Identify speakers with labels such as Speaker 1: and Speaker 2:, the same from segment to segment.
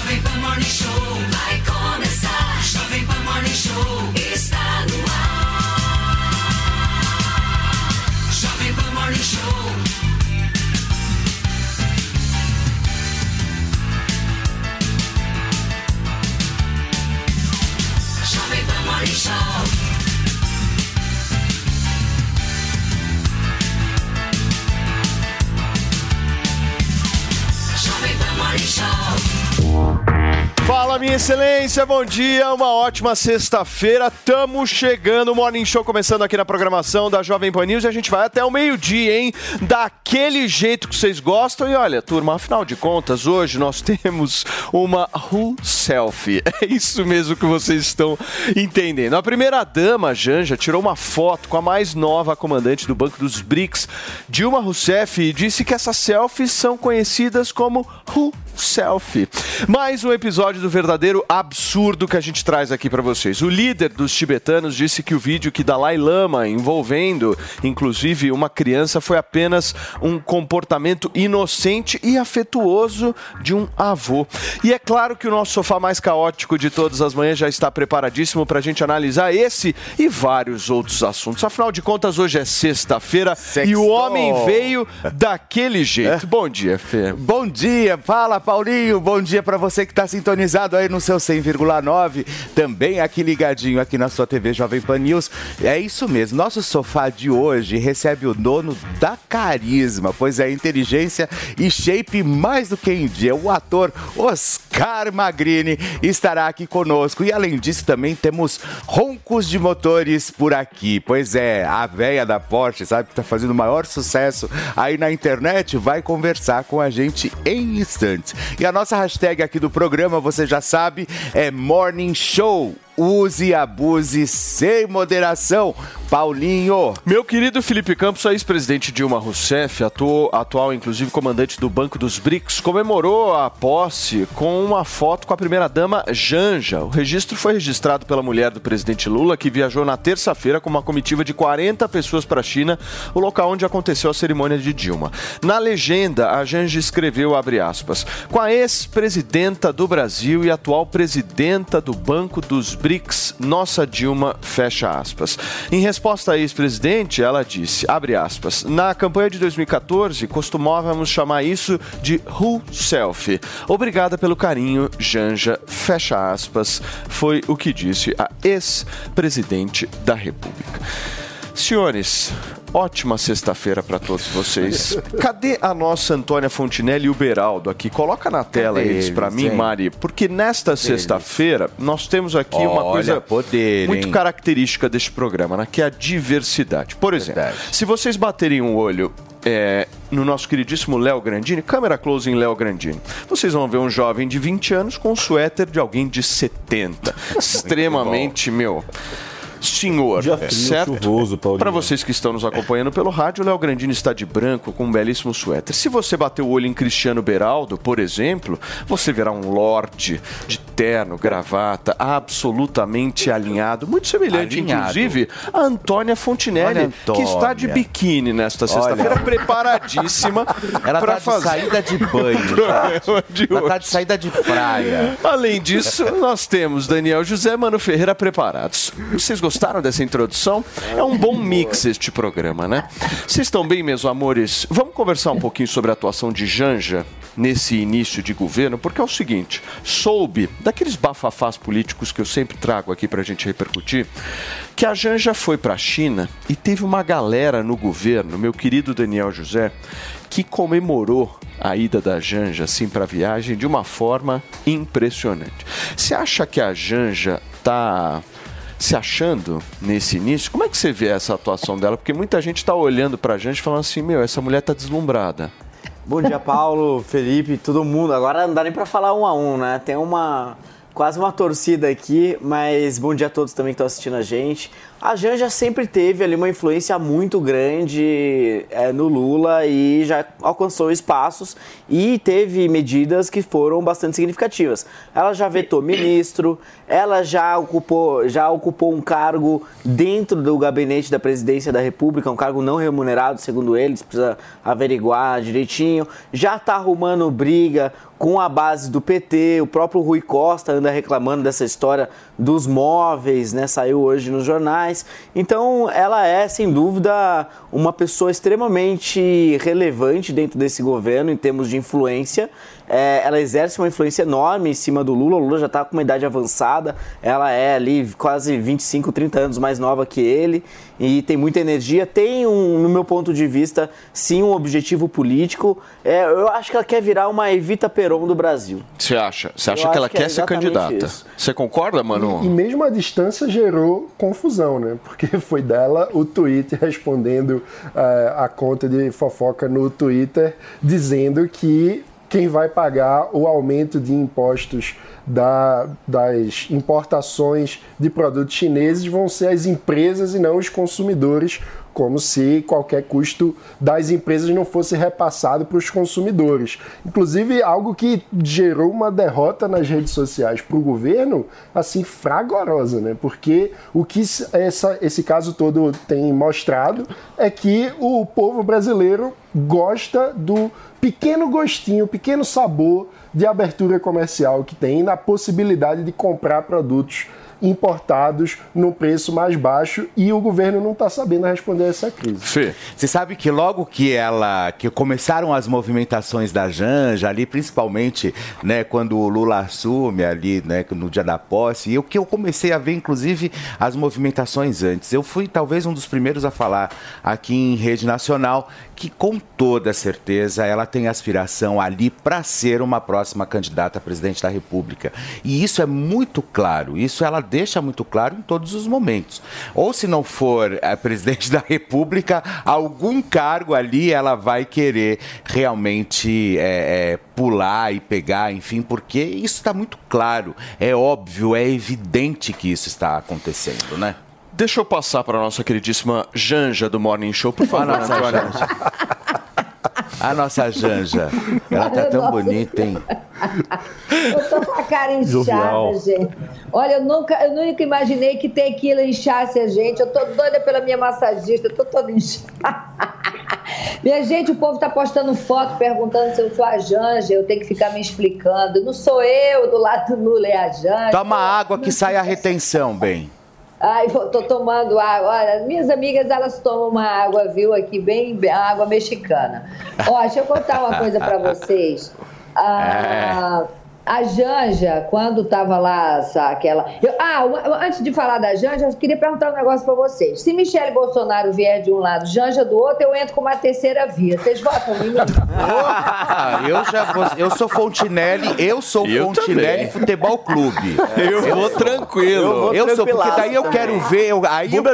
Speaker 1: Jovem Pan Morning Show vai começar. Jovem Pan Morning Show está no ar. Jovem Pan Morning Show. Jovem Pan Morning Show. Jovem Pan Morning Show.
Speaker 2: Fala, minha excelência, bom dia, uma ótima sexta-feira, estamos chegando, o Morning Show começando aqui na programação da Jovem Pan News e a gente vai até o meio-dia, hein, daquele jeito que vocês gostam. E olha, turma, afinal de contas, hoje nós temos uma Who Selfie, é isso mesmo que vocês estão entendendo. A primeira-dama, Janja, tirou uma foto com a mais nova comandante do Banco dos BRICS, Dilma Rousseff, e disse que essas selfies são conhecidas como Who Selfie. Mais um episódio do verdadeiro absurdo que a gente traz aqui para vocês. O líder dos tibetanos disse que o vídeo que Dalai Lama envolvendo, inclusive, uma criança foi apenas um comportamento inocente e afetuoso de um avô. E é claro que o nosso sofá mais caótico de todas as manhãs já está preparadíssimo para a gente analisar esse e vários outros assuntos. Afinal de contas, hoje é sexta-feira e o homem veio daquele jeito. Bom dia, Fê.
Speaker 3: Bom dia, fala, Paulinho, bom dia pra você que tá sintonizado aí no seu 100,9, também aqui ligadinho aqui na sua TV Jovem Pan News. É isso mesmo, nosso sofá de hoje recebe o dono da carisma, pois é, inteligência e shape mais do que em dia. O ator Oscar Magrini estará aqui conosco e além disso também temos roncos de motores por aqui. Pois é, a véia da Porsche, sabe, que tá fazendo o maior sucesso aí na internet, vai conversar com a gente em instantes. E a nossa hashtag aqui do programa, você já sabe, é Morning Show. Use e abuse sem moderação. Paulinho.
Speaker 2: Meu querido Felipe Campos, a ex-presidente Dilma Rousseff, atual inclusive comandante do Banco dos BRICS, comemorou a posse com uma foto com a primeira-dama Janja. O registro foi registrado pela mulher do presidente Lula, que viajou na terça-feira com uma comitiva de 40 pessoas para a China, o local onde aconteceu a cerimônia de Dilma. Na legenda, a Janja escreveu, abre aspas, com a ex-presidenta do Brasil e atual presidenta do Banco dos BRICS, nossa Dilma, fecha aspas. Em resposta à ex-presidente, ela disse, abre aspas, na campanha de 2014, costumávamos chamar isso de Who Selfie. Obrigada pelo carinho, Janja, fecha aspas, foi o que disse a ex-presidente da República. Senhores, ótima sexta-feira para todos vocês. Cadê a nossa Antônia Fontinelli e o Beraldo aqui? Coloca na tela eles para mim, Mari, porque nesta sexta-feira nós temos aqui uma coisa muito característica deste programa, né, que é a diversidade. Por exemplo, se vocês baterem um olho no nosso queridíssimo Léo Grandini, câmera close em Léo Grandini, vocês vão ver um jovem de 20 anos com um suéter de alguém de 70. Extremamente, senhor, certo? Para vocês que estão nos acompanhando pelo rádio, o Léo Grandini está de branco com um belíssimo suéter. Se você bater o olho em Cristiano Beraldo, por exemplo, você verá um lorde de terno, gravata, absolutamente alinhado, muito semelhante, inclusive, a Antônia Fontinelli, que está de biquíni nesta sexta-feira, preparadíssima para fazer
Speaker 3: saída de banho. Ela está de saída de praia.
Speaker 2: Além disso, nós temos Daniel José, Mano Ferreira preparados. Vocês gostaram dessa introdução? É um bom mix este programa, né? Vocês estão bem, meus amores? Vamos conversar um pouquinho sobre a atuação de Janja nesse início de governo, porque é o seguinte, soube, daqueles bafafás políticos que eu sempre trago aqui pra gente repercutir, que a Janja foi pra China e teve uma galera no governo, meu querido Daniel José, que comemorou a ida da Janja, assim, pra viagem de uma forma impressionante. Você acha que a Janja tá se achando nesse início? Como é que você vê essa atuação dela? Porque muita gente está olhando pra gente falando assim, essa mulher tá deslumbrada.
Speaker 4: Bom dia, Paulo, Felipe, todo mundo. Agora não dá nem pra falar um a um, né? Tem quase uma torcida aqui, mas bom dia a todos também que estão assistindo a gente. A Janja sempre teve ali uma influência muito grande no Lula e já alcançou espaços e teve medidas que foram bastante significativas. Ela já vetou ministro, ela já ocupou um cargo dentro do gabinete da presidência da República, um cargo não remunerado, segundo eles, precisa averiguar direitinho. Já está arrumando briga com a base do PT, o próprio Rui Costa anda reclamando dessa história dos móveis, né? Saiu hoje nos jornais. Então, ela é, sem dúvida, uma pessoa extremamente relevante dentro desse governo, em termos de influência. Ela exerce uma influência enorme em cima do Lula. O Lula já está com uma idade avançada, ela é ali quase 25, 30 anos mais nova que ele e tem muita energia. Tem, no meu ponto de vista, sim, um objetivo político. Eu acho que ela quer virar uma Evita Peron do Brasil.
Speaker 2: Você acha? Você acha que ela quer ser candidata? Isso. Você concorda, Manu?
Speaker 5: E mesmo a distância gerou confusão, né? Porque foi dela o tweet respondendo a conta de fofoca no Twitter, dizendo que quem vai pagar o aumento de impostos das importações de produtos chineses vão ser as empresas e não os consumidores, como se qualquer custo das empresas não fosse repassado para os consumidores. Inclusive, algo que gerou uma derrota nas redes sociais para o governo, assim, fragorosa, né? Porque o que esse caso todo tem mostrado é que o povo brasileiro gosta do pequeno gostinho, pequeno sabor de abertura comercial que tem na possibilidade de comprar produtos importados num preço mais baixo e o governo não está sabendo responder a essa crise.
Speaker 3: Fê. Você sabe que logo que começaram as movimentações da Janja ali, principalmente, né, quando o Lula assume ali, né, no dia da posse, e o que eu comecei a ver, inclusive, as movimentações antes. Eu fui talvez um dos primeiros a falar aqui em rede nacional que com toda certeza ela tem aspiração ali para ser uma próxima candidata a presidente da República. E isso é muito claro, isso ela deixa muito claro em todos os momentos. Ou se não for a presidente da República, algum cargo ali ela vai querer realmente pular e pegar, enfim, porque isso está muito claro, é óbvio, é evidente que isso está acontecendo, né?
Speaker 2: Deixa eu passar para a nossa queridíssima Janja do Morning Show, por favor, Antônia.
Speaker 3: A nossa Janja, ela tá tão bonita, hein?
Speaker 6: Eu tô com a cara inchada, gente. Olha, eu nunca imaginei que tequila inchasse a gente. Eu tô doida pela minha massagista, eu tô toda inchada. Minha gente, o povo tá postando foto perguntando se eu sou a Janja, eu tenho que ficar me explicando. Não sou eu, do lado do Lula é a Janja.
Speaker 3: Toma água que sai a retenção, bem.
Speaker 6: Ai, tô tomando água. Olha, minhas amigas, elas tomam uma água, viu, aqui, bem água mexicana. Ó, deixa eu contar uma coisa pra vocês. A Janja, quando tava lá, antes de falar da Janja, eu queria perguntar um negócio pra vocês. Se Michele Bolsonaro vier de um lado, Janja do outro, eu entro com uma terceira via. Vocês votam em mim?
Speaker 3: Eu sou Fontinelli, Fontinelli Futebol Clube.
Speaker 2: Eu vou tranquilo.
Speaker 3: Eu sou, porque daí eu quero ver, aí eu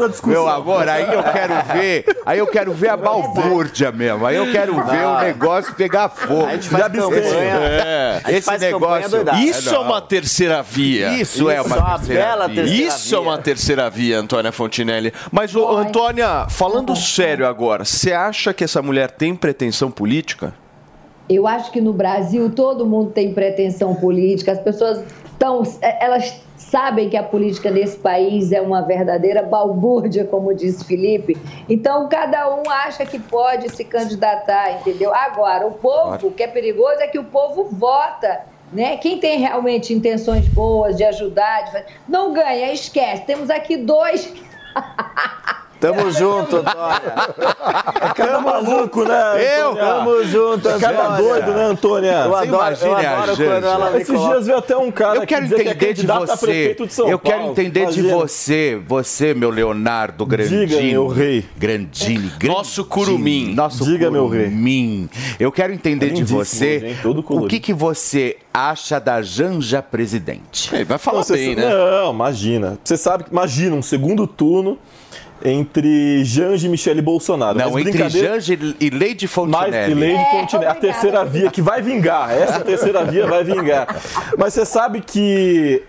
Speaker 3: quero ver a balbúrdia mesmo. Aí eu quero ver o negócio pegar fogo.
Speaker 4: A gente faz
Speaker 3: Esse negócio.
Speaker 2: Isso é uma terceira via.
Speaker 3: Isso é uma terceira via.
Speaker 2: Isso é uma terceira via, Antônia Fontinelli. Mas, Antônia, falando sério agora, você acha que essa mulher tem pretensão política?
Speaker 6: Eu acho que no Brasil todo mundo tem pretensão política. As pessoas elas sabem que a política nesse país é uma verdadeira balbúrdia, como disse Felipe. Então, cada um acha que pode se candidatar, entendeu? Agora, o povo, o que é perigoso é que o povo vota, né? Quem tem realmente intenções boas de ajudar, não ganha, esquece. Temos aqui 2...
Speaker 4: Tamo junto, Antônia.
Speaker 7: Cada maluco, né, Antônia?
Speaker 4: Tamo junto, Antônia.
Speaker 7: Cada doido, né, Antônia?
Speaker 4: Eu adoro quando ela me
Speaker 7: Esses dias veio até um cara
Speaker 3: que dizia que é candidato a prefeito de São Paulo. Eu quero entender de você, meu Leonardo Grandini.
Speaker 7: Diga, meu rei.
Speaker 3: Grandini.
Speaker 2: Nosso curumim.
Speaker 7: Diga, meu rei.
Speaker 3: Eu quero entender de você o que você acha da Janja presidente.
Speaker 2: Vai falar bem, né?
Speaker 7: Não, imagina. Você sabe, imagina um segundo turno entre Janja e Michele Bolsonaro.
Speaker 3: Não,
Speaker 7: Mas
Speaker 3: entre Janja e Leide Fontinelli.
Speaker 7: E Leide Fontinelli. A terceira via que vai vingar. Essa terceira via vai vingar. Mas você sabe que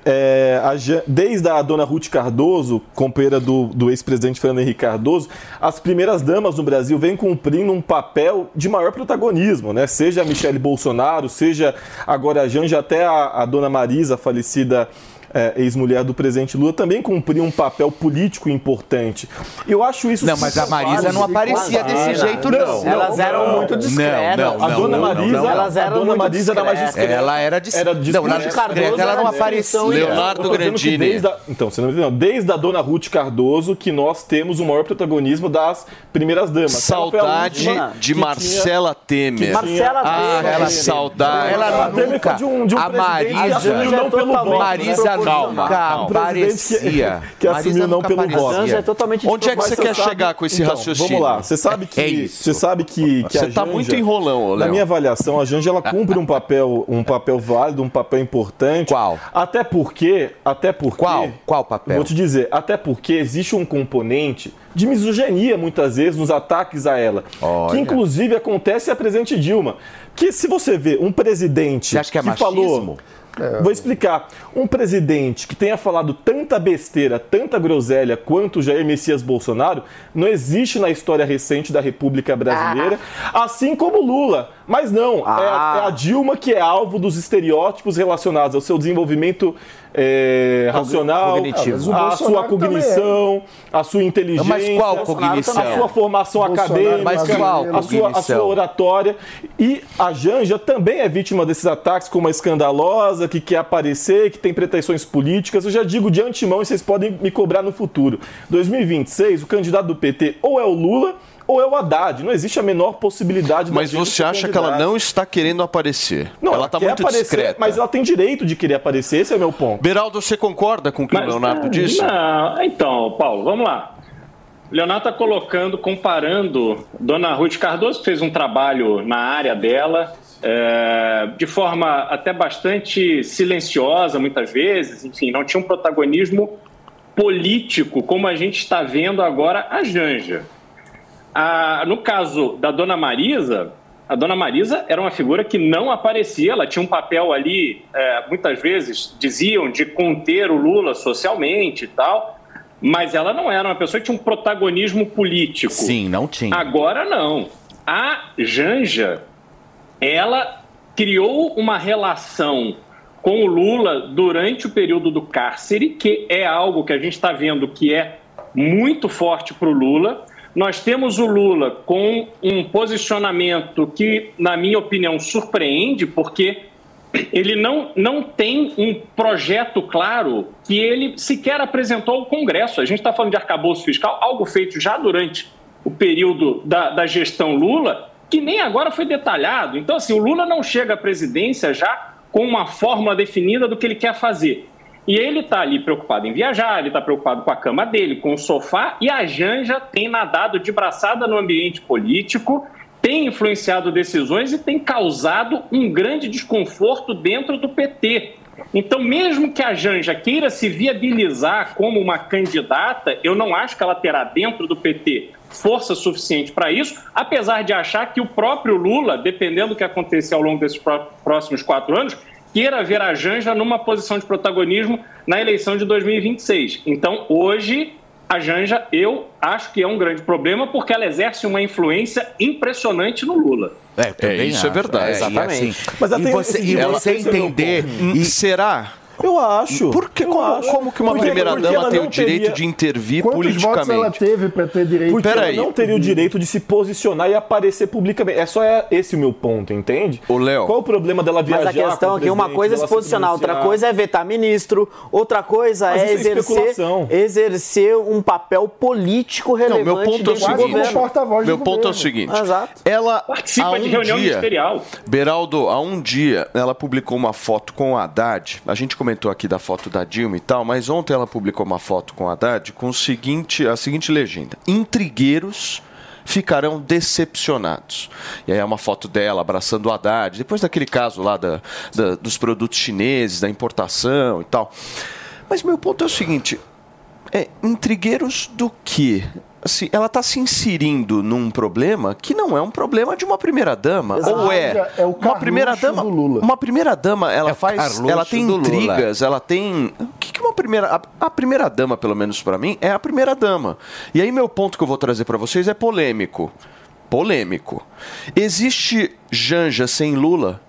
Speaker 7: desde a dona Ruth Cardoso, companheira do ex-presidente Fernando Henrique Cardoso, as primeiras damas no Brasil vêm cumprindo um papel de maior protagonismo, né? Seja a Michele Bolsonaro, seja agora a Janja, até a dona Marisa, falecida ex-mulher do presidente Lula, também cumpriu um papel político importante. Eu acho isso...
Speaker 3: Não, mas a Marisa não aparecia desse jeito, não.
Speaker 4: Elas eram muito discretas.
Speaker 3: Não,
Speaker 7: a dona Marisa era mais discreta.
Speaker 3: Ela era discreta. Não, na discreta ela não aparecia.
Speaker 2: Leonardo Grandini.
Speaker 7: Você não entendeu? Desde a dona Ruth Cardoso que nós temos o maior protagonismo das primeiras damas.
Speaker 2: Saudade de Marcela Temer.
Speaker 4: Marcela Temer.
Speaker 2: Saudade.
Speaker 3: Ela nunca...
Speaker 7: A
Speaker 3: Marisa
Speaker 7: não pelo voto.
Speaker 3: Marisa nunca aparecia.
Speaker 7: Que assumiu não pelo voto.
Speaker 4: Janja é totalmente
Speaker 2: Onde é que você quer chegar com esse raciocínio?
Speaker 7: Vamos lá. Você sabe que
Speaker 2: Você
Speaker 7: a
Speaker 2: tá
Speaker 7: Janja,
Speaker 2: muito enrolão, Léo.
Speaker 7: na minha avaliação, a Janja ela cumpre um papel válido, um papel importante.
Speaker 3: Qual?
Speaker 7: Até porque
Speaker 3: Qual papel?
Speaker 7: Vou te dizer, até porque existe um componente de misoginia, muitas vezes, nos ataques a ela.
Speaker 3: Olha.
Speaker 7: Que, inclusive, acontece a presidente Dilma. Que, se você vê um presidente
Speaker 3: Você acha que é machismo?
Speaker 7: falou... Vou explicar. Um presidente que tenha falado tanta besteira, tanta groselha quanto Jair Messias Bolsonaro, não existe na história recente da República Brasileira, assim como Lula. Mas não, é a Dilma que é alvo dos estereótipos relacionados ao seu desenvolvimento racional,
Speaker 4: cognitivo.
Speaker 7: a sua cognição, a sua inteligência,
Speaker 3: Mas qual cognição?
Speaker 7: a sua formação acadêmica,
Speaker 3: Mas qual
Speaker 7: a sua oratória. E a Janja também é vítima desses ataques como a escandalosa, que quer aparecer, que tem pretensões políticas. Eu já digo de antemão e vocês podem me cobrar no futuro. 2026, o candidato do PT ou é o Lula ou é o Haddad. Não existe a menor possibilidade.
Speaker 2: Mas você acha que ela não está querendo aparecer?
Speaker 7: Não,
Speaker 2: ela está
Speaker 7: quer
Speaker 2: muito
Speaker 7: aparecer,
Speaker 2: discreta.
Speaker 7: mas ela tem direito de querer aparecer, esse é o meu ponto.
Speaker 2: Beraldo, você concorda com o que o Leonardo disse?
Speaker 8: Não, então, Paulo, vamos lá. O Leonardo está comparando Dona Ruth Cardoso, que fez um trabalho na área dela, de forma até bastante silenciosa, muitas vezes, enfim, não tinha um protagonismo político, como a gente está vendo agora a Janja. No caso da Dona Marisa, a Dona Marisa era uma figura que não aparecia, ela tinha um papel ali, muitas vezes diziam, de conter o Lula socialmente e tal, mas ela não era uma pessoa que tinha um protagonismo político.
Speaker 3: Sim, não tinha.
Speaker 8: Agora não. A Janja, ela criou uma relação com o Lula durante o período do cárcere, que é algo que a gente está vendo que é muito forte para o Lula. Nós temos o Lula com um posicionamento que, na minha opinião, surpreende, porque ele não tem um projeto claro que ele sequer apresentou ao Congresso. A gente está falando de arcabouço fiscal, algo feito já durante o período da gestão Lula, que nem agora foi detalhado. Então, assim, o Lula não chega à presidência já com uma fórmula definida do que ele quer fazer. E ele está ali preocupado em viajar, ele está preocupado com a cama dele, com o sofá, e a Janja tem nadado de braçada no ambiente político, tem influenciado decisões e tem causado um grande desconforto dentro do PT. Então, mesmo que a Janja queira se viabilizar como uma candidata, eu não acho que ela terá dentro do PT força suficiente para isso, apesar de achar que o próprio Lula, dependendo do que acontecer ao longo desses próximos 4 anos, queira ver a Janja numa posição de protagonismo na eleição de 2026. Então, hoje, a Janja, eu acho que é um grande problema porque ela exerce uma influência impressionante no Lula.
Speaker 2: Isso é verdade.
Speaker 3: Exatamente.
Speaker 7: Assim, mas
Speaker 3: E você entender...
Speaker 2: Será?
Speaker 7: Eu acho.
Speaker 2: Por que? Como que uma primeira-dama tem o direito de intervir
Speaker 5: Quantos
Speaker 2: politicamente?
Speaker 5: votos ela teve para ter direito?
Speaker 7: Porque ela não teria o direito de se posicionar e aparecer publicamente. Esse o meu ponto, entende?
Speaker 2: Ô, Léo.
Speaker 7: Qual o problema dela viajar?
Speaker 4: Mas a questão é que uma coisa é se posicionar, outra coisa é vetar ministro, outra coisa é exercer um papel político relevante.
Speaker 2: Meu ponto é o seguinte.
Speaker 5: Meu
Speaker 2: ponto é o seguinte.
Speaker 4: Exato.
Speaker 2: Ela
Speaker 8: Participa de reunião ministerial.
Speaker 2: Beraldo, há um dia, ela publicou uma foto com o Haddad. A gente comentou aqui da foto da Dilma e tal, mas ontem ela publicou uma foto com o Haddad com a seguinte legenda: intrigueiros ficarão decepcionados. E aí é uma foto dela abraçando o Haddad, depois daquele caso lá dos produtos chineses, da importação e tal. Mas meu ponto é o seguinte: Intrigueiros do quê? Assim, ela está se inserindo num problema que não é um problema de uma primeira-dama. Ou é uma primeira-dama? Uma primeira-dama, ela tem intrigas, ela tem... O que uma primeira... A primeira-dama, pelo menos para mim, é a primeira-dama. E aí meu ponto que eu vou trazer para vocês é polêmico. Existe Janja sem Lula?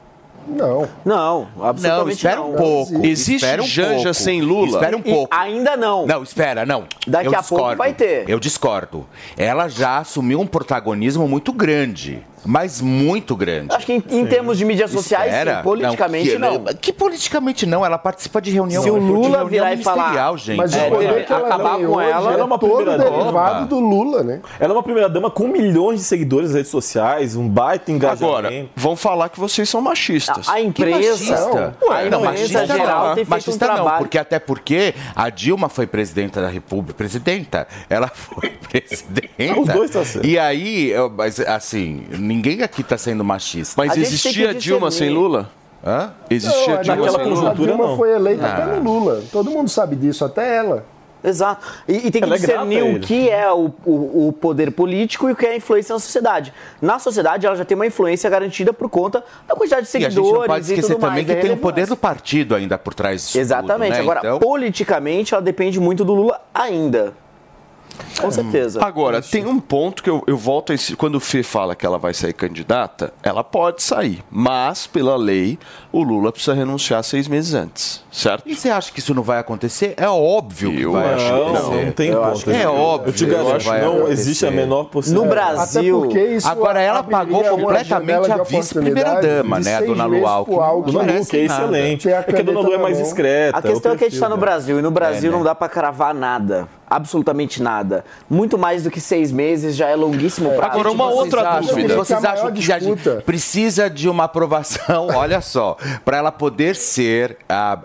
Speaker 4: Não, absolutamente
Speaker 3: não. Espera um pouco.
Speaker 2: Existe Janja sem Lula?
Speaker 3: Espera um pouco.
Speaker 4: Ainda não.
Speaker 3: Não, espera, não.
Speaker 4: Daqui a pouco vai ter.
Speaker 3: Eu discordo. Ela já assumiu um protagonismo muito grande. Mas muito grande.
Speaker 4: Acho que em termos de mídias sociais, sim, politicamente não.
Speaker 3: Que politicamente não? Ela participa de reunião.
Speaker 4: Se o Lula virar e falar,
Speaker 3: gente.
Speaker 5: Mas o poder que
Speaker 4: acabar com ela
Speaker 5: é uma todo derivado do Lula, né?
Speaker 7: Ela é uma primeira-dama com milhões de seguidores nas redes sociais, um baita engajamento.
Speaker 2: Agora, vão falar que vocês são machistas.
Speaker 4: A imprensa geral tem feito um trabalho.
Speaker 3: Até porque a Dilma foi presidenta da República. Presidenta? Ela foi presidenta.
Speaker 7: Os dois estão certo.
Speaker 3: E aí, mas assim, ninguém aqui está sendo machista.
Speaker 2: Mas existia Dilma sem Lula?
Speaker 3: Hã?
Speaker 2: Existia Dilma sem Lula?
Speaker 5: A Dilma foi eleita pelo Lula. Todo mundo sabe disso, até ela.
Speaker 4: Exato. E tem que discernir o que é o poder político e o que é a influência na sociedade. Na sociedade, ela já tem uma influência garantida por conta da quantidade de seguidores e tudo mais.
Speaker 3: A gente não pode esquecer também que tem o poder do partido ainda por trás disso.
Speaker 4: Exatamente.
Speaker 3: Tudo, né?
Speaker 4: Agora,
Speaker 3: então...
Speaker 4: politicamente, ela depende muito do Lula ainda. Com certeza.
Speaker 2: Agora, tem um ponto que eu volto a esse... Quando o Fê fala que ela vai sair candidata, ela pode sair. Mas, pela lei, o Lula precisa renunciar 6 meses antes, certo?
Speaker 3: E você acha que isso não vai acontecer? É óbvio que vai acontecer.
Speaker 7: Não tem ponto.
Speaker 3: É óbvio.
Speaker 7: Eu te garanto, não existe a menor possibilidade.
Speaker 4: No Brasil...
Speaker 3: Agora, ela pagou completamente a vice-primeira-dama, né? A Dona Lu Alckmin.
Speaker 7: Dona Lu, que é excelente. É que a Dona Lu é mais discreta.
Speaker 4: A questão é que a gente está no Brasil. E no Brasil não dá para cravar nada. Absolutamente nada. Muito mais do que 6 meses já é longuíssimo prazo.
Speaker 2: Agora, uma outra dúvida.
Speaker 3: Vocês acham que a gente precisa de uma aprovação, olha só, para ela poder ser,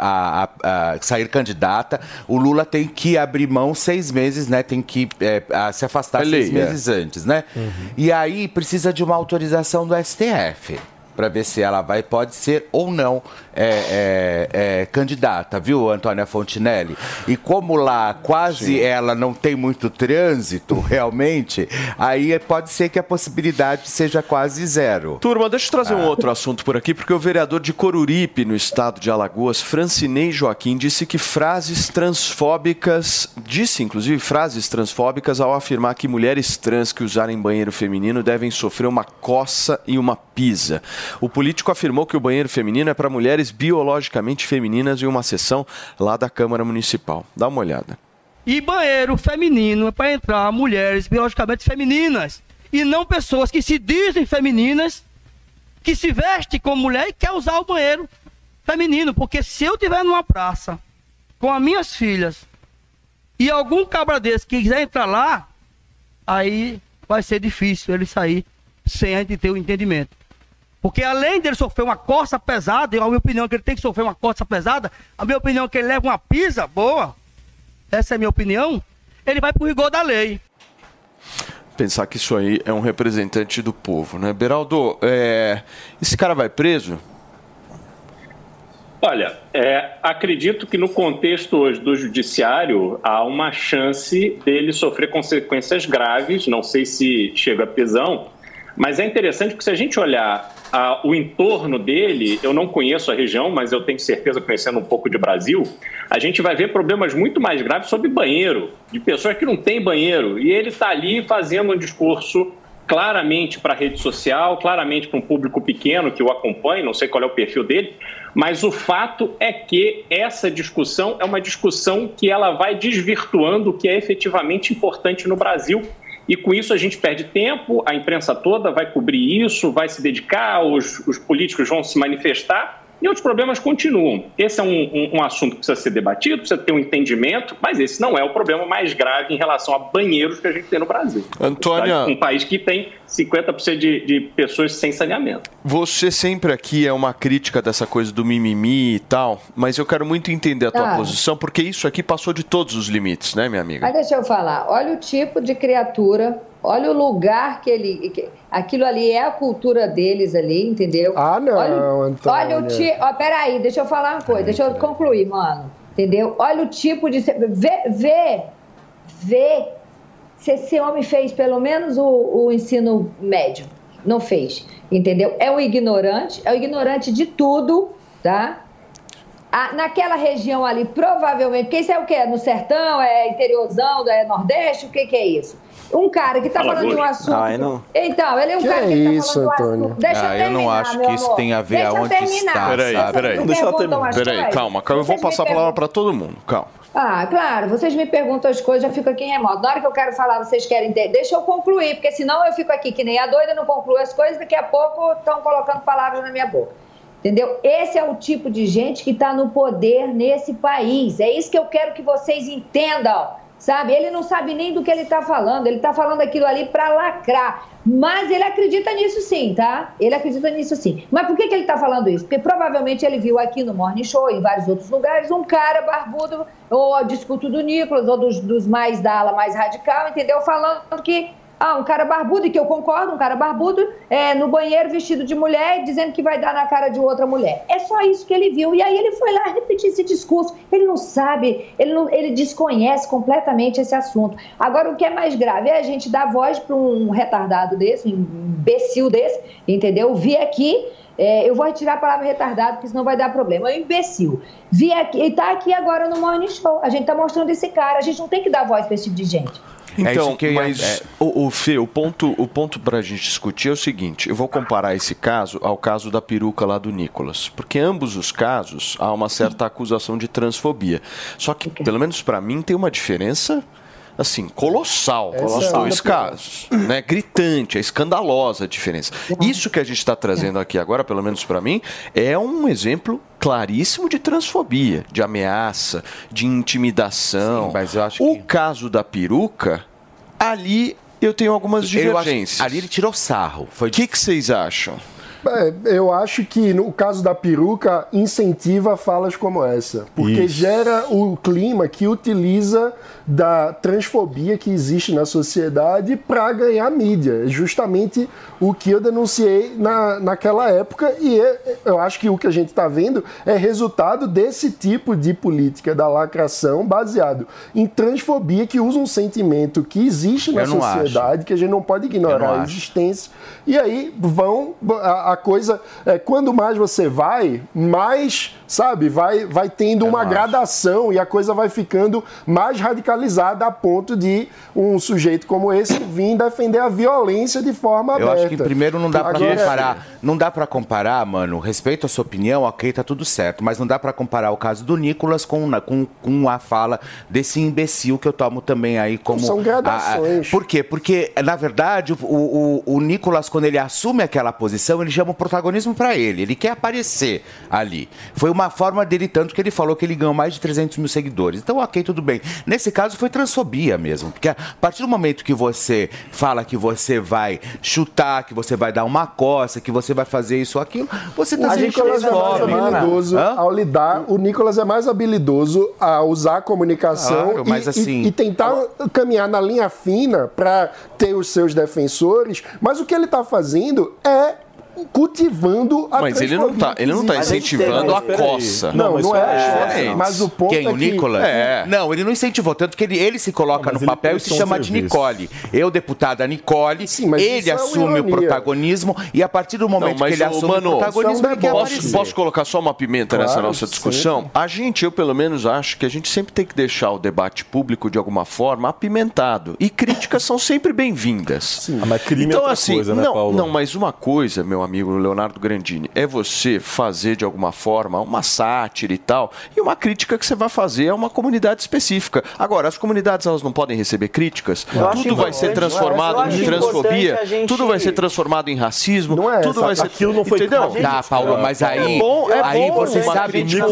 Speaker 3: sair candidata, o Lula tem que abrir mão 6 meses, né? Tem que se afastar 6 meses antes, né? E aí precisa de uma autorização do STF. Para ver se ela pode ser ou não candidata, viu, Antônia Fontinelli? E como lá quase ela não tem muito trânsito, realmente, aí pode ser que a possibilidade seja quase zero.
Speaker 2: Turma, deixa eu trazer um outro assunto por aqui, porque o vereador de Coruripe, no estado de Alagoas, Francinei Joaquim, disse inclusive frases transfóbicas ao afirmar que mulheres trans que usarem banheiro feminino devem sofrer uma coça e uma pisa. O político afirmou que o banheiro feminino é para mulheres biologicamente femininas em uma sessão lá da Câmara Municipal. Dá uma olhada.
Speaker 9: E banheiro feminino é para entrar mulheres biologicamente femininas e não pessoas que se dizem femininas, que se vestem como mulher e quer usar o banheiro feminino. Porque se eu estiver numa praça com as minhas filhas e algum cabra desse que quiser entrar lá, aí vai ser difícil ele sair sem a gente ter o entendimento. Porque além dele sofrer uma coça pesada, a minha opinião é que ele tem que sofrer uma coça pesada, a minha opinião é que ele leva uma pisa boa, essa é a minha opinião, ele vai pro rigor da lei.
Speaker 2: Pensar que isso aí é um representante do povo, né? Beraldo, esse cara vai preso?
Speaker 8: Olha, acredito que no contexto hoje do judiciário há uma chance dele sofrer consequências graves, não sei se chega à prisão, mas é interessante porque se a gente olhar o entorno dele, eu não conheço a região, mas eu tenho certeza, conhecendo um pouco de Brasil, a gente vai ver problemas muito mais graves sobre banheiro, de pessoas que não têm banheiro, e ele está ali fazendo um discurso claramente para a rede social, claramente para um público pequeno que o acompanha, não sei qual é o perfil dele, mas o fato é que essa discussão é uma discussão que ela vai desvirtuando o que é efetivamente importante no Brasil. E com isso a gente perde tempo, a imprensa toda vai cobrir isso, vai se dedicar, os políticos vão se manifestar e outros problemas continuam. Esse é um assunto que precisa ser debatido, precisa ter um entendimento, mas esse não é o problema mais grave em relação a banheiros que a gente tem no Brasil.
Speaker 2: Antônia...
Speaker 8: Um país que tem 50% de pessoas sem saneamento.
Speaker 2: Você sempre aqui é uma crítica dessa coisa do mimimi e tal, mas eu quero muito entender a tua posição, porque isso aqui passou de todos os limites, né, minha amiga?
Speaker 6: Mas deixa eu falar, olha o tipo de criatura, olha o lugar que ele... Aquilo ali é a cultura deles ali, entendeu?
Speaker 5: Ah, não, Antônia.
Speaker 6: Olha o tipo... Peraí, deixa eu falar uma coisa, deixa eu concluir, mano. entendeu? Olha o tipo de... Vê se esse homem fez pelo menos o ensino médio. Não fez, entendeu? É um ignorante de tudo, tá? Naquela região ali, provavelmente, porque isso é o quê? No sertão, é interiorzão, é nordeste, o que é isso? Um cara que tá falando de um assunto... Então, ele é um cara que tá falando de um assunto... Deixa eu terminar,
Speaker 3: eu não acho que isso tem a ver aonde está.
Speaker 2: Peraí.
Speaker 7: Deixa eu terminar.
Speaker 2: Peraí, calma. Eu vou passar a palavra para todo mundo, calma.
Speaker 6: Claro, vocês me perguntam as coisas, já fico aqui em remoto. Na hora que eu quero falar, vocês querem ter. Deixa eu concluir, porque senão eu fico aqui que nem a doida, não concluo as coisas, daqui a pouco estão colocando palavras na minha boca. Entendeu? Esse é o tipo de gente que está no poder nesse país. É isso que eu quero que vocês entendam, sabe? Ele não sabe nem do que ele está falando. Ele está falando aquilo ali para lacrar. Mas ele acredita nisso sim, tá? Ele acredita nisso sim. Mas por que ele está falando isso? Porque provavelmente ele viu aqui no Morning Show, em vários outros lugares, um cara barbudo, ou discuto do Nicolas, ou dos mais da ala mais radical, entendeu? Falando que... um cara barbudo, e que eu concordo, um cara barbudo no banheiro vestido de mulher, dizendo que vai dar na cara de outra mulher. É só isso que ele viu. E aí ele foi lá repetir esse discurso. Ele não sabe, ele desconhece completamente esse assunto. Agora, o que é mais grave é a gente dar voz para um retardado desse, um imbecil desse, entendeu? Vi aqui, eu vou retirar a palavra retardado, porque senão vai dar problema. É um imbecil. Vi aqui, ele está aqui agora no Morning Show. A gente está mostrando esse cara. A gente não tem que dar voz para esse tipo de gente.
Speaker 2: Então, mas o Fê, o ponto para a gente discutir é o seguinte: eu vou comparar esse caso ao caso da peruca lá do Nicolas, porque em ambos os casos há uma certa acusação de transfobia. Só que, pelo menos para mim, tem uma diferença assim, colossal nos dois casos, né? Gritante, é escandalosa a diferença. Isso que a gente está trazendo aqui agora, pelo menos para mim, é um exemplo claríssimo de transfobia, de ameaça, de intimidação.
Speaker 3: Sim, mas eu acho
Speaker 2: o caso da peruca, ali eu tenho algumas divergências.
Speaker 3: Ali ele tirou sarro.
Speaker 2: O que vocês acham?
Speaker 5: Eu acho que no caso da peruca incentiva falas como essa, porque gera o clima que utiliza da transfobia que existe na sociedade para ganhar mídia. É justamente o que eu denunciei naquela época, e eu acho que o que a gente está vendo é resultado desse tipo de política da lacração baseado em transfobia, que usa um sentimento que existe na sociedade, que a gente não pode ignorar a existência, e aí a coisa, quando mais você vai, mais, sabe, vai tendo uma gradação, e a coisa vai ficando mais radicalizada a ponto de um sujeito como esse vir defender a violência de forma aberta.
Speaker 3: Eu acho que primeiro não dá pra comparar. Não dá pra comparar, mano, respeito a sua opinião, ok, tá tudo certo, mas não dá pra comparar o caso do Nicolas com a fala desse imbecil que eu tomo também aí como...
Speaker 5: São gradações.
Speaker 3: Por quê? Porque, na verdade, o Nicolas, quando ele assume aquela posição, ele chama o protagonismo pra ele. Ele quer aparecer ali. Foi uma forma dele, tanto que ele falou que ele ganhou mais de 300 mil seguidores. Então, ok, tudo bem. Nesse caso, foi transfobia mesmo. Porque a partir do momento que você fala que você vai chutar, que você vai dar uma coça, que você vai fazer isso ou aquilo, você tá sendo
Speaker 5: habilidoso ao lidar. O Nicolas é mais habilidoso a usar a comunicação e tentar caminhar na linha fina para ter os seus defensores, mas o que ele está fazendo é cultivando a
Speaker 2: Mas ele não tá incentivando a coça.
Speaker 5: Não é. Mas o ponto
Speaker 3: Quem? O Nicolas? Não, ele não incentivou, tanto que ele se coloca no papel e se chama de Nicole. Eu, deputada Nicole, ele assume o protagonismo, e a partir do momento que ele assume o protagonismo, ele quer aparecer.
Speaker 2: Posso colocar só uma pimenta nessa nossa discussão? Eu pelo menos acho que a gente sempre tem que deixar o debate público de alguma forma apimentado, e críticas são sempre bem-vindas.
Speaker 7: Mas crime é outra coisa, né, Paulo?
Speaker 2: Não, mas uma coisa, meu amigo Leonardo Grandini, é você fazer de alguma forma uma sátira e tal, e uma crítica que você vai fazer a uma comunidade específica. Agora, as comunidades, elas não podem receber críticas, tudo vai ser transformado em transfobia, tudo vai ser transformado em racismo, tudo vai ser...
Speaker 7: Aquilo não foi...
Speaker 2: Entendeu?
Speaker 3: Tá, Paulo, mas aí você sabe que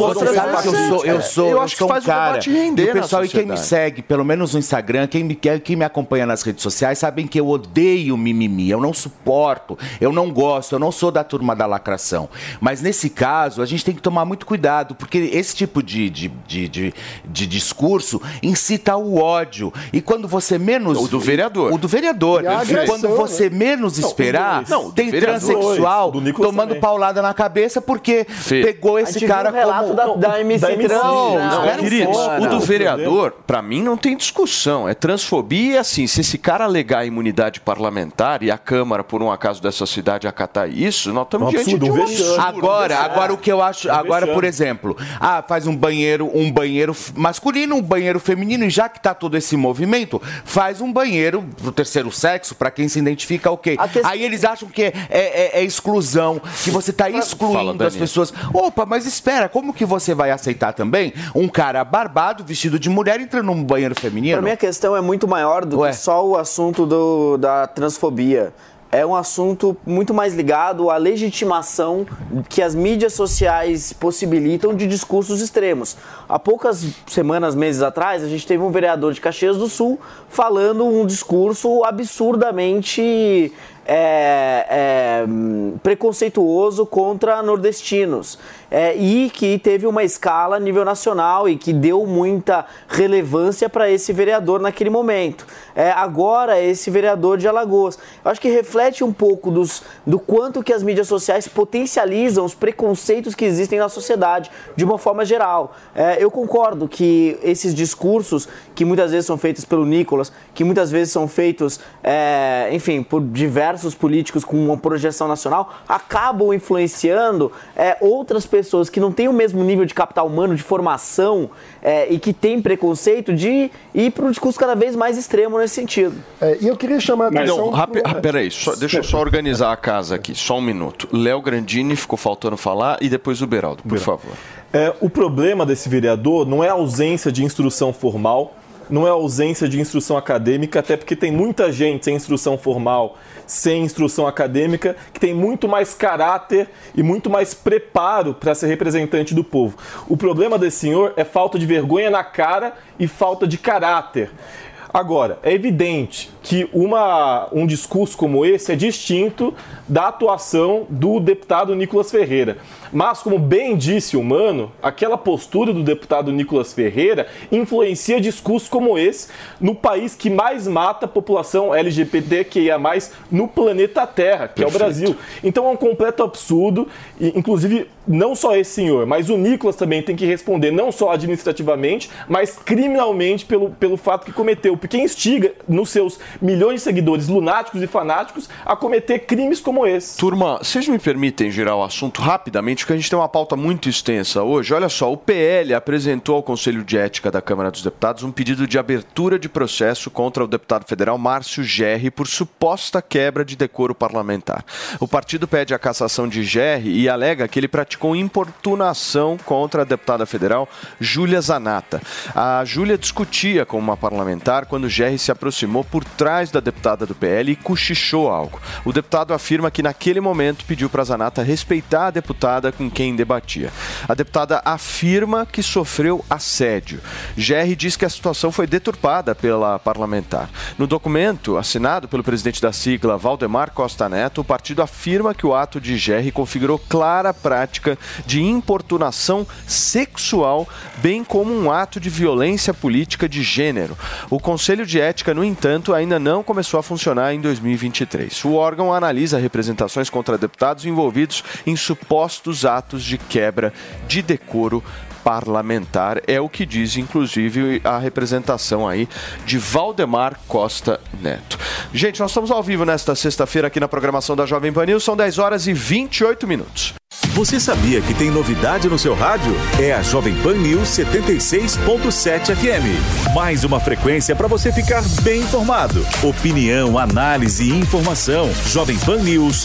Speaker 3: eu sou um cara, e o pessoal, e quem me segue, pelo menos no Instagram, quem me acompanha nas redes sociais, sabem que eu odeio mimimi, eu não suporto, eu não gosto, eu não sou da turma da lacração. Mas nesse caso, a gente tem que tomar muito cuidado, porque esse tipo de discurso incita o ódio. E quando você menos...
Speaker 2: O do vereador.
Speaker 3: O do vereador.
Speaker 5: E a
Speaker 3: E quando
Speaker 5: agressão,
Speaker 3: você menos esperar, tem transexual
Speaker 7: do Nicolas
Speaker 3: tomando
Speaker 7: também.
Speaker 3: paulada na cabeça porque pegou
Speaker 4: A
Speaker 3: esse
Speaker 4: gente
Speaker 3: cara
Speaker 4: viu o relato da MC
Speaker 7: da MC.
Speaker 4: Trans.
Speaker 7: Não,
Speaker 2: Não, queridos,
Speaker 3: fora.
Speaker 2: o do vereador, pra mim, não tem discussão. É transfobia e, assim, se esse cara alegar imunidade parlamentar e a Câmara, por um acaso dessa cidade, acatar isso, nós estamos diante
Speaker 7: absurdo,
Speaker 2: de
Speaker 7: um
Speaker 2: um
Speaker 7: vexame.
Speaker 2: absurdo.
Speaker 3: Agora o que eu acho, agora,
Speaker 7: vexame.
Speaker 3: por exemplo, faz um banheiro masculino, um banheiro feminino, e já que tá todo esse movimento, faz um banheiro pro terceiro sexo, pra quem se identifica, ok. Aí eles acham que é exclusão, que você tá excluindo as pessoas. Opa, mas espera, como que você vai aceitar também um cara barbado, vestido de mulher, entrando num banheiro feminino?
Speaker 4: Para mim a questão é muito maior do que só o assunto da transfobia. É um assunto muito mais ligado à legitimação que as mídias sociais possibilitam de discursos extremos. Há poucas semanas, meses atrás, a gente teve um vereador de Caxias do Sul falando um discurso absurdamente preconceituoso contra nordestinos. E que teve uma escala a nível nacional e que deu muita relevância para esse vereador naquele momento. Agora, esse vereador de Alagoas. Eu acho que reflete um pouco do quanto que as mídias sociais potencializam os preconceitos que existem na sociedade, de uma forma geral. Eu concordo que esses discursos, que muitas vezes são feitos pelo Nicolas, que muitas vezes são feitos, enfim, por diversos políticos com uma projeção nacional, acabam influenciando outras pessoas que não têm o mesmo nível de capital humano, de formação e que têm preconceito de ir para um discurso cada vez mais extremo nesse sentido.
Speaker 5: E eu queria chamar a atenção...
Speaker 2: Peraí, deixa eu só organizar a casa aqui, só um minuto. Léo Grandini ficou faltando falar e depois o Beraldo, por favor.
Speaker 7: O problema desse vereador não é a ausência de instrução formal, não é a ausência de instrução acadêmica, até porque tem muita gente sem instrução formal, sem instrução acadêmica, que tem muito mais caráter e muito mais preparo para ser representante do povo. O problema desse senhor é falta de vergonha na cara e falta de caráter. Agora, é evidente que um discurso como esse é distinto da atuação do deputado Nicolas Ferreira. Mas, como bem disse o Mano, aquela postura do deputado Nicolas Ferreira influencia discursos como esse no país que mais mata a população LGBTQIA+, no planeta Terra, que é o Brasil. Então é um completo absurdo, e, inclusive, não só esse senhor, mas o Nicolas também tem que responder não só administrativamente, mas criminalmente pelo fato que cometeu. Porque instiga nos seus milhões de seguidores lunáticos e fanáticos a cometer crimes como esse.
Speaker 2: Turma, vocês me permitem girar o assunto rapidamente, porque a gente tem uma pauta muito extensa hoje. Olha só, o PL apresentou ao Conselho de Ética da Câmara dos Deputados um pedido de abertura de processo contra o deputado federal Márcio Gerri por suposta quebra de decoro parlamentar. O partido pede a cassação de Gerri e alega que ele praticou importunação contra a deputada federal Júlia Zanata. A Júlia discutia com uma parlamentar quando Gerri se aproximou por trás da deputada do PL e cochichou algo. O deputado afirma que naquele momento pediu para Zanata respeitar a deputada com quem debatia. A deputada afirma que sofreu assédio. Gerri diz que a situação foi deturpada pela parlamentar. No documento assinado pelo presidente da sigla, Valdemar Costa Neto, o partido afirma que o ato de Gerri configurou clara prática de importunação sexual, bem como um ato de violência política de gênero. O Conselho de Ética, no entanto, ainda não começou a funcionar em 2023. O órgão analisa representações contra deputados envolvidos em supostos atos de quebra de decoro parlamentar. É o que diz, inclusive, a representação aí de Valdemar Costa Neto. Gente, nós estamos ao vivo nesta sexta-feira aqui na programação da Jovem Pan News. São 10 horas e 28 minutos.
Speaker 10: Você sabia que tem novidade no seu rádio? É a Jovem Pan News 76.7 FM. Mais uma frequência para você ficar bem informado. Opinião, análise e informação. Jovem Pan News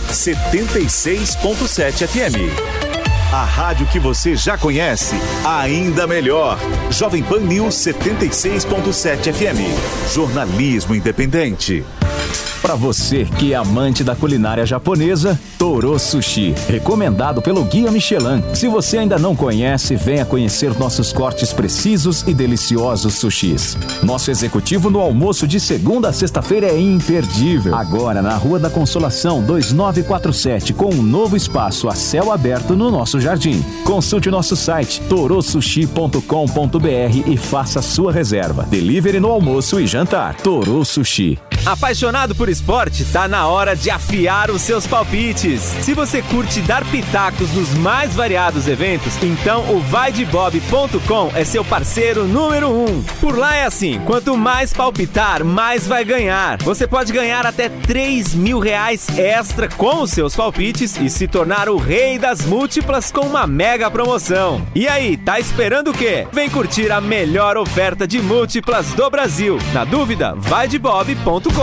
Speaker 10: 76.7 FM. A rádio que você já conhece, ainda melhor. Jovem Pan News 76.7 FM. Jornalismo independente.
Speaker 11: Para você que é amante da culinária japonesa, Toro Sushi, recomendado pelo Guia Michelin. Se você ainda não conhece, venha conhecer nossos cortes precisos e deliciosos sushis. Nosso executivo no almoço de segunda a sexta-feira é imperdível. Agora na Rua da Consolação 2947, com um novo espaço a céu aberto no nosso jardim. Consulte o nosso site torosushi.com.br e faça sua reserva. Delivery no almoço e jantar. Toro Sushi.
Speaker 12: Apaixonado por esporte? Tá na hora de afiar os seus palpites. Se você curte dar pitacos nos mais variados eventos, então o vaidebob.com é seu parceiro número 1. Por lá é assim, quanto mais palpitar, mais vai ganhar. Você pode ganhar até R$3.000 extra com os seus palpites e se tornar o rei das múltiplas com uma mega promoção. E aí, tá esperando o quê? Vem curtir a melhor oferta de múltiplas do Brasil. Na dúvida, vaidebob.com.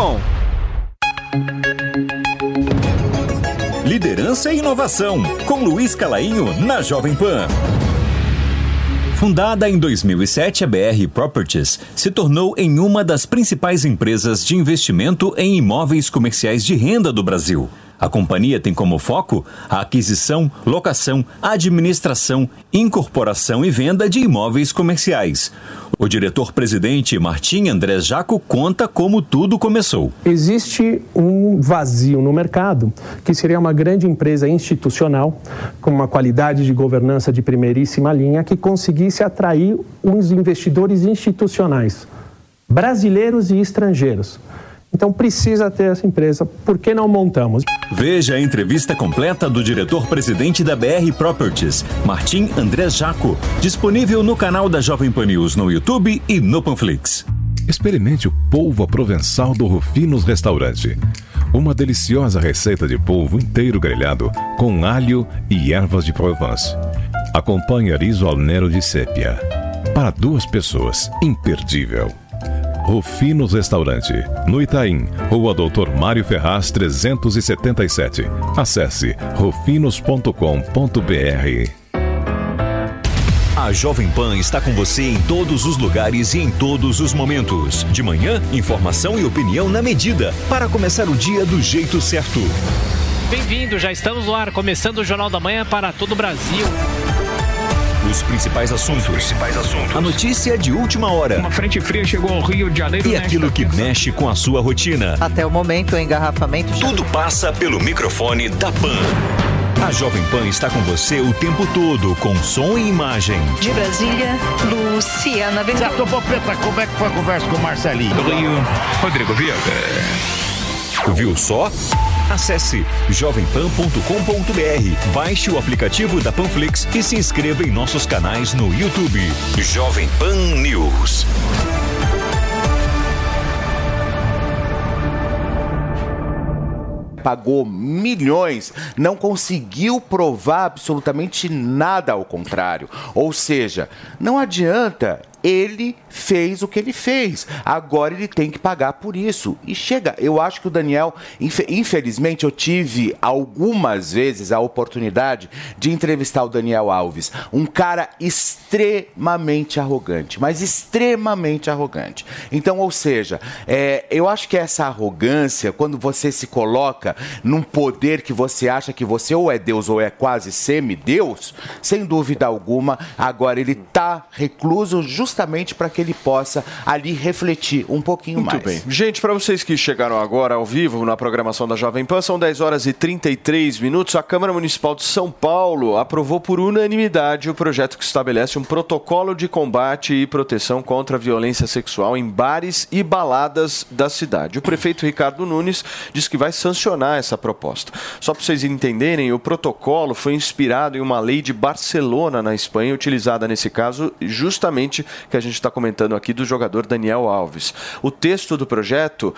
Speaker 10: Liderança e inovação, com Luiz Calainho na Jovem Pan. Fundada em 2007, a BR Properties se tornou em uma das principais empresas de investimento em imóveis comerciais de renda do Brasil. A companhia tem como foco a aquisição, locação, administração, incorporação e venda de imóveis comerciais. O diretor-presidente Martim André Jaco conta como tudo começou.
Speaker 13: Existe um vazio no mercado, que seria uma grande empresa institucional, com uma qualidade de governança de primeiríssima linha, que conseguisse atrair os investidores institucionais, brasileiros e estrangeiros. Então precisa ter essa empresa. Por que não montamos?
Speaker 10: Veja a entrevista completa do diretor-presidente da BR Properties, Martim André Jaco, disponível no canal da Jovem Pan News no YouTube e no Panflix.
Speaker 14: Experimente o polvo à provençal do Rufinos Restaurante. Uma deliciosa receita de polvo inteiro grelhado com alho e ervas de Provence. Acompanhe riso al nero de sépia. Para 2 pessoas, imperdível. Rufinos Restaurante, no Itaim, Rua Doutor Mário Ferraz 377. Acesse rufinos.com.br.
Speaker 10: A Jovem Pan está com você em todos os lugares e em todos os momentos. De manhã, informação e opinião na medida, para começar o dia do jeito certo.
Speaker 15: Bem-vindo, já estamos no ar, começando o Jornal da Manhã para todo o Brasil.
Speaker 10: Os principais assuntos. A notícia de última hora.
Speaker 16: Uma frente fria chegou ao Rio de Janeiro.
Speaker 10: E aquilo que mexe com a sua rotina.
Speaker 17: Até o momento, o engarrafamento...
Speaker 10: Tudo passa pelo microfone da Pan. A Jovem Pan está com você o tempo todo, com som e imagem.
Speaker 17: De Brasília, Luciana Ventura.
Speaker 18: Certo, Popeta, como é que foi a conversa com o Marcelinho?
Speaker 16: Do Rio, Rodrigo Viga.
Speaker 10: Viu só? Acesse jovempan.com.br, baixe o aplicativo da Panflix e se inscreva em nossos canais no YouTube. Jovem Pan News.
Speaker 3: Pagou milhões, não conseguiu provar absolutamente nada ao contrário. Ou seja, não adianta, ele fez o que ele fez. Agora ele tem que pagar por isso. E chega, eu acho que o Daniel, infelizmente eu tive algumas vezes a oportunidade de entrevistar o Daniel Alves. Um cara extremamente arrogante, mas extremamente arrogante. Então, ou seja, eu acho que essa arrogância, quando você se coloca num poder que você acha que você ou é Deus ou é quase semideus, sem dúvida alguma, agora ele está recluso justamente para que ele possa ali refletir um pouquinho mais.
Speaker 2: Muito bem. Gente, para vocês que chegaram agora ao vivo na programação da Jovem Pan, são 10 horas e 33 minutos. A Câmara Municipal de São Paulo aprovou por unanimidade o projeto que estabelece um protocolo de combate e proteção contra a violência sexual em bares e baladas da cidade. O prefeito Ricardo Nunes diz que vai sancionar essa proposta. Só para vocês entenderem, o protocolo foi inspirado em uma lei de Barcelona, na Espanha, utilizada nesse caso justamente que a gente está comentando aqui do jogador Daniel Alves. O texto do projeto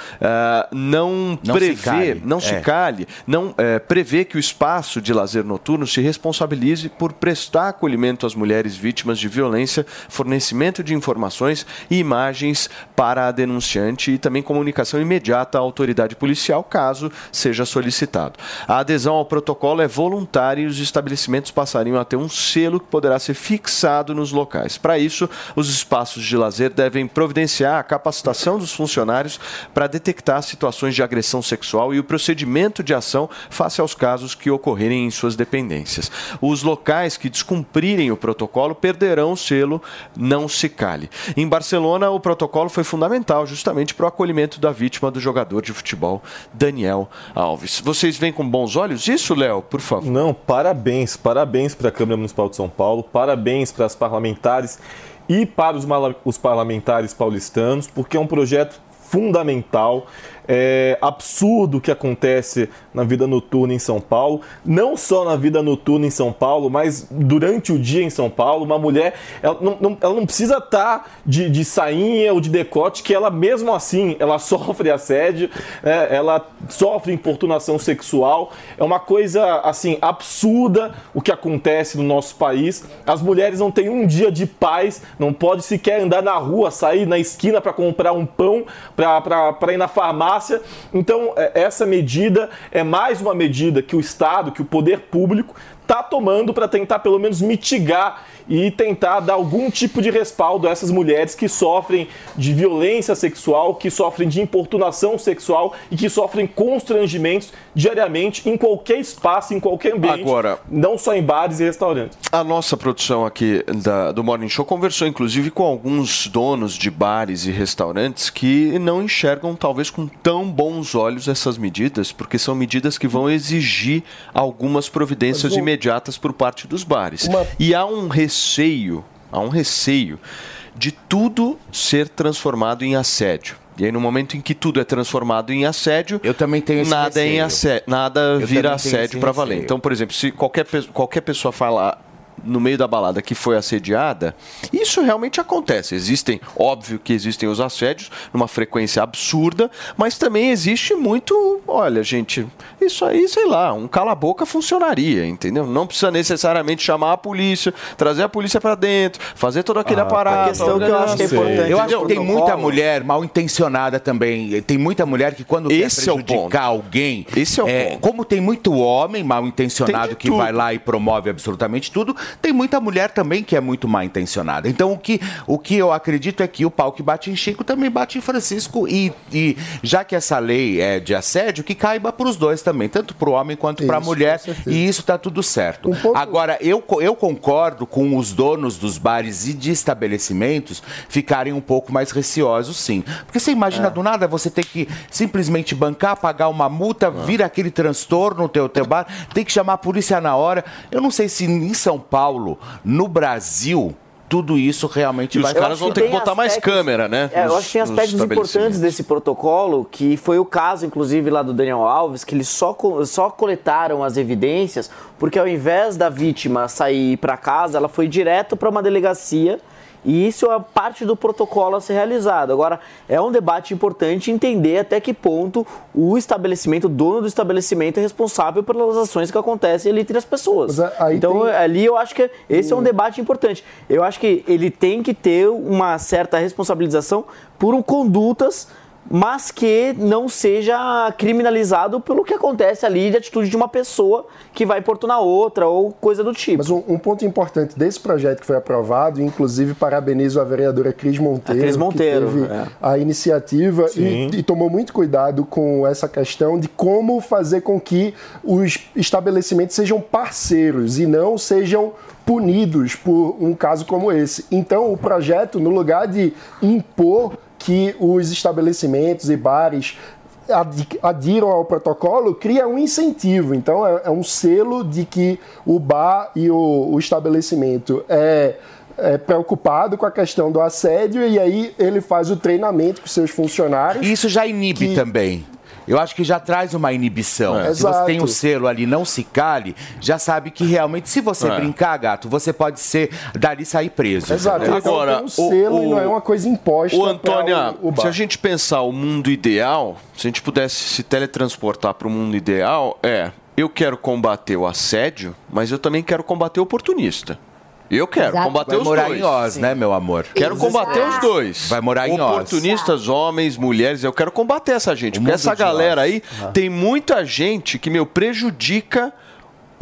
Speaker 2: prevê que o espaço de lazer noturno se responsabilize por prestar acolhimento às mulheres vítimas de violência, fornecimento de informações e imagens para a denunciante e também comunicação imediata à autoridade policial, caso seja solicitado. A adesão ao protocolo é voluntária e os estabelecimentos passariam a ter um selo que poderá ser fixado nos locais. Para isso, os espaços de lazer devem providenciar a capacitação dos funcionários para detectar situações de agressão sexual e o procedimento de ação face aos casos que ocorrerem em suas dependências. Os locais que descumprirem o protocolo perderão o selo Não Se Cale. Em Barcelona, o protocolo foi fundamental justamente para o acolhimento da vítima do jogador de futebol Daniel Alves. Vocês veem com bons olhos isso, Léo? Por favor.
Speaker 7: Não, parabéns para a Câmara Municipal de São Paulo, parabéns para as parlamentares e para os parlamentares paulistanos, porque é um projeto fundamental. É absurdo o que acontece na vida noturna em São Paulo, não só na vida noturna em São Paulo, mas durante o dia em São Paulo. Uma mulher, ela não precisa estar de sainha ou de decote, que ela mesmo assim, ela sofre assédio, ela sofre importunação sexual. É uma coisa assim absurda o que acontece no nosso país. As mulheres não têm um dia de paz, não pode sequer andar na rua, sair na esquina para comprar um pão, para ir na farmácia. Então, essa medida é mais uma medida que o Estado, que o poder público está tomando para tentar pelo menos mitigar e tentar dar algum tipo de respaldo a essas mulheres que sofrem de violência sexual, que sofrem de importunação sexual e que sofrem constrangimentos diariamente em qualquer espaço, em qualquer ambiente,
Speaker 2: agora,
Speaker 7: não só em bares e restaurantes.
Speaker 2: A nossa produção aqui do Morning Show conversou inclusive com alguns donos de bares e restaurantes que não enxergam talvez com tão bons olhos essas medidas, porque são medidas que vão exigir algumas providências imediatas por parte dos bares. E há um receio de tudo ser transformado em assédio. E aí, no momento em que tudo é transformado em assédio,
Speaker 3: eu também tenho esse receio.
Speaker 2: Nada vira assédio para valer. Então, por exemplo, se qualquer pessoa falar no meio da balada que foi assediada, isso realmente acontece. Óbvio que existem os assédios numa frequência absurda, mas também existe muito, olha, gente, isso aí, sei lá, um cala-boca funcionaria, entendeu? Não precisa necessariamente chamar a polícia, trazer a polícia pra dentro, fazer todo aquele aparato.
Speaker 4: A questão que eu acho que é importante.
Speaker 3: Eu acho que tem muita mulher mal intencionada também. Tem muita mulher que quando quer prejudicar alguém, como tem muito homem mal intencionado que vai lá e promove absolutamente tudo, tem muita mulher também que é muito mal intencionada. Então o que eu acredito é que o pau que bate em Chico também bate em Francisco, e já que essa lei é de assédio, que caiba para os dois também, tanto para o homem quanto para a mulher, e isso está tudo certo. Agora, eu concordo com os donos dos bares e de estabelecimentos ficarem um pouco mais receosos, sim. Porque você imagina do nada você ter que simplesmente bancar, pagar uma multa, vir aquele transtorno no teu bar, tem que chamar a polícia na hora. Eu não sei se em São Paulo, no Brasil, tudo isso realmente vai...
Speaker 2: Os caras vão ter que botar mais câmera, né?
Speaker 4: Eu acho que tem aspectos importantes desse protocolo, que foi o caso, inclusive, lá do Daniel Alves, que eles só coletaram as evidências, porque ao invés da vítima sair para casa, ela foi direto para uma delegacia. E isso é parte do protocolo a ser realizado. Agora, é um debate importante entender até que ponto o estabelecimento, o dono do estabelecimento, é responsável pelas ações que acontecem ali entre as pessoas. Então, ali eu acho que esse é um debate importante. Eu acho que ele tem que ter uma certa responsabilização por condutas, mas que não seja criminalizado pelo que acontece ali de atitude de uma pessoa que vai importunar outra ou coisa do tipo.
Speaker 5: Mas um ponto importante desse projeto que foi aprovado, inclusive parabenizo a vereadora Cris Monteiro, que teve a iniciativa e tomou muito cuidado com essa questão de como fazer com que os estabelecimentos sejam parceiros e não sejam punidos por um caso como esse. Então, o projeto, no lugar de impor que os estabelecimentos e bares adiram ao protocolo, cria um incentivo. Então, é um selo de que o bar e o estabelecimento é preocupado com a questão do assédio, e aí ele faz o treinamento com seus funcionários.
Speaker 3: Isso já inibe também. Eu acho que já traz uma inibição. Se você tem um selo ali, não se cale, já sabe que realmente, se você brincar, gato, você pode dali sair preso.
Speaker 5: Exato. Agora, tem um selo e não é uma coisa imposta.
Speaker 2: Antônio, se a gente pensar o mundo ideal, se a gente pudesse se teletransportar para o mundo ideal, eu quero combater o assédio, mas eu também quero combater o oportunista. Eu quero combater os dois.
Speaker 3: Vai morar em Oz, né, meu amor?
Speaker 2: Quero combater os dois.
Speaker 3: Vai morar em Oz.
Speaker 2: Oportunistas, homens, mulheres, eu quero combater essa gente. Porque essa galera aí, tem muita gente que, prejudica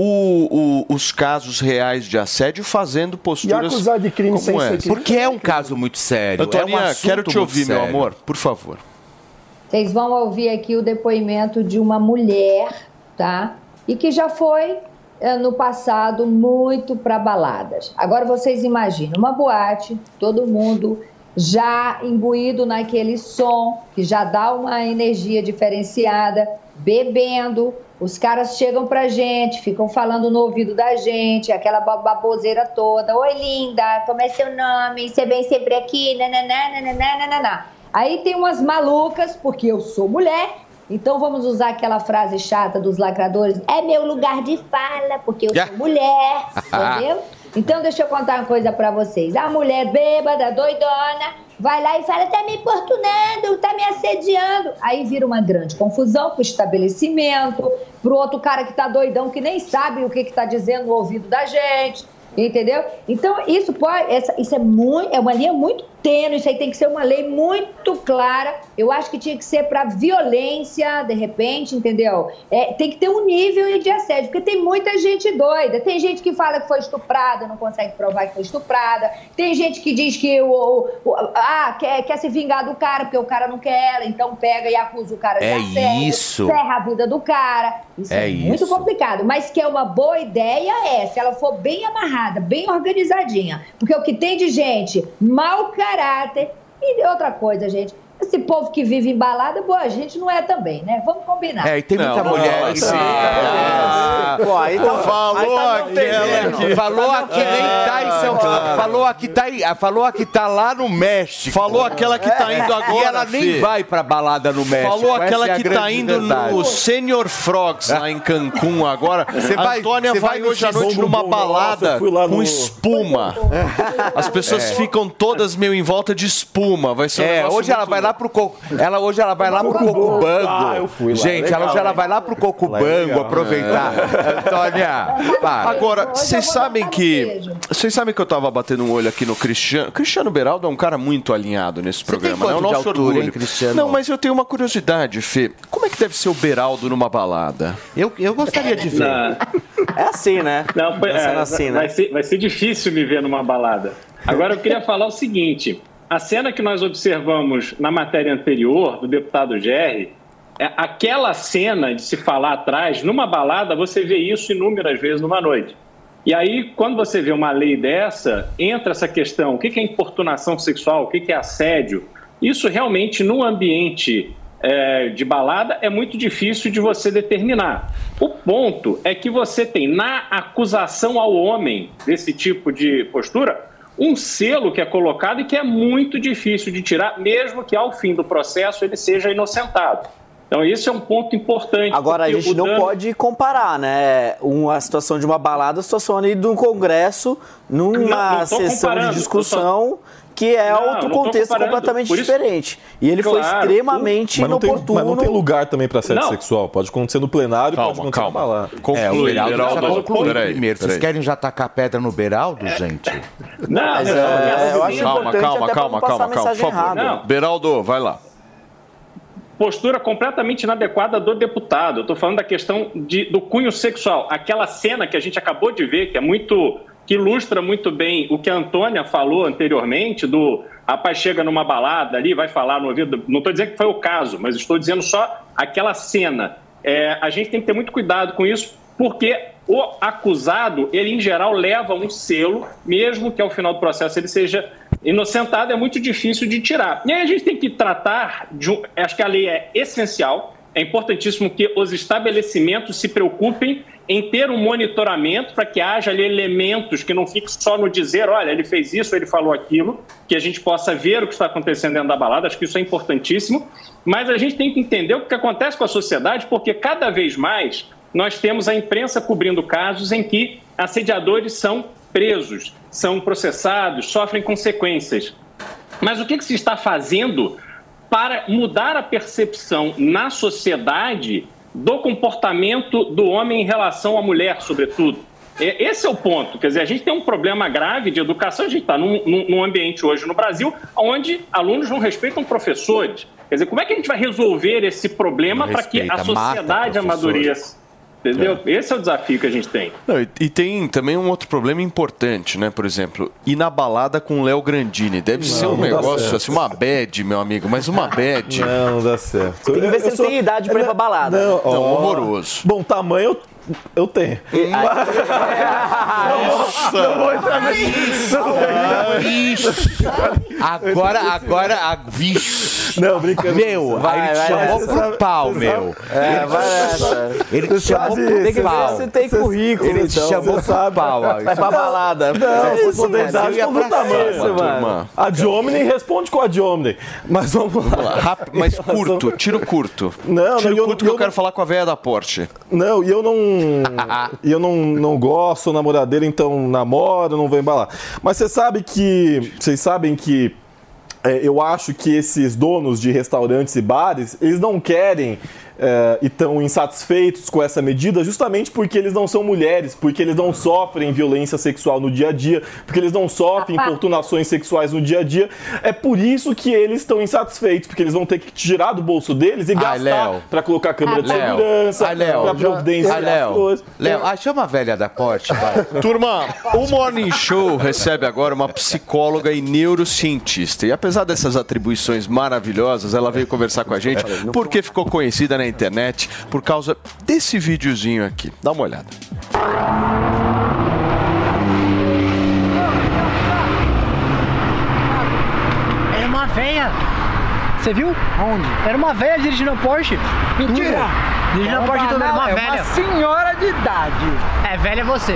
Speaker 2: os casos reais de assédio fazendo posturas
Speaker 5: E acusar de crime sem
Speaker 2: como
Speaker 5: ser
Speaker 2: essa.
Speaker 5: crime.
Speaker 3: Porque é um caso muito sério.
Speaker 2: Antoninha,
Speaker 3: é um assunto
Speaker 2: quero te
Speaker 3: muito
Speaker 2: ouvir, meu
Speaker 3: sério.
Speaker 2: amor, por favor.
Speaker 6: Vocês vão ouvir aqui o depoimento de uma mulher, tá? E que já foi, no passado, muito para baladas. Agora vocês imaginam, uma boate, todo mundo já imbuído naquele som, que já dá uma energia diferenciada, bebendo, os caras chegam pra gente, ficam falando no ouvido da gente, aquela baboseira toda. Oi, linda, como é seu nome? Você vem sempre aqui? Nananana. Aí tem umas malucas, porque eu sou mulher, então vamos usar aquela frase chata dos lacradores, é meu lugar de fala, porque eu sou mulher, entendeu? Então deixa eu contar uma coisa pra vocês. A mulher bêbada, doidona, vai lá e fala, tá me importunando, tá me assediando. Aí vira uma grande confusão pro estabelecimento, pro outro cara que tá doidão, que nem sabe o que tá dizendo no ouvido da gente. Entendeu? Então, isso é uma linha muito tênue, isso aí tem que ser uma lei muito clara. Eu acho que tinha que ser para violência, de repente, entendeu? Tem que ter um nível de assédio, porque tem muita gente doida. Tem gente que fala que foi estuprada, não consegue provar que foi estuprada. Tem gente que diz que quer se vingar do cara, porque o cara não quer ela, então pega e acusa o cara de assédio.
Speaker 3: Isso.
Speaker 6: Ferra a vida do cara. Isso é muito complicado, mas que é uma boa ideia se ela for bem amarrada, bem organizadinha. Porque o que tem de gente mau caráter e outra coisa, gente, esse povo que vive em balada, boa gente não é também, né? Vamos combinar.
Speaker 3: E tem muita mulher que falou aqui nem tá em São Paulo. Falou aqui tá lá no México.
Speaker 2: Falou aquela que tá indo agora.
Speaker 3: E ela nem vai pra balada no México.
Speaker 2: Falou aquela que tá indo no Senior Frogs lá em Cancún agora. A Antônia vai hoje à noite numa balada com espuma. As pessoas ficam todas meio em volta de espuma. Vai ser
Speaker 3: hoje ela vai lá pro Hoje ela vai lá pro Cocubango.
Speaker 7: Eu fui lá.
Speaker 3: Gente,
Speaker 7: legal,
Speaker 3: hoje ela vai lá pro Cocubango aproveitar. Antônia, para.
Speaker 2: Agora, vocês sabem que eu tava batendo um olho aqui no Cristiano. Cristiano Beraldo é um cara muito alinhado nesse programa, né? É o nosso orgulho.
Speaker 3: Hein, Cristiano?
Speaker 2: Não, mas eu tenho uma curiosidade, Fê. Como é que deve ser o Beraldo numa balada?
Speaker 3: Eu gostaria de ver.
Speaker 4: É assim, né?
Speaker 8: Não,
Speaker 4: assim, né?
Speaker 8: Vai ser difícil me ver numa balada. Agora eu queria falar o seguinte. A cena que nós observamos na matéria anterior, do deputado Gerry, aquela cena de se falar atrás, numa balada, você vê isso inúmeras vezes numa noite. E aí, quando você vê uma lei dessa, entra essa questão, o que é importunação sexual, o que é assédio? Isso realmente, no ambiente de balada, é muito difícil de você determinar. O ponto é que você tem, na acusação ao homem desse tipo de postura, um selo que é colocado e que é muito difícil de tirar, mesmo que ao fim do processo ele seja inocentado. Então, esse é um ponto importante.
Speaker 4: Agora, a gente não pode comparar, né? A situação de uma balada, a situação ali do Congresso, numa sessão de discussão, que é outro contexto completamente diferente. E ele foi extremamente inoportuno.
Speaker 7: Mas não tem lugar também para assédio sexual. Pode acontecer no plenário, pode acontecer na balada.
Speaker 3: O Beraldo primeiro. Vocês querem já tacar pedra no Beraldo, gente?
Speaker 8: Não,
Speaker 4: eu acho importante
Speaker 2: calma, por favor. Beraldo, vai lá.
Speaker 8: Postura completamente inadequada do deputado. Eu estou falando da questão do cunho sexual. Aquela cena que a gente acabou de ver, que ilustra muito bem o que a Antônia falou anteriormente, do rapaz chega numa balada ali, vai falar no ouvido. Não estou dizendo que foi o caso, mas estou dizendo só aquela cena. A gente tem que ter muito cuidado com isso, porque o acusado, ele em geral leva um selo, mesmo que ao final do processo ele seja inocentado, é muito difícil de tirar. E aí a gente tem que tratar, acho que a lei é essencial, é importantíssimo que os estabelecimentos se preocupem em ter um monitoramento para que haja ali elementos que não fique só no dizer, olha, ele fez isso, ele falou aquilo, que a gente possa ver o que está acontecendo dentro da balada, acho que isso é importantíssimo, mas a gente tem que entender o que acontece com a sociedade, porque cada vez mais nós temos a imprensa cobrindo casos em que assediadores são presos, são processados, sofrem consequências. Mas o que se está fazendo para mudar a percepção na sociedade do comportamento do homem em relação à mulher, sobretudo? Esse é o ponto. Quer dizer, a gente tem um problema grave de educação. A gente está num ambiente hoje no Brasil onde alunos não respeitam professores. Quer dizer, como é que a gente vai resolver esse problema para que a sociedade amadureça? Entendeu? Esse é o desafio que a gente tem.
Speaker 2: Não, e tem também um outro problema importante, né? Por exemplo, ir na balada com o Léo Grandini. Deve ser um negócio, assim, uma bad, meu amigo, mas uma bad.
Speaker 7: Não dá certo.
Speaker 4: Tem que ver se ele tem idade pra ir pra balada.
Speaker 2: Não, horroroso.
Speaker 7: Bom, tamanho eu tenho.
Speaker 3: Não vou entrar Agora, vixe.
Speaker 7: Não, brincando.
Speaker 3: Meu, aí ele te chamou pro pau, meu.
Speaker 4: Vai nessa.
Speaker 3: Ele te chamou pro pau.
Speaker 4: Você tem currículo,
Speaker 3: Ele te chamou pro pau.
Speaker 4: Vai pra balada.
Speaker 7: Não, se for verdade, eu do tamanho, mano. A de Omni responde com a de Omni. Mas vamos lá.
Speaker 2: Rápido, mas curto, tiro curto.
Speaker 7: Não,
Speaker 2: tiro curto que eu quero falar com a velha da Porsche.
Speaker 7: Não, e eu não gosto, sou namoradeira, então namoro, não vou embalar. Mas vocês sabem que eu acho que esses donos de restaurantes e bares, eles não querem e estão insatisfeitos com essa medida justamente porque eles não são mulheres, porque eles não sofrem violência sexual no dia a dia, porque eles não sofrem importunações sexuais no dia a dia. É por isso que eles estão insatisfeitos, porque eles vão ter que tirar do bolso deles e gastar para colocar câmera de segurança, para providenciar as coisas.
Speaker 3: Léo, chama a velha da Porsche, vai.
Speaker 2: Turma, o Morning Show recebe agora uma psicóloga e neurocientista. E apesar dessas atribuições maravilhosas, ela veio conversar com a gente porque ficou conhecida na internet por causa desse videozinho aqui. Dá uma olhada.
Speaker 19: Era uma véia. Você viu? Onde? Era uma véia dirigindo a Porsche. Mentira! Dirigindo a Porsche também, era uma velha.
Speaker 20: Uma senhora de idade.
Speaker 19: É, velha é você.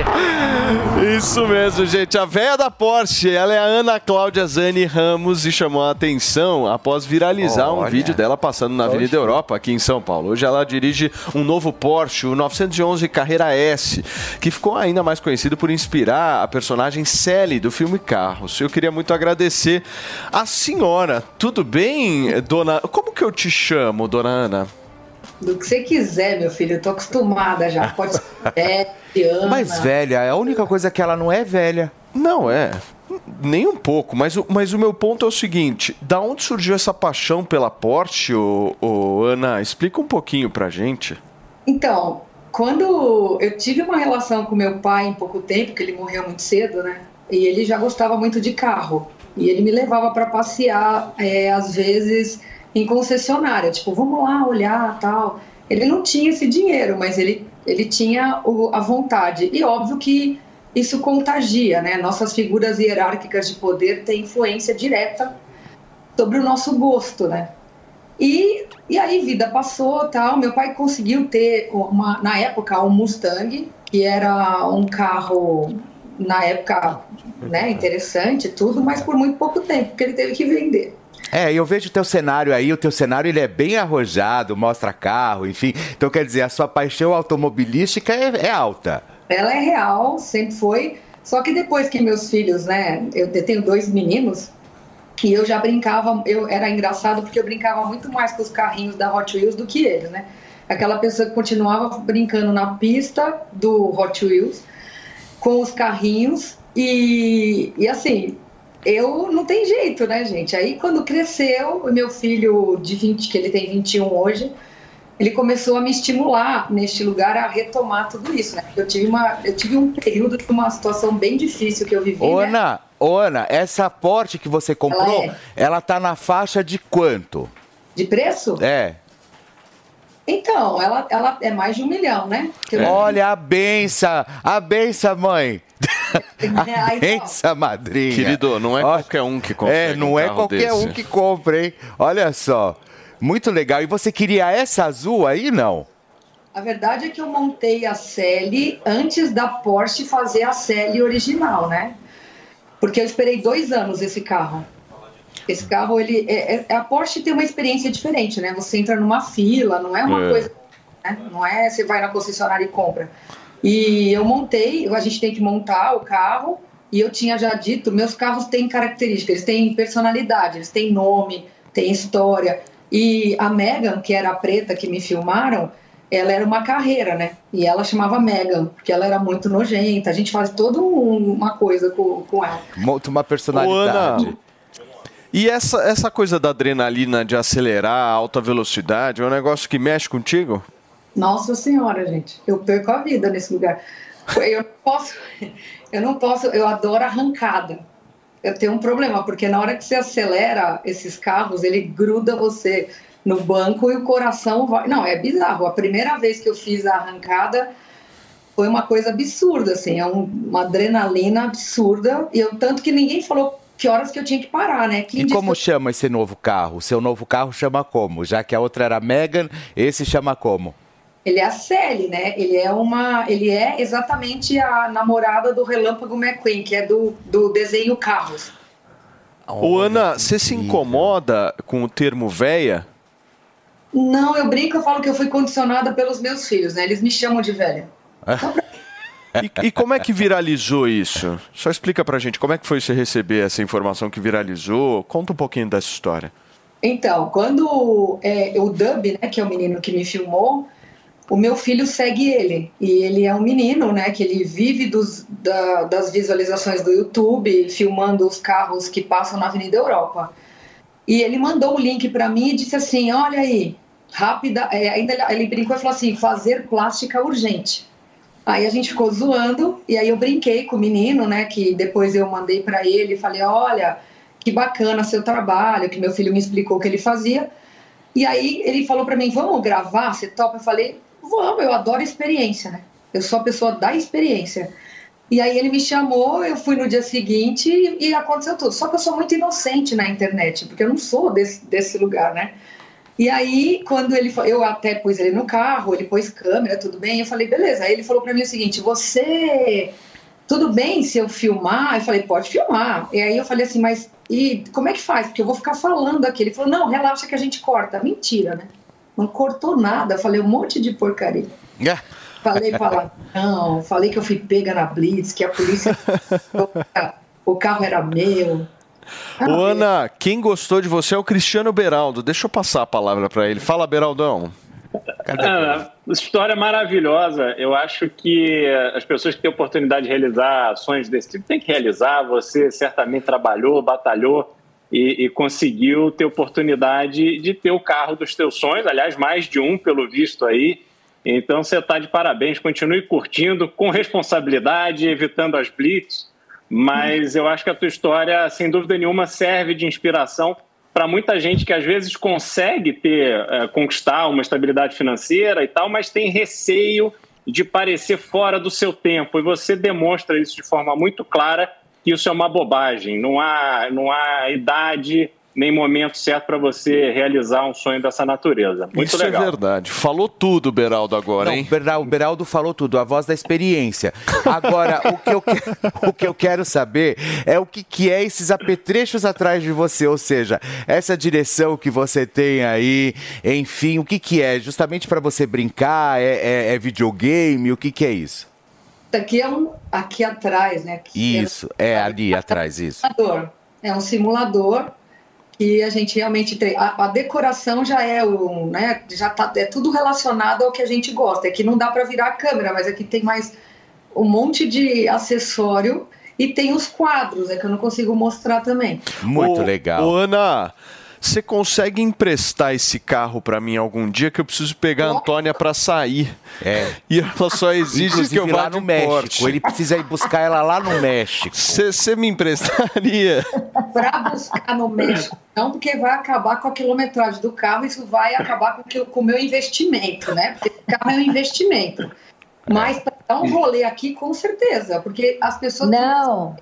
Speaker 2: Isso mesmo, gente. A véia da Porsche, ela é a Ana Cláudia Zani Ramos e chamou a atenção após viralizar um vídeo dela passando na Avenida Europa, aqui em São Paulo. Hoje ela dirige um novo Porsche, o 911 Carrera S, que ficou ainda mais conhecido por inspirar a personagem Sally do filme Carros. Eu queria muito agradecer a senhora. Tudo bem, dona... Como que eu te chamo, dona Ana?
Speaker 21: Do que você quiser, meu filho. Eu tô acostumada já. Pode ser velha,
Speaker 3: Mas velha, é a única coisa que ela não é velha.
Speaker 2: Não é. Nem um pouco. Mas o meu ponto é o seguinte. Da onde surgiu essa paixão pela Porsche, Ana? Explica um pouquinho pra gente.
Speaker 21: Então, quando eu tive uma relação com meu pai em pouco tempo, que ele morreu muito cedo, né? E ele já gostava muito de carro. E ele me levava para passear, às vezes... em concessionária, tipo, vamos lá olhar, tal. Ele não tinha esse dinheiro, mas ele tinha a vontade. E óbvio que isso contagia, né? Nossas figuras hierárquicas de poder têm influência direta sobre o nosso gosto, né? E aí vida passou, tal. Meu pai conseguiu ter, na época, um Mustang, que era um carro, na época, né, interessante, tudo, mas por muito pouco tempo, porque ele teve que vender.
Speaker 3: Eu vejo o teu cenário aí, o teu cenário ele é bem arrojado, mostra carro, enfim. Então, quer dizer, a sua paixão automobilística é alta.
Speaker 21: Ela é real, sempre foi. Só que depois que meus filhos, né, eu tenho 2 meninos, e eu já brincava, era engraçado porque eu brincava muito mais com os carrinhos da Hot Wheels do que eles, né? Aquela pessoa que continuava brincando na pista do Hot Wheels, com os carrinhos, e assim... Eu não tem jeito, né, gente? Aí, quando cresceu, o meu filho de 20, que ele tem 21 hoje, ele começou a me estimular neste lugar a retomar tudo isso, né? Eu tive um período de uma situação bem difícil que eu vivi,
Speaker 3: Ana, essa Porsche que você comprou, ela tá na faixa de quanto?
Speaker 21: De preço? Então, ela é mais de 1 milhão, né?
Speaker 3: Olha a benção, mãe. A benção, madrinha.
Speaker 2: Querido, não é qualquer um que compra.
Speaker 3: Não é qualquer um que compra, hein? Olha só, muito legal. E você queria essa azul aí, não?
Speaker 21: A verdade é que eu montei a Sally antes da Porsche fazer a Sally original, né? Porque eu esperei 2 anos esse carro. Esse carro, a Porsche tem uma experiência diferente, né? Você entra numa fila, não é uma coisa... Né? Não é você vai na concessionária e compra. E eu montei, a gente tem que montar o carro, e eu tinha já dito, meus carros têm características, eles têm personalidade, eles têm nome, têm história. E a Megan, que era a preta que me filmaram, ela era uma carreira, né? E ela chamava Megan, porque ela era muito nojenta. A gente faz toda uma coisa com ela.
Speaker 3: Monta uma personalidade.
Speaker 2: Ana, e essa coisa da adrenalina de acelerar a alta velocidade é um negócio que mexe contigo?
Speaker 21: Nossa Senhora, gente, eu perco a vida nesse lugar. Eu não posso, eu adoro arrancada. Eu tenho um problema, porque na hora que você acelera esses carros, ele gruda você no banco e o coração vai... Não, é bizarro. A primeira vez que eu fiz a arrancada foi uma coisa absurda, assim, é uma adrenalina absurda, e tanto que ninguém falou que horas que eu tinha que parar, né?
Speaker 3: E como chama esse novo carro? O seu novo carro chama como? Já que a outra era a Megane, esse chama como?
Speaker 21: Ele é a Sally, né? Ele é exatamente a namorada do Relâmpago McQueen, que é do desenho Carros.
Speaker 2: Ô, Ana, você se incomoda com o termo véia?
Speaker 21: Não, eu brinco, eu falo que eu fui condicionada pelos meus filhos, né? Eles me chamam de velha.
Speaker 2: E como é que viralizou isso? Só explica pra gente, como é que foi você receber essa informação que viralizou? Conta um pouquinho dessa história.
Speaker 21: Então, quando o Dub, né, que é o menino que me filmou, o meu filho segue ele. E ele é um menino, né, que ele vive das visualizações do YouTube, filmando os carros que passam na Avenida Europa. E ele mandou o link pra mim e disse assim, olha aí, rápida, ainda ele brincou e falou assim, fazer plástica urgente. Aí a gente ficou zoando, e aí eu brinquei com o menino, né, que depois eu mandei pra ele, falei, olha, que bacana seu trabalho, que meu filho me explicou o que ele fazia. E aí ele falou pra mim, vamos gravar, você topa? Eu falei, vamos, eu adoro experiência, né, eu sou a pessoa da experiência. E aí ele me chamou, eu fui no dia seguinte e aconteceu tudo. Só que eu sou muito inocente na internet, porque eu não sou desse lugar, né? E aí, quando eu até pus ele no carro, ele pôs câmera, tudo bem, eu falei, beleza. Aí ele falou pra mim o seguinte, tudo bem se eu filmar? Eu falei, pode filmar. E aí eu falei assim, mas como é que faz? Porque eu vou ficar falando aqui. Ele falou, não, relaxa que a gente corta. Mentira, né? Não cortou nada, eu falei um monte de porcaria. Falei palavrão, falei que eu fui pega na blitz, que a polícia... o carro era meu...
Speaker 2: Ô, Ana, quem gostou de você é o Cristiano Beraldo. Deixa eu passar a palavra para ele. Fala, Beraldão.
Speaker 8: História maravilhosa. Eu acho que as pessoas que têm oportunidade de realizar ações desse tipo têm que realizar. Você certamente trabalhou, batalhou e conseguiu ter oportunidade de ter o carro dos teus sonhos. Aliás, mais de um, pelo visto aí. Então, você está de parabéns. Continue curtindo com responsabilidade, evitando as blitz. Mas eu acho que a tua história, sem dúvida nenhuma, serve de inspiração para muita gente que às vezes consegue conquistar uma estabilidade financeira e tal, mas tem receio de parecer fora do seu tempo. E você demonstra isso de forma muito clara, que isso é uma bobagem. Não há idade nem momento certo para você realizar um sonho dessa natureza. Muito
Speaker 2: isso
Speaker 8: legal.
Speaker 2: É verdade. Falou tudo, Beraldo, agora, hein?
Speaker 3: O Beraldo falou tudo, a voz da experiência. Agora, o que eu quero saber é o que é esses apetrechos atrás de você, ou seja, essa direção que você tem aí, enfim, o que é? Justamente para você brincar? É videogame? O que é isso?
Speaker 21: Aqui é aqui atrás, né?
Speaker 3: Isso, ali atrás, isso.
Speaker 21: É um simulador. E a gente realmente tem. A decoração já é é tudo relacionado ao que a gente gosta. É que não dá para virar a câmera, mas aqui tem mais um monte de acessório e tem os quadros, que eu não consigo mostrar também.
Speaker 3: Muito legal.
Speaker 2: Ô, Ana, você consegue emprestar esse carro para mim algum dia, que eu preciso pegar a Antônia para sair? E ela só exige
Speaker 3: inclusive,
Speaker 2: que eu vá
Speaker 3: lá no México. Ele precisa ir buscar ela lá no México.
Speaker 2: Você me emprestaria?
Speaker 21: Para buscar no México, não, porque vai acabar com a quilometragem do carro, isso vai acabar com o meu investimento, né? Porque o carro é um investimento. Mas para dar um rolê aqui, com certeza, porque as pessoas...
Speaker 6: Não,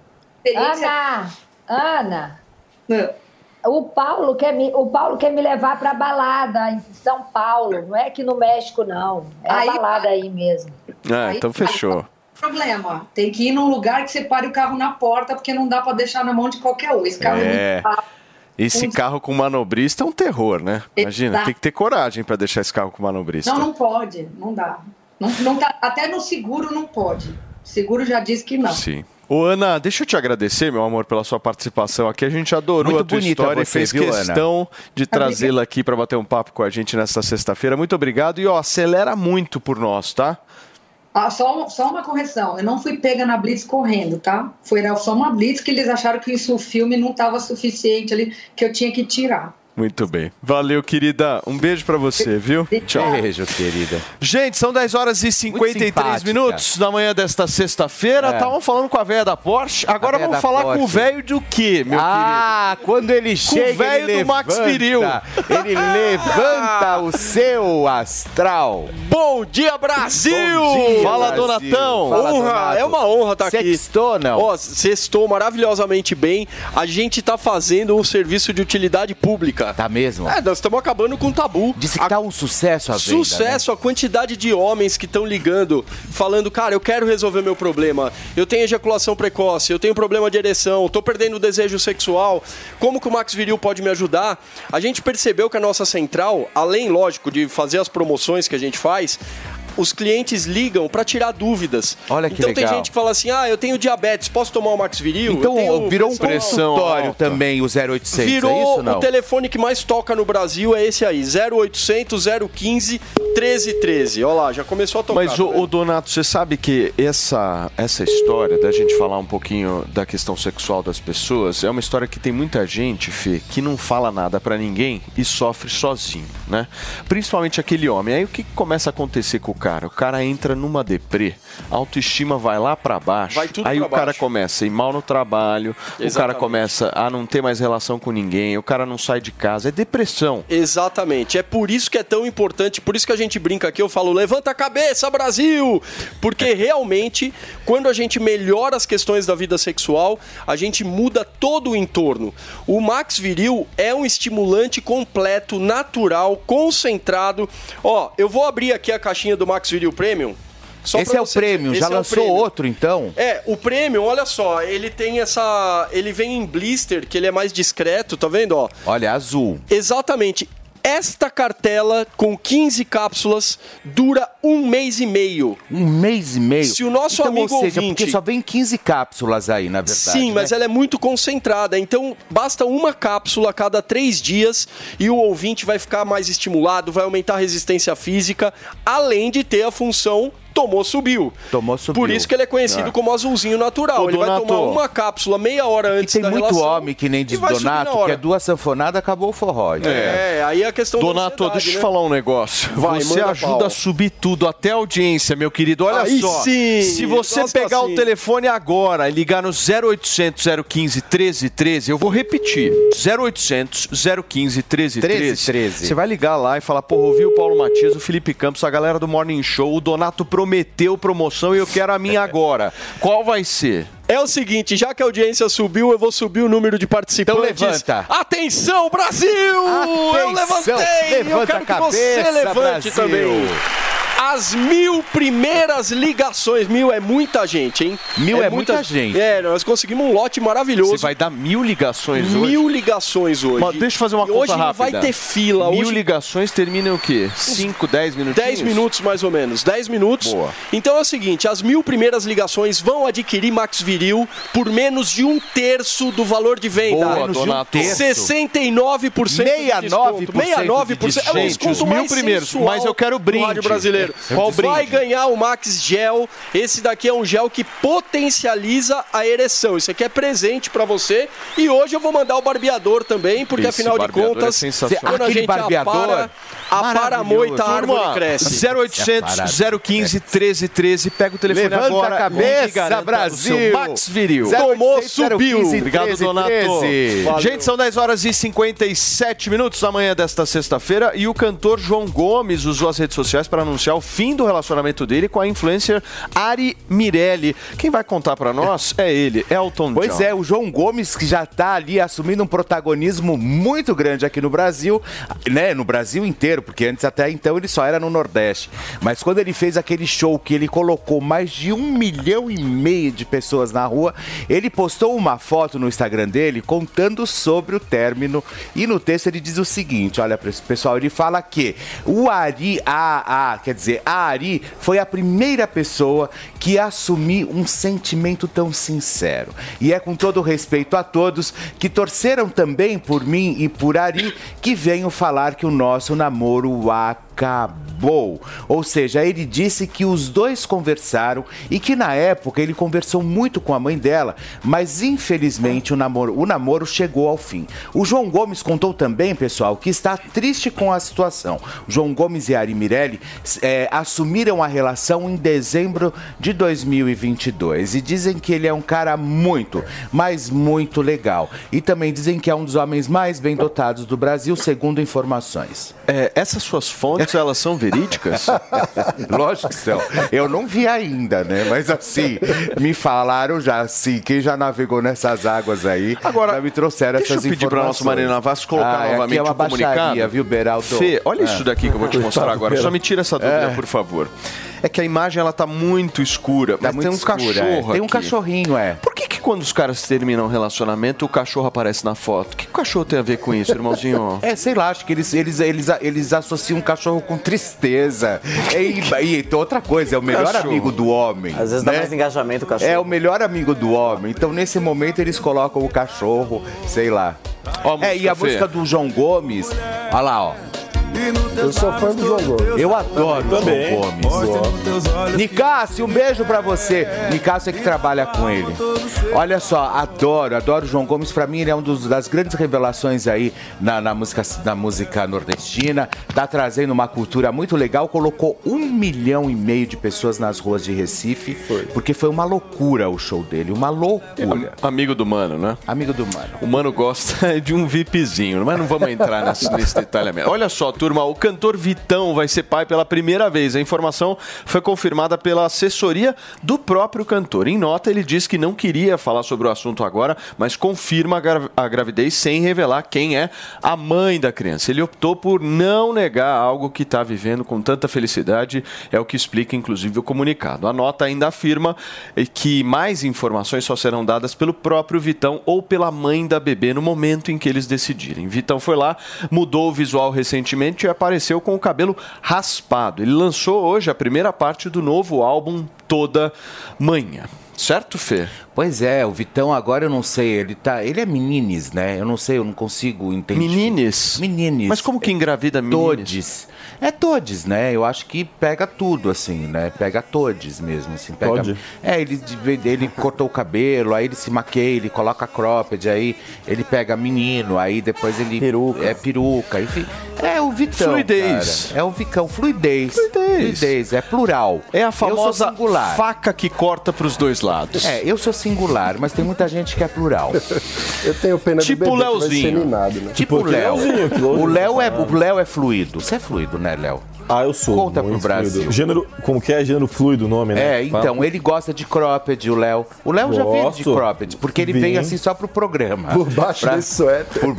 Speaker 6: Ana... O Paulo quer me levar para balada em São Paulo, não é aqui no México, não. É a balada aí mesmo.
Speaker 2: Então fechou.
Speaker 21: Problema, tem que ir num lugar que você pare o carro na porta, porque não dá para deixar na mão de qualquer um. Esse carro é muito rápido.
Speaker 2: Esse carro com manobrista é um terror, né? Imagina,
Speaker 21: Exato.
Speaker 2: tem que ter coragem para deixar esse carro com manobrista.
Speaker 21: Não pode, não dá. Não tá, até no seguro não pode. O seguro já diz que não.
Speaker 2: Sim. Ô, Ana, deixa eu te agradecer, meu amor, pela sua participação aqui. A gente adorou
Speaker 3: muito
Speaker 2: a tua história e fez questão de trazê-la aqui para bater um papo com a gente nesta sexta-feira. Muito obrigado e acelera muito por nós, tá?
Speaker 21: Só uma correção, eu não fui pega na blitz correndo, tá? Foi só uma blitz que eles acharam que isso, o filme não estava suficiente ali, que eu tinha que tirar.
Speaker 2: Muito bem. Valeu, querida. Um beijo pra você, viu? Tchau.
Speaker 3: Beijo, querida.
Speaker 2: Gente, são 10 horas e 53 minutos da manhã desta sexta-feira. Estavam falando com a véia da Porsche. Agora vamos falar com o velho do quê, meu querido?
Speaker 3: Quando ele chega,
Speaker 2: com o velho do Max Viril.
Speaker 3: Ele levanta o seu astral.
Speaker 1: Bom dia, Brasil!
Speaker 3: Bom dia,
Speaker 2: Fala,
Speaker 3: Brasil.
Speaker 2: Donatão.
Speaker 3: Fala, Donato.
Speaker 1: É uma honra estar aqui.
Speaker 3: Sextou, não?
Speaker 1: Ó, sextou maravilhosamente bem. A gente tá fazendo um serviço de utilidade pública.
Speaker 3: Tá mesmo?
Speaker 1: Nós estamos acabando com o tabu.
Speaker 3: Disse que tá um sucesso a venda,
Speaker 1: Sucesso,
Speaker 3: né?
Speaker 1: A quantidade de homens que estão ligando, falando, cara, eu quero resolver meu problema. Eu tenho ejaculação precoce, eu tenho problema de ereção, tô perdendo o desejo sexual. Como que o Max Viril pode me ajudar? A gente percebeu que a nossa central, além, lógico, de fazer as promoções que a gente faz, os clientes ligam para tirar dúvidas.
Speaker 3: Olha que
Speaker 1: então
Speaker 3: legal.
Speaker 1: tem gente que fala assim, eu tenho diabetes, posso tomar o Max Viril?
Speaker 3: Então virou um consultório também, o 0800,
Speaker 1: virou
Speaker 3: é isso, não?
Speaker 1: O telefone que mais toca no Brasil é esse aí, 0800 015 1313. Olha lá, já começou a tocar.
Speaker 2: Mas, o Donato, você sabe que essa história da gente falar um pouquinho da questão sexual das pessoas é uma história que tem muita gente, Fê, que não fala nada pra ninguém e sofre sozinho, né? Principalmente aquele homem. Aí o que começa a acontecer com o cara? O cara entra numa deprê, a autoestima vai lá pra baixo,
Speaker 1: vai tudo
Speaker 2: aí
Speaker 1: pra
Speaker 2: o cara
Speaker 1: baixo.
Speaker 2: começa a ir mal no trabalho, o cara começa a não ter mais relação com ninguém, o cara não sai de casa, é depressão.
Speaker 1: Exatamente, é por isso que é tão importante, por isso que a gente brinca aqui, eu falo, levanta a cabeça, Brasil! Porque realmente, quando a gente melhora as questões da vida sexual, a gente muda todo o entorno. O Max Viril é um estimulante completo, natural, concentrado. Ó, eu vou abrir aqui a caixinha do Max Viril Premium.
Speaker 3: Esse é o Premium, já lançou outro então?
Speaker 1: O Premium, olha só, ele tem ele vem em blister, que ele é mais discreto, tá vendo, ó?
Speaker 3: Olha, azul.
Speaker 1: Exatamente. Esta cartela com 15 cápsulas dura 1 mês e meio.
Speaker 3: 1 mês e meio?
Speaker 1: Se o nosso
Speaker 3: então,
Speaker 1: amigo
Speaker 3: ou seja,
Speaker 1: ouvinte...
Speaker 3: porque só vem 15 cápsulas aí, na verdade.
Speaker 1: Sim, mas ela é muito concentrada. Então, basta uma cápsula a cada 3 dias e o ouvinte vai ficar mais estimulado, vai aumentar a resistência física, além de ter a função tomou, subiu. Por isso que ele é conhecido como azulzinho natural. Ele vai tomar uma cápsula meia hora antes da relação.
Speaker 3: Tem muito homem que nem diz Donato, que é 2 sanfonadas, acabou o forró.
Speaker 1: Aí é a questão
Speaker 2: Donato, deixa eu te falar um negócio. Você ajuda a subir tudo, até a audiência, meu querido. Olha só.
Speaker 1: Sim,
Speaker 2: se você pegar o telefone agora e ligar no 0800 015 1313, eu vou repetir. 0800 015 1313. Você vai ligar lá e falar, ouvi o Paulo Matias, o Felipe Campos, a galera do Morning Show, o Donato prometeu promoção e eu quero a minha agora. Qual vai ser?
Speaker 1: É o seguinte, já que a audiência subiu, eu vou subir o número de participantes.
Speaker 3: Então levanta.
Speaker 1: Atenção, Brasil! Eu levantei! Eu quero que você levante também. As 1000 primeiras ligações. 1000 é muita gente, hein?
Speaker 3: 1000 é muita gente.
Speaker 1: Nós conseguimos um lote maravilhoso.
Speaker 2: Você vai dar 1000 ligações hoje?
Speaker 1: 1000 ligações hoje.
Speaker 2: Mas deixa eu fazer uma conta
Speaker 1: rápida. Hoje não vai ter fila.
Speaker 2: 1000 ligações terminam o quê? 5, 10 minutinhos?
Speaker 1: 10 minutos mais ou menos. 10 minutos.
Speaker 2: Boa.
Speaker 1: Então é o seguinte, as 1000 primeiras ligações vão adquirir Max Viril por menos de 1/3 do valor de venda.
Speaker 2: Boa, Donato.
Speaker 1: 69% 69%.
Speaker 2: É um desconto mais primeiros, mas eu quero brinde.
Speaker 1: Rádio Brasileiro.
Speaker 2: Qual brinde?
Speaker 1: Vai ganhar o Max Gel. Esse daqui é um gel que potencializa a ereção. Isso aqui é presente pra você. E hoje eu vou mandar o barbeador também, porque afinal de contas, quando a gente apara moita, a árvore cresce.
Speaker 2: 0800 015 1313. Pega o telefone
Speaker 3: Levanta
Speaker 2: agora.
Speaker 3: a cabeça, Brasil.
Speaker 2: Max Viril.
Speaker 1: Tomou, subiu.
Speaker 2: Obrigado, Donato. Gente, são 10 horas e 57 minutos da manhã desta sexta-feira e o cantor João Gomes usou as redes sociais para anunciar o fim do relacionamento dele com a influencer Ari Mirelli. Quem vai contar para nós é ele, Elton John.
Speaker 3: Pois é, o João Gomes, que já tá ali assumindo um protagonismo muito grande aqui no Brasil, né, no Brasil inteiro, porque antes até então ele só era no Nordeste. Mas quando ele fez aquele show que ele colocou mais de 1,5 milhão de pessoas na rua, ele postou uma foto no Instagram dele contando sobre o término e no texto ele diz o seguinte, olha para esse pessoal, ele fala que o Ari, quer dizer, a Ari foi a primeira pessoa que assumiu um sentimento tão sincero. E é com todo respeito a todos que torceram também por mim e por Ari que venho falar que o nosso namoro acabou. acabou. Ou seja, ele disse que os dois conversaram e que na época ele conversou muito com a mãe dela, mas infelizmente o namoro chegou ao fim. O João Gomes contou também, pessoal, que está triste com a situação. O João Gomes e a Ari Mirelli assumiram a relação em dezembro de 2022 e dizem que ele é um cara muito, mas muito legal. E também dizem que é um dos homens mais bem dotados do Brasil, segundo informações.
Speaker 2: Essas suas fontes, elas são verídicas?
Speaker 3: Lógico que são. Eu não vi ainda, né? Mas assim, me falaram já, assim, quem já navegou nessas águas aí, já me trouxeram essas informações.
Speaker 2: Deixa eu pedir para a nossa Marina Vaz colocar novamente
Speaker 3: é uma
Speaker 2: o comunicado.
Speaker 3: baixaria, viu, Beraldo?
Speaker 2: Fê, olha isso daqui que eu vou te mostrar agora. Só me tira essa dúvida, por favor. É que a imagem, ela tá muito escura, mas tem um cachorro
Speaker 3: Tem um
Speaker 2: aqui.
Speaker 3: cachorrinho,
Speaker 2: Por que quando os caras terminam um relacionamento, o cachorro aparece na foto? O que o cachorro tem a ver com isso, irmãozinho?
Speaker 3: Sei lá, acho que eles associam um cachorro com tristeza. E outra coisa, é o melhor amigo do homem.
Speaker 4: Às vezes dá mais engajamento o cachorro.
Speaker 3: É o melhor amigo do homem. Então, nesse momento, eles colocam o cachorro, sei lá. E a música do João Gomes, olha lá, ó.
Speaker 5: Eu sou fã do João Gomes.
Speaker 3: Eu adoro o João Gomes. Nicásio, um beijo pra você. Nicásio é que trabalha com ele. Olha só, adoro o João Gomes. Pra mim, ele é das grandes revelações aí na música nordestina. Tá trazendo uma cultura muito legal. Colocou 1,5 milhão de pessoas nas ruas de Recife. Porque foi uma loucura o show dele. Uma loucura.
Speaker 2: Amigo do Mano, né?
Speaker 3: Amigo do Mano.
Speaker 2: O Mano gosta de um VIPzinho, mas não vamos entrar nesse detalhamento. Olha só, turma, o cantor Vitão vai ser pai pela primeira vez. A informação foi confirmada pela assessoria do próprio cantor. Em nota, ele diz que não queria falar sobre o assunto agora, mas confirma a gravidez sem revelar quem é a mãe da criança. Ele optou por não negar algo que está vivendo com tanta felicidade, é o que explica, inclusive, o comunicado. A nota ainda afirma que mais informações só serão dadas pelo próprio Vitão ou pela mãe da bebê no momento em que eles decidirem. Vitão foi lá, mudou o visual recentemente e apareceu com o cabelo raspado. Ele lançou hoje a primeira parte do novo álbum Toda Manhã. Certo, Fê?
Speaker 3: Pois é, o Vitão agora eu não sei, ele é menines, né? Eu não sei, eu não consigo entender.
Speaker 2: Menines?
Speaker 3: Menines.
Speaker 2: Mas como que engravida menines?
Speaker 3: Todes, né? Eu acho que pega tudo, assim, né? Pega todes mesmo, assim. Pega...
Speaker 7: Tode?
Speaker 3: Ele cortou o cabelo, aí ele se maqueia, ele coloca cropped, aí ele pega menino, aí depois ele... Peruca, enfim. É o Vitão,
Speaker 2: Fluidez.
Speaker 3: Cara. É o Vicão, fluidez, é plural.
Speaker 2: É a famosa
Speaker 3: singular.
Speaker 2: Faca que corta pros dois lados.
Speaker 3: Eu sou singular, mas tem muita gente que é plural.
Speaker 5: Eu tenho pena
Speaker 2: tipo
Speaker 5: do bebê
Speaker 2: Leozinho.
Speaker 5: que vai ser minado, né?
Speaker 3: Tipo o Léo. O Léo é fluido. Você é fluido, né, Léo?
Speaker 7: Eu sou.
Speaker 3: Conta pro Brasil.
Speaker 7: Fluido. Gênero, como que é? Gênero fluido o nome, né?
Speaker 3: Então, ele gosta de cropped, o Léo. O Léo já veio de cropped, porque ele veio assim só pro programa.
Speaker 5: Por baixo desse suéter.
Speaker 3: Por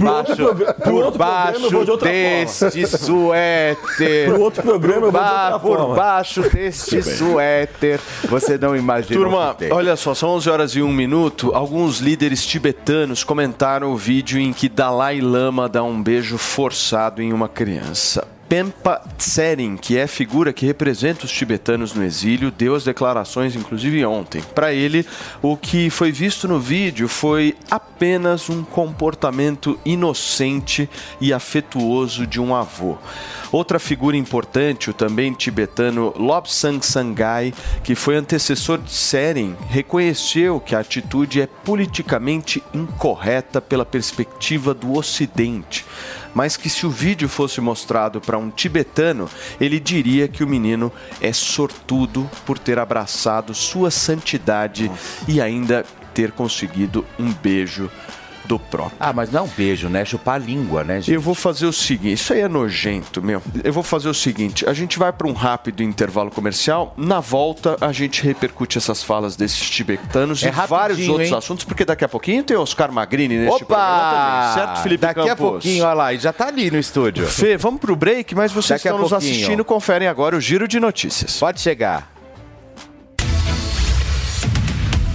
Speaker 3: baixo deste suéter.
Speaker 7: Pro outro programa eu vou de outra
Speaker 3: Por
Speaker 7: forma.
Speaker 3: baixo deste suéter. Você não imagina.
Speaker 2: Turma, olha só, são 11 horas e 1 minuto. Alguns líderes tibetanos comentaram o vídeo em que Dalai Lama dá um beijo forçado em uma criança. Pempa Tsering, que é a figura que representa os tibetanos no exílio, deu as declarações, inclusive ontem. Para ele, o que foi visto no vídeo foi apenas um comportamento inocente e afetuoso de um avô. Outra figura importante, o também tibetano Lobsang Sangay, que foi antecessor de Tsering, reconheceu que a atitude é politicamente incorreta pela perspectiva do Ocidente, mas que se o vídeo fosse mostrado para um tibetano, ele diria que o menino é sortudo por ter abraçado sua santidade e ainda ter conseguido um beijo do próprio.
Speaker 3: Mas não é um beijo, né? Chupar a língua, né, gente?
Speaker 2: Eu vou fazer o seguinte, isso aí é nojento, meu. Eu vou fazer o seguinte, a gente vai para um rápido intervalo comercial, na volta a gente repercute essas falas desses tibetanos e vários outros assuntos, porque daqui a pouquinho tem Oscar Magrini neste programa também, certo, Felipe Campos?
Speaker 3: Daqui a pouquinho, olha lá, e já tá ali no estúdio.
Speaker 2: Fê, vamos pro break, mas vocês que estão nos assistindo, conferem agora o Giro de Notícias.
Speaker 3: Pode chegar.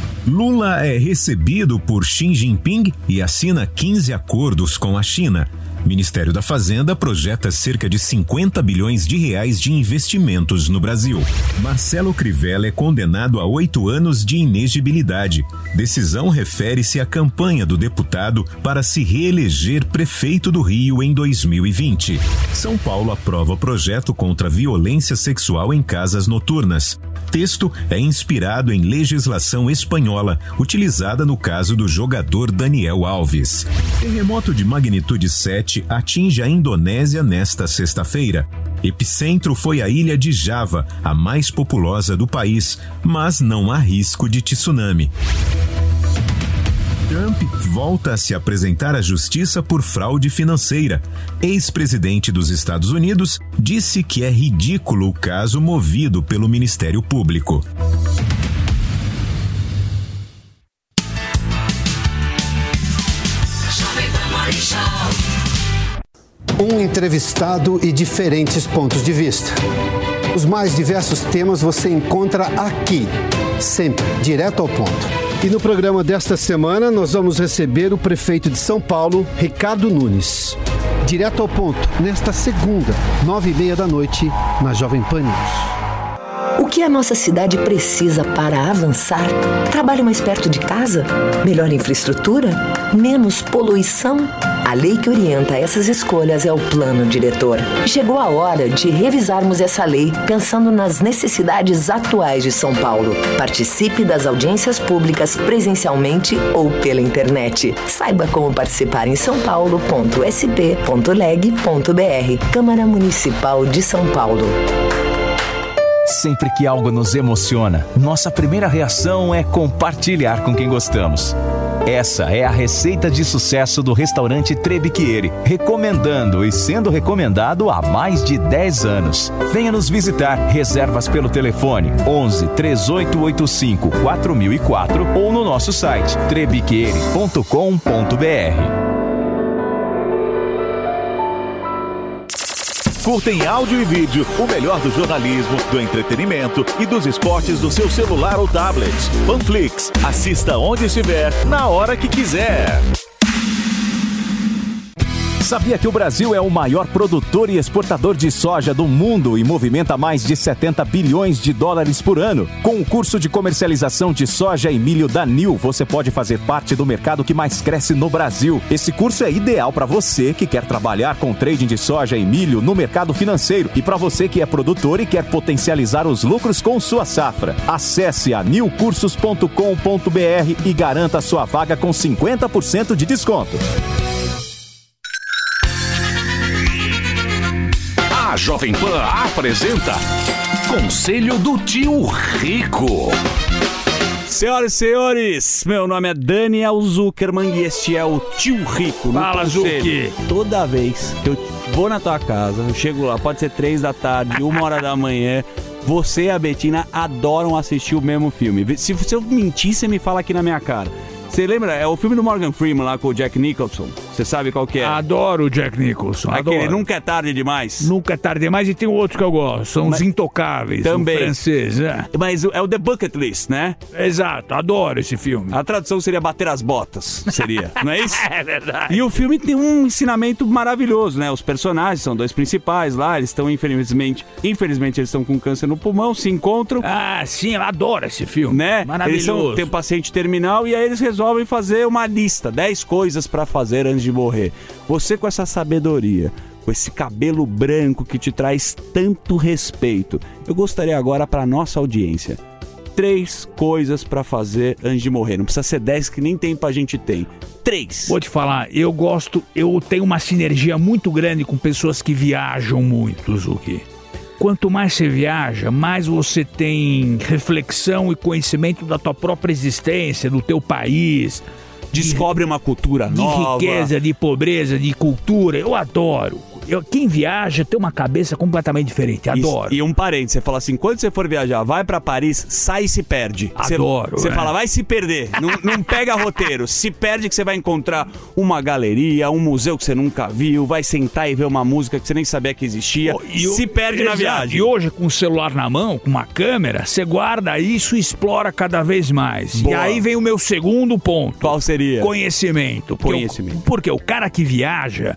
Speaker 11: Lula é recebido por Xi Jinping e assina 15 acordos com a China.
Speaker 9: Ministério da Fazenda projeta cerca de 50 bilhões de reais de investimentos no Brasil. Marcelo Crivella é condenado a 8 anos de inegibilidade. Decisão refere-se à campanha do deputado para se reeleger prefeito do Rio em 2020. São Paulo aprova projeto contra violência sexual em casas noturnas. Texto é inspirado em legislação espanhola, utilizada no caso do jogador Daniel Alves. Terremoto de magnitude 7 atinge a Indonésia nesta sexta-feira. Epicentro foi a ilha de Java, a mais populosa do país, mas não há risco de tsunami. Trump volta a se apresentar à justiça por fraude financeira. Ex-presidente dos Estados Unidos disse que é ridículo o caso movido pelo Ministério Público.
Speaker 22: Um entrevistado e diferentes pontos de vista. Os mais diversos temas você encontra aqui, sempre direto ao ponto. E no programa desta semana nós vamos receber o prefeito de São Paulo, Ricardo Nunes. Direto ao ponto, nesta segunda, 9h30 da noite, na Jovem Pan News.
Speaker 23: O que a nossa cidade precisa para avançar? Trabalho mais perto de casa? Melhor infraestrutura? Menos poluição? A lei que orienta essas escolhas é o Plano Diretor. Chegou a hora de revisarmos essa lei pensando nas necessidades atuais de São Paulo. Participe das audiências públicas presencialmente ou pela internet. Saiba como participar em sãopaulo.sp.leg.br. Câmara Municipal de São Paulo.
Speaker 11: Sempre que algo nos emociona, nossa primeira reação é compartilhar com quem gostamos. Essa é a receita de sucesso do restaurante Trebicchieri, recomendando e sendo recomendado há mais de 10 anos. Venha nos visitar. Reservas pelo telefone 11 3885 4004 ou no nosso site trebicchieri.com.br.
Speaker 10: Curta em áudio e vídeo o melhor do jornalismo, do entretenimento e dos esportes do seu celular ou tablet. Panflix. Assista onde estiver, na hora que quiser.
Speaker 11: Sabia que o Brasil é o maior produtor e exportador de soja do mundo e movimenta mais de 70 bilhões de dólares por ano? Com o curso de comercialização de soja e milho da NIL, você pode fazer parte do mercado que mais cresce no Brasil. Esse curso é ideal para você que quer trabalhar com trading de soja e milho no mercado financeiro e para você que é produtor e quer potencializar os lucros com sua safra. Acesse a nilcursos.com.br e garanta sua vaga com 50% de desconto.
Speaker 24: A Jovem Pan apresenta Conselho do Tio Rico.
Speaker 25: Senhoras e senhores, meu nome é Daniel Zuckerman e este é o Tio Rico.
Speaker 26: Fala, Zucchi.
Speaker 25: Toda vez que eu vou na tua casa, eu chego lá, pode ser 3 da tarde, 1h da manhã, você e a Betina adoram assistir o mesmo filme. Se eu mentir, você me fala aqui na minha cara. Você lembra? É o filme do Morgan Freeman lá com o Jack Nicholson. Você sabe qual que é?
Speaker 26: Adoro o Jack Nicholson.
Speaker 25: Aquele
Speaker 26: adoro.
Speaker 25: Nunca é Tarde Demais.
Speaker 26: Nunca é Tarde Demais e tem outro que eu gosto. São os Intocáveis.
Speaker 25: Também.
Speaker 26: O francês, né?
Speaker 25: Mas é o The Bucket List, né?
Speaker 26: Exato. Adoro esse filme.
Speaker 25: A tradução seria Bater as Botas. Seria, não é isso?
Speaker 26: É verdade.
Speaker 25: E o filme tem um ensinamento maravilhoso, né? Os personagens são 2 principais lá. Eles estão, infelizmente eles estão com câncer no pulmão, se encontram.
Speaker 26: Ah, sim. Eu adoro esse filme.
Speaker 25: Né?
Speaker 26: Maravilhoso.
Speaker 25: Eles têm um paciente terminal e aí eles resolvem fazer uma lista, 10 coisas pra fazer antes de morrer. Você com essa sabedoria, com esse cabelo branco que te traz tanto respeito, eu gostaria agora pra nossa audiência 3 coisas pra fazer antes de morrer. Não precisa ser 10 que nem tempo a gente tem. 3.
Speaker 26: Vou te falar, eu tenho uma sinergia muito grande com pessoas que viajam muito, Zucchi. Quanto mais você viaja, mais você tem reflexão e conhecimento da tua própria existência, do teu país.
Speaker 25: Descobre uma cultura nova.
Speaker 26: De riqueza, de pobreza, de cultura. Eu adoro. Quem viaja tem uma cabeça completamente diferente. Adoro.
Speaker 25: E um parente, você fala assim, quando você for viajar, vai pra Paris, sai e se perde.
Speaker 26: Adoro.
Speaker 25: Você fala, vai se perder. Não pega roteiro. Se perde que você vai encontrar uma galeria, um museu que você nunca viu, vai sentar e ver uma música que você nem sabia que existia. Se perde na viagem.
Speaker 26: E hoje, com o celular na mão, com uma câmera, você guarda isso e explora cada vez mais.
Speaker 25: Boa.
Speaker 26: E aí vem o meu segundo ponto.
Speaker 25: Qual seria?
Speaker 26: Conhecimento. Porque o cara que viaja,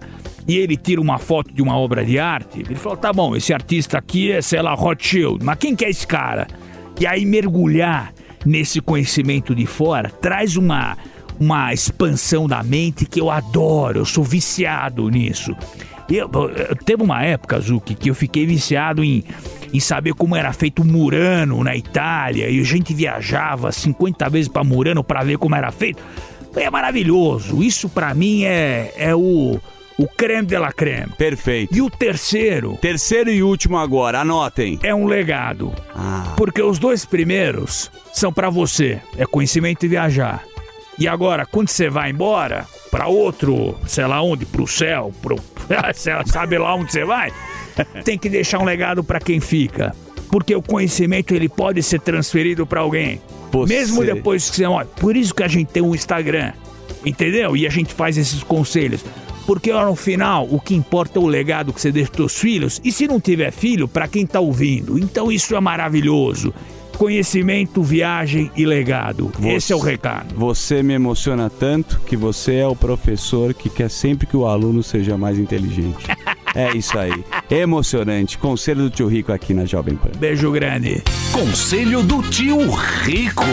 Speaker 26: e ele tira uma foto de uma obra de arte, ele falou, tá bom, esse artista aqui é, sei lá, Rothschild, mas quem que é esse cara? E aí mergulhar nesse conhecimento de fora traz uma expansão da mente que eu adoro, eu sou viciado nisso. Teve uma época, Zucchi, que eu fiquei viciado em saber como era feito Murano na Itália, e a gente viajava 50 vezes para Murano para ver como era feito. É maravilhoso, isso para mim é o creme de la creme.
Speaker 25: Perfeito.
Speaker 26: E o terceiro
Speaker 25: e último agora, anotem.
Speaker 26: É um legado. Porque os 2 primeiros são pra você. É conhecimento e viajar. E agora, quando você vai embora pra outro, sei lá onde, pro céu, sabe lá onde você vai, tem que deixar um legado pra quem fica. Porque o conhecimento, ele pode ser transferido pra alguém. Mesmo depois que você morre. Por isso que a gente tem um Instagram, entendeu? E a gente faz esses conselhos. Porque no final, o que importa é o legado que você deixa para os seus filhos. E se não tiver filho, para quem está ouvindo. Então isso é maravilhoso. Conhecimento, viagem e legado. Esse é o recado.
Speaker 25: Você me emociona tanto que você é o professor que quer sempre que o aluno seja mais inteligente. É isso aí. Emocionante. Conselho do Tio Rico aqui na Jovem Pan.
Speaker 26: Beijo grande.
Speaker 24: Conselho do Tio Rico.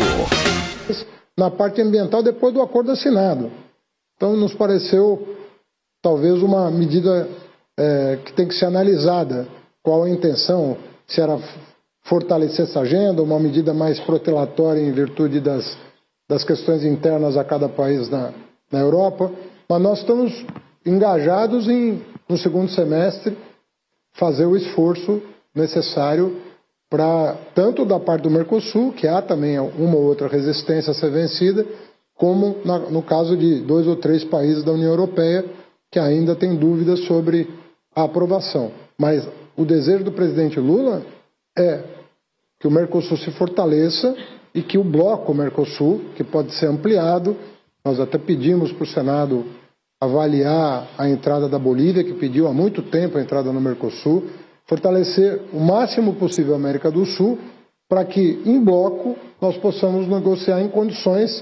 Speaker 12: Na parte ambiental, depois do acordo assinado. Então nos pareceu talvez uma medida que tem que ser analisada. Qual a intenção? Se era fortalecer essa agenda, uma medida mais protelatória em virtude das questões internas a cada país na Europa. Mas nós estamos engajados no segundo semestre, fazer o esforço necessário para, tanto da parte do Mercosul, que há também uma ou outra resistência a ser vencida, como no caso de 2 ou 3 países da União Europeia, que ainda tem dúvidas sobre a aprovação. Mas o desejo do presidente Lula é que o Mercosul se fortaleça e que o bloco Mercosul, que pode ser ampliado, nós até pedimos para o Senado avaliar a entrada da Bolívia, que pediu há muito tempo a entrada no Mercosul, fortalecer o máximo possível a América do Sul, para que, em bloco, nós possamos negociar em condições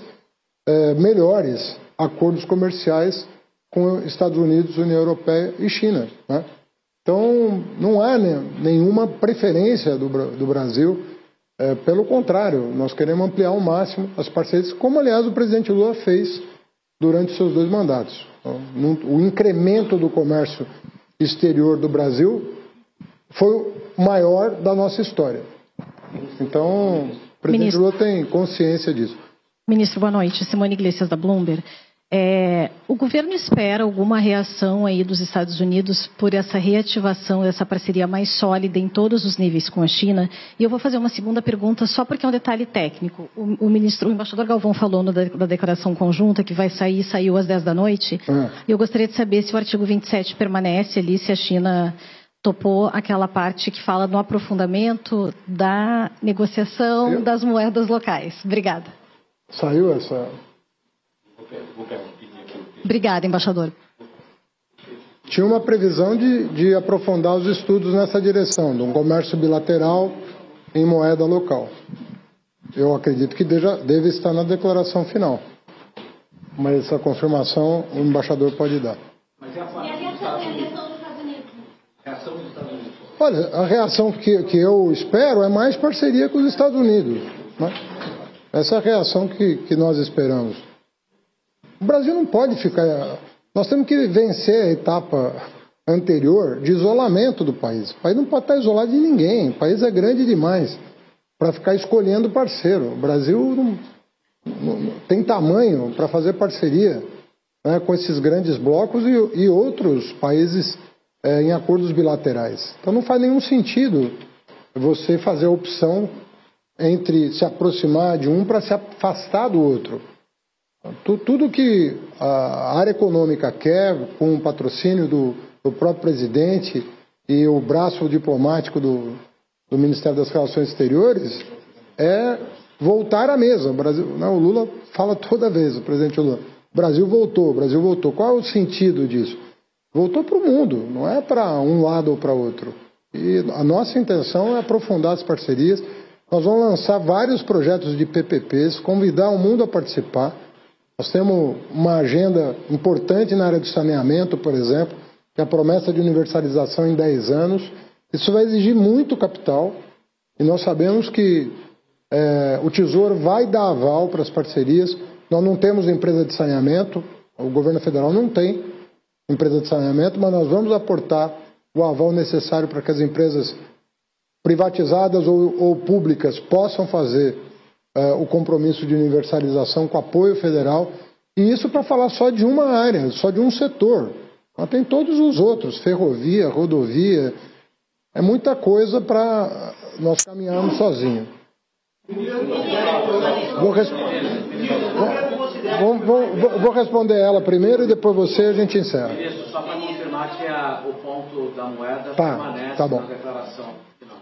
Speaker 12: melhores acordos comerciais com Estados Unidos, União Europeia e China, né? Então, não há nenhuma preferência do Brasil. Pelo contrário, nós queremos ampliar ao máximo as parcerias, como, aliás, o presidente Lula fez durante seus 2 mandatos. O incremento do comércio exterior do Brasil foi o maior da nossa história. Então, o presidente Lula tem consciência disso.
Speaker 13: Ministro, boa noite. Simone Iglesias, da Bloomberg. O governo espera alguma reação aí dos Estados Unidos por essa reativação, essa parceria mais sólida em todos os níveis com a China? E eu vou fazer uma segunda pergunta só porque é um detalhe técnico. O embaixador Galvão falou da declaração conjunta que saiu às 10 da noite. E eu gostaria de saber se o artigo 27 permanece ali, se a China topou aquela parte que fala no aprofundamento da negociação das moedas locais. Obrigada.
Speaker 12: Saiu essa...
Speaker 13: Obrigada, embaixador.
Speaker 12: Tinha uma previsão de aprofundar os estudos nessa direção, de um comércio bilateral em moeda local. Eu acredito que deve estar na declaração final. Mas essa confirmação o embaixador pode dar.
Speaker 14: Mas e a reação dos Estados Unidos? Reação dos Estados Unidos?
Speaker 12: Olha, a reação que eu espero é mais parceria com os Estados Unidos, né? Essa é a reação que nós esperamos. O Brasil não pode ficar... Nós temos que vencer a etapa anterior de isolamento do país. O país não pode estar isolado de ninguém. O país é grande demais para ficar escolhendo parceiro. O Brasil não tem tamanho para fazer parceria, né, com esses grandes blocos e outros países em acordos bilaterais. Então não faz nenhum sentido você fazer a opção entre se aproximar de um para se afastar do outro. Tudo que a área econômica quer, com o patrocínio do próprio presidente e o braço diplomático do Ministério das Relações Exteriores, é voltar à mesa. O Lula fala toda vez, o presidente Lula, o Brasil voltou. Qual é o sentido disso? Voltou para o mundo, não é para um lado ou para outro. E a nossa intenção é aprofundar as parcerias. Nós vamos lançar vários projetos de PPPs, convidar o mundo a participar. Nós temos uma agenda importante na área do saneamento, por exemplo. que é a promessa de universalização em 10 anos. Isso vai exigir muito capital e nós sabemos que o Tesouro vai dar aval para as parcerias. Nós não temos empresa de saneamento, o governo federal não tem empresa de saneamento, mas nós vamos aportar o aval necessário para que as empresas privatizadas ou públicas possam fazer o compromisso de universalização com apoio federal. E isso para falar só de uma área, só de um setor. Mas tem todos os outros, ferrovia, rodovia. É muita coisa para nós caminharmos sozinhos. Vou responder ela primeiro e depois você a gente encerra.
Speaker 15: Ministro, só para confirmar que o ponto da moeda
Speaker 12: permanece na
Speaker 15: declaração final.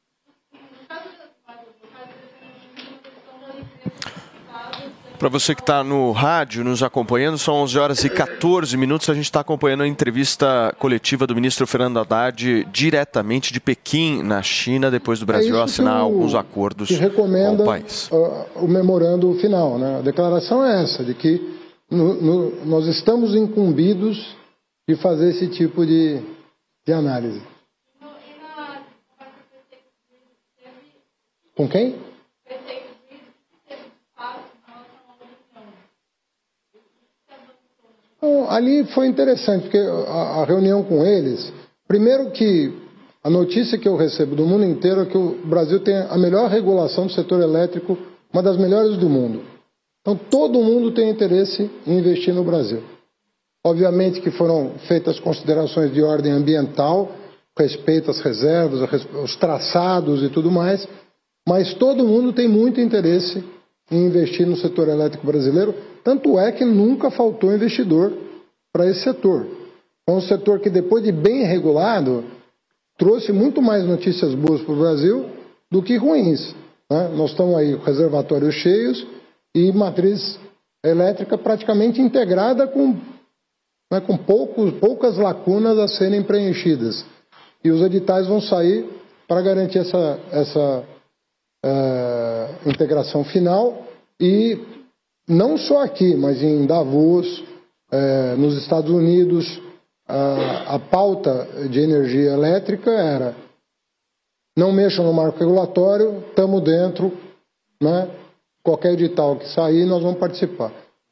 Speaker 2: Para você que está no rádio, nos acompanhando, são 11 horas e 14 minutos. A gente está acompanhando a entrevista coletiva do ministro Fernando Haddad diretamente de Pequim, na China, depois do Brasil assinar alguns acordos
Speaker 12: que recomenda
Speaker 2: com o país.
Speaker 12: O memorando final, né? A declaração é essa, de que nós estamos incumbidos de fazer esse tipo de análise. Com quem? Então, ali foi interessante, porque a reunião com eles, primeiro que a notícia que eu recebo do mundo inteiro é que o Brasil tem a melhor regulação do setor elétrico, uma das melhores do mundo. Então todo mundo tem interesse em investir no Brasil. Obviamente que foram feitas considerações de ordem ambiental, respeito às reservas, os traçados e tudo mais, mas todo mundo tem muito interesse em investir no setor elétrico brasileiro, tanto é que nunca faltou investidor para esse setor. É um setor que, depois de bem regulado, trouxe muito mais notícias boas para o Brasil do que ruins, né? Nós estamos aí com reservatórios cheios e matriz elétrica praticamente integrada com poucas lacunas a serem preenchidas. E os editais vão sair para garantir essa integração final, e não só aqui, mas em Davos, nos Estados Unidos, a pauta de energia elétrica era: não mexam no marco regulatório, estamos dentro, né? Qualquer edital que sair, nós vamos participar.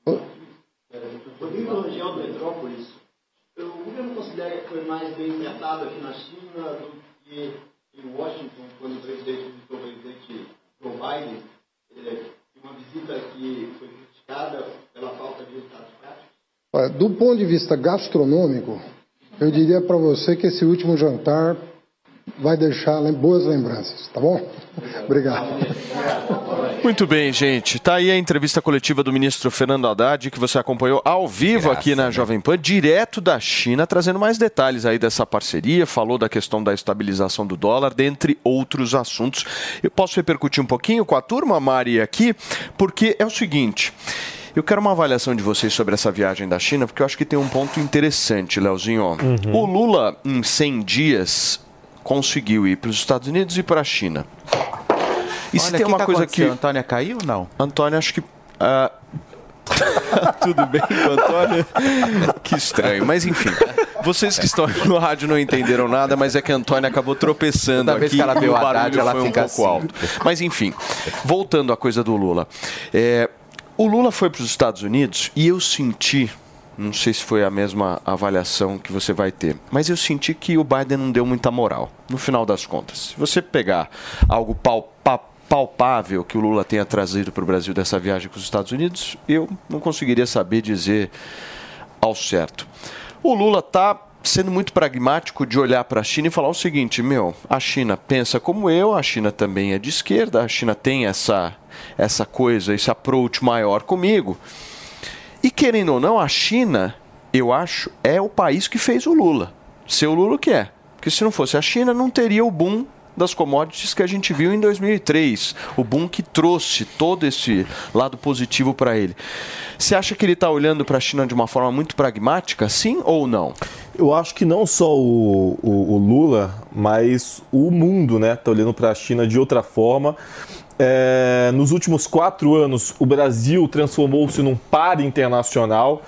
Speaker 16: Rodrigo Rangel, do Metrópolis, o governo considera que foi mais bem tratado aqui na China do que em Washington, quando o presidente visitou o presidente Joe Biden, uma visita que foi criticada pela falta de resultados práticos?
Speaker 12: Do ponto de vista gastronômico, eu diria para você que esse último jantar vai deixar boas lembranças, tá bom? Obrigado.
Speaker 2: Muito bem, gente. Tá aí a entrevista coletiva do ministro Fernando Haddad, que você acompanhou ao vivo aqui na Jovem Pan, direto da China, trazendo mais detalhes aí dessa parceria, falou da questão da estabilização do dólar, dentre outros assuntos. Eu posso repercutir um pouquinho com a turma, Mari, aqui, porque é o seguinte: eu quero uma avaliação de vocês sobre essa viagem da China, porque eu acho que tem um ponto interessante, Leozinho. O Lula, em 100 dias, conseguiu ir para os Estados Unidos e para a China. E se tem uma coisa que...
Speaker 3: A Antônia caiu ou não?
Speaker 2: Antônia, acho que... Tudo bem com Antônia? Que estranho. Mas enfim, vocês que estão no rádio não entenderam nada, mas é que a Antônia acabou tropeçando
Speaker 3: Toda vez
Speaker 2: aqui
Speaker 3: que ela vê o
Speaker 2: barulho
Speaker 3: Haddad, ela
Speaker 2: foi
Speaker 3: fica
Speaker 2: um pouco
Speaker 3: assim.
Speaker 2: alto. Mas enfim, voltando à coisa do Lula. O Lula foi para os Estados Unidos e eu senti... Não sei se foi a mesma avaliação que você vai ter, mas eu senti que o Biden não deu muita moral, no final das contas. Se você pegar algo palpável que o Lula tenha trazido para o Brasil dessa viagem com os Estados Unidos, eu não conseguiria saber dizer ao certo. O Lula está sendo muito pragmático de olhar para a China e falar o seguinte: a China pensa como eu, a China também é de esquerda, a China tem essa coisa, esse approach maior comigo. E querendo ou não, a China, eu acho, é o país que fez o Lula. Ser o Lula que é. Porque se não fosse a China, não teria o boom das commodities que a gente viu em 2003. O boom que trouxe todo esse lado positivo para ele. Você acha que ele está olhando para a China de uma forma muito pragmática, sim ou não?
Speaker 7: Eu acho que não só o Lula, mas o mundo, né, está olhando para a China de outra forma. Nos últimos 4 anos, o Brasil transformou-se num par internacional.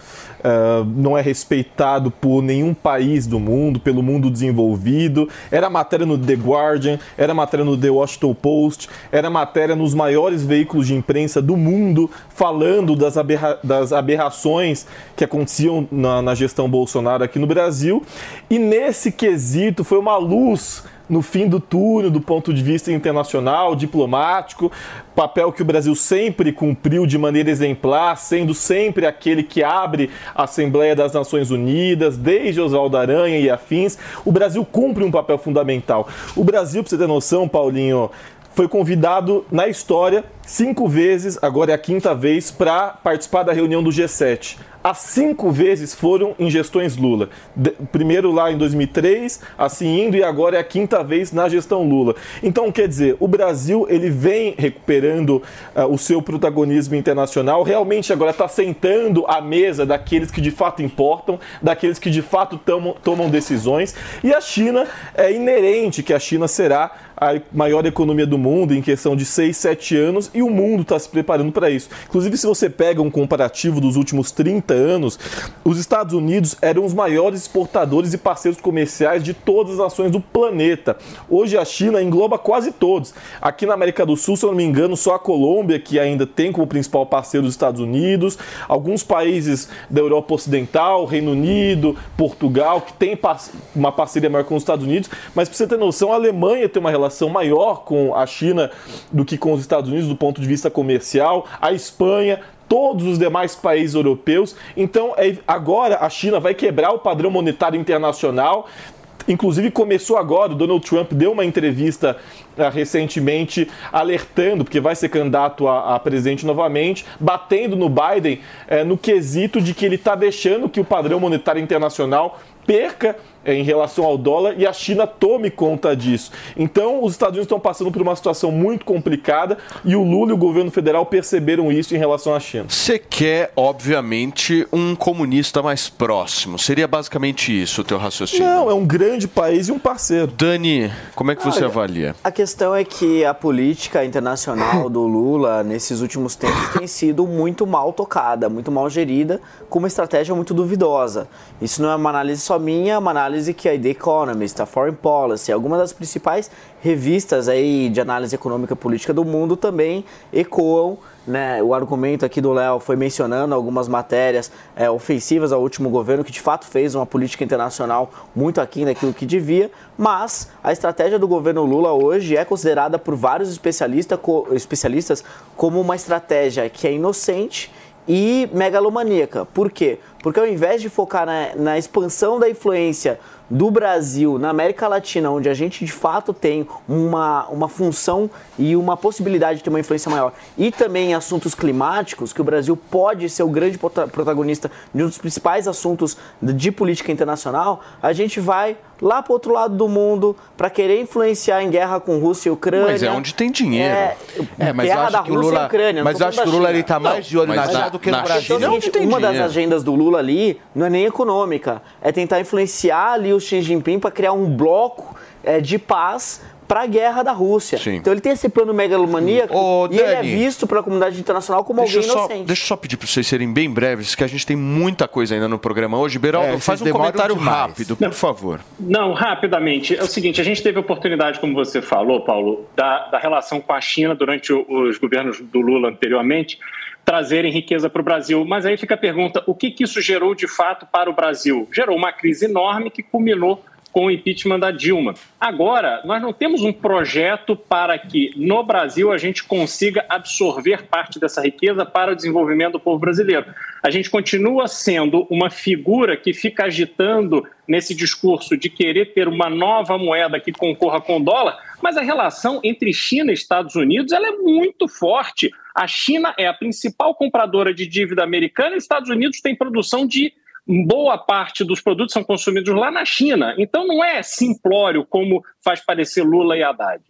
Speaker 7: não é respeitado por nenhum país do mundo, pelo mundo desenvolvido. Era matéria no The Guardian, era matéria no The Washington Post, era matéria nos maiores veículos de imprensa do mundo, falando das aberrações que aconteciam na gestão Bolsonaro aqui no Brasil. E nesse quesito foi uma luz no fim do túnel, do ponto de vista internacional, diplomático, papel que o Brasil sempre cumpriu de maneira exemplar, sendo sempre aquele que abre a Assembleia das Nações Unidas, desde Oswaldo Aranha e afins. O Brasil cumpre um papel fundamental. O Brasil, para você ter noção, Paulinho, foi convidado na história 5 vezes, agora é a 5ª vez, para participar da reunião do G7. As 5 vezes foram em gestões Lula. Primeiro lá em 2003, assim indo, e agora é a 5ª vez na gestão Lula. Então, quer dizer, o Brasil ele vem recuperando o seu protagonismo internacional, realmente agora está sentando à mesa daqueles que de fato importam, daqueles que de fato tomam decisões, e a China, é inerente que a China será a maior economia do mundo em questão de 6, 7 anos, e o mundo está se preparando para isso. Inclusive, se você pega um comparativo dos últimos 30 anos, os Estados Unidos eram os maiores exportadores e parceiros comerciais de todas as nações do planeta. Hoje a China engloba quase todos. Aqui na América do Sul, se eu não me engano, só a Colômbia que ainda tem como principal parceiro os Estados Unidos, alguns países da Europa Ocidental, Reino Unido, Portugal, que tem uma parceria maior com os Estados Unidos, mas para você ter noção, a Alemanha tem uma relação maior com a China do que com os Estados Unidos do ponto de vista comercial, a Espanha, todos os demais países europeus. Então, agora a China vai quebrar o padrão monetário internacional. Inclusive começou agora, o Donald Trump deu uma entrevista recentemente alertando, porque vai ser candidato a presidente novamente, batendo no Biden no quesito de que ele está deixando que o padrão monetário internacional perca em relação ao dólar e a China tome conta disso. Então, os Estados Unidos estão passando por uma situação muito complicada e o Lula e o governo federal perceberam isso em relação à China.
Speaker 2: Você quer, obviamente, um comunista mais próximo. Seria basicamente isso o teu raciocínio?
Speaker 7: Não, é um grande país e um parceiro.
Speaker 2: Dani, como é que você avalia?
Speaker 4: A questão é que a política internacional do Lula, nesses últimos tempos, tem sido muito mal tocada, muito mal gerida, com uma estratégia muito duvidosa. Isso não é uma análise só minha, é uma análise que a The Economist, a Foreign Policy, algumas das principais revistas aí de análise econômica e política do mundo também ecoam, né? O argumento aqui do Léo foi mencionando algumas matérias ofensivas ao último governo, que de fato fez uma política internacional muito aquém daquilo que devia, mas a estratégia do governo Lula hoje é considerada por vários especialistas como uma estratégia que é inocente e megalomaníaca. Por quê? Porque ao invés de focar na expansão da influência do Brasil na América Latina, onde a gente de fato tem uma função e uma possibilidade de ter uma influência maior, e também em assuntos climáticos, que o Brasil pode ser o grande protagonista de um dos principais assuntos de política internacional, a gente vai lá para o outro lado do mundo para querer influenciar em guerra com Rússia e Ucrânia.
Speaker 2: Mas é onde tem dinheiro.
Speaker 3: Mas eu acho que o Lula, mas eu acho que o Lula está mais de olho na China do que no Brasil.
Speaker 4: Então, uma das agendas do Lula ali não é nem econômica, é tentar influenciar ali o Xi Jinping para criar um bloco de paz para a guerra da Rússia. Sim. Então ele tem esse plano megalomaníaco e ele é visto pela comunidade internacional como alguém inocente.
Speaker 2: Deixa eu só pedir para vocês serem bem breves, que a gente tem muita coisa ainda no programa hoje. Beraldo, faz um comentário rápido, por favor.
Speaker 6: Não, rapidamente. É o seguinte, a gente teve a oportunidade, como você falou, Paulo, da relação com a China durante os governos do Lula anteriormente, trazerem riqueza para o Brasil. Mas aí fica a pergunta, o que isso gerou de fato para o Brasil? Gerou uma crise enorme que culminou com o impeachment da Dilma. Agora, nós não temos um projeto para que no Brasil a gente consiga absorver parte dessa riqueza para o desenvolvimento do povo brasileiro. A gente continua sendo uma figura que fica agitando nesse discurso de querer ter uma nova moeda que concorra com o dólar, mas a relação entre China e Estados Unidos ela é muito forte. A China é a principal compradora de dívida americana e os Estados Unidos têm produção de boa parte dos produtos são consumidos lá na China. Então não é simplório como faz parecer Lula e Haddad.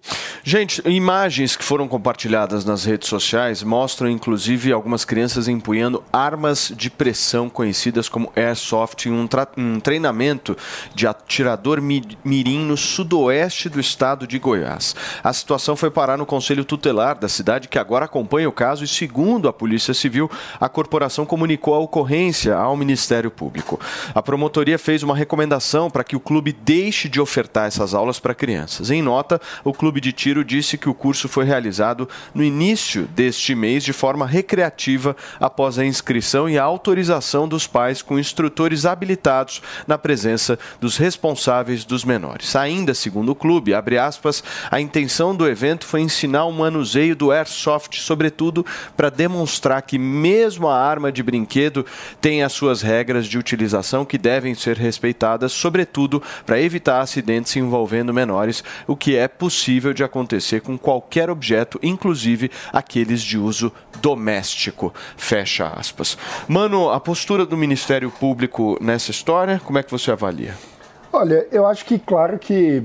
Speaker 2: Gente, imagens que foram compartilhadas nas redes sociais mostram, inclusive, algumas crianças empunhando armas de pressão conhecidas como Airsoft em um treinamento de atirador mirim no sudoeste do estado de Goiás. A situação foi parar no Conselho Tutelar da cidade, que agora acompanha o caso e, segundo a Polícia Civil, a corporação comunicou a ocorrência ao Ministério Público. A promotoria fez uma recomendação para que o clube deixe de ofertar essas aulas para crianças. Em nota, o clube de tiro disse que o curso foi realizado no início deste mês de forma recreativa após a inscrição e a autorização dos pais com instrutores habilitados na presença dos responsáveis dos menores. Ainda, segundo o clube, abre aspas, a intenção do evento foi ensinar o manuseio do Airsoft, sobretudo para demonstrar que mesmo a arma de brinquedo tem as suas regras de utilização que devem ser respeitadas, sobretudo para evitar acidentes envolvendo menores, o que é possível de acontecer com qualquer objeto, inclusive aqueles de uso doméstico. Fecha aspas. Mano, a postura do Ministério Público nessa história, como é que você avalia?
Speaker 5: Olha, eu acho que, claro que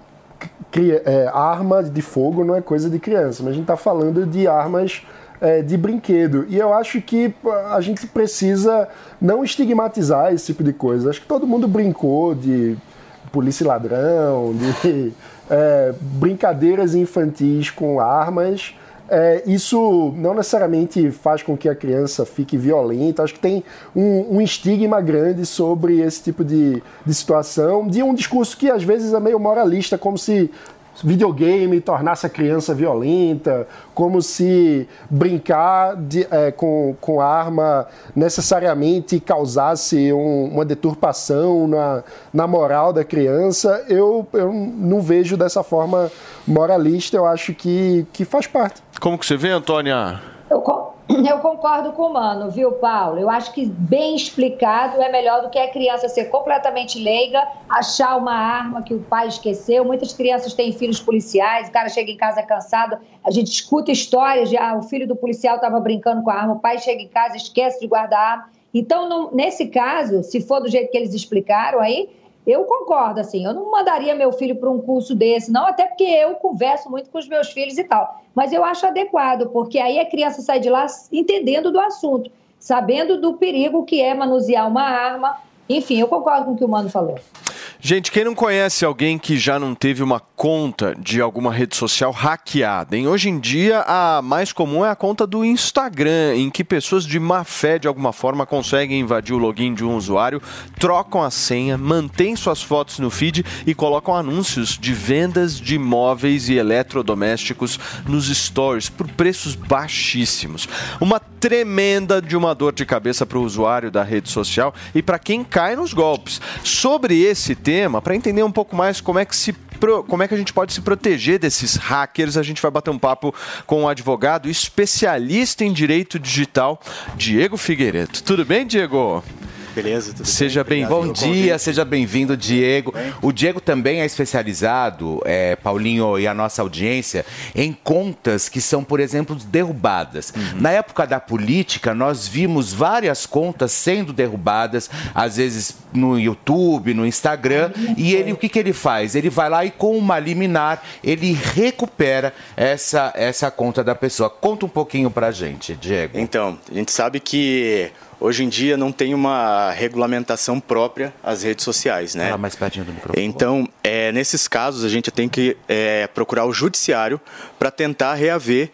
Speaker 5: arma de fogo não é coisa de criança, mas a gente está falando de armas de brinquedo. E eu acho que a gente precisa não estigmatizar esse tipo de coisa. Acho que todo mundo brincou de polícia e ladrão, de brincadeiras infantis com armas. Isso não necessariamente faz com que a criança fique violenta. Acho que tem um estigma grande sobre esse tipo de situação, de um discurso que às vezes é meio moralista, como se videogame tornasse a criança violenta, como se brincar com arma necessariamente causasse uma deturpação na moral da criança. Eu não vejo dessa forma moralista, eu acho que faz parte.
Speaker 2: Como que você vê, Antônia?
Speaker 8: Eu concordo com o Mano, viu, Paulo? Eu acho que bem explicado é melhor do que a criança ser completamente leiga, achar uma arma que o pai esqueceu. Muitas crianças têm filhos policiais, o cara chega em casa cansado, a gente escuta histórias de o filho do policial estava brincando com a arma, o pai chega em casa, esquece de guardar a arma. Então, nesse caso, se for do jeito que eles explicaram aí, eu concordo, assim, eu não mandaria meu filho para um curso desse, não, até porque eu converso muito com os meus filhos e tal, mas eu acho adequado, porque aí a criança sai de lá entendendo do assunto, sabendo do perigo que é manusear uma arma, enfim, eu concordo com o que o Mano falou.
Speaker 2: Gente, quem não conhece alguém que já não teve uma conta de alguma rede social hackeada, hein? Hoje em dia, a mais comum é a conta do Instagram, em que pessoas de má fé, de alguma forma, conseguem invadir o login de um usuário, trocam a senha, mantêm suas fotos no feed e colocam anúncios de vendas de imóveis e eletrodomésticos nos stories por preços baixíssimos. Uma tremenda de uma dor de cabeça para o usuário da rede social e para quem cai nos golpes. Sobre esse tema, para entender um pouco mais como é que a gente pode se proteger desses hackers, a gente vai bater um papo com um advogado especialista em direito digital, Diego Figueiredo. Tudo bem, Diego?
Speaker 17: Beleza, tudo
Speaker 2: seja
Speaker 17: bem?
Speaker 2: Bom
Speaker 3: dia, seja bem-vindo, Diego. O Diego também é especializado, Paulinho e a nossa audiência, em contas que são, por exemplo, derrubadas. Na época da política, nós vimos várias contas sendo derrubadas, às vezes no YouTube, no Instagram, e ele, o que ele faz? Ele vai lá e com uma liminar, ele recupera essa conta da pessoa. Conta um pouquinho pra gente, Diego.
Speaker 17: Então, a gente sabe que hoje em dia não tem uma regulamentação própria às redes sociais, né?
Speaker 3: Fala mais pertinho do microfone.
Speaker 17: Então, nesses casos, a gente tem que procurar o judiciário para tentar reaver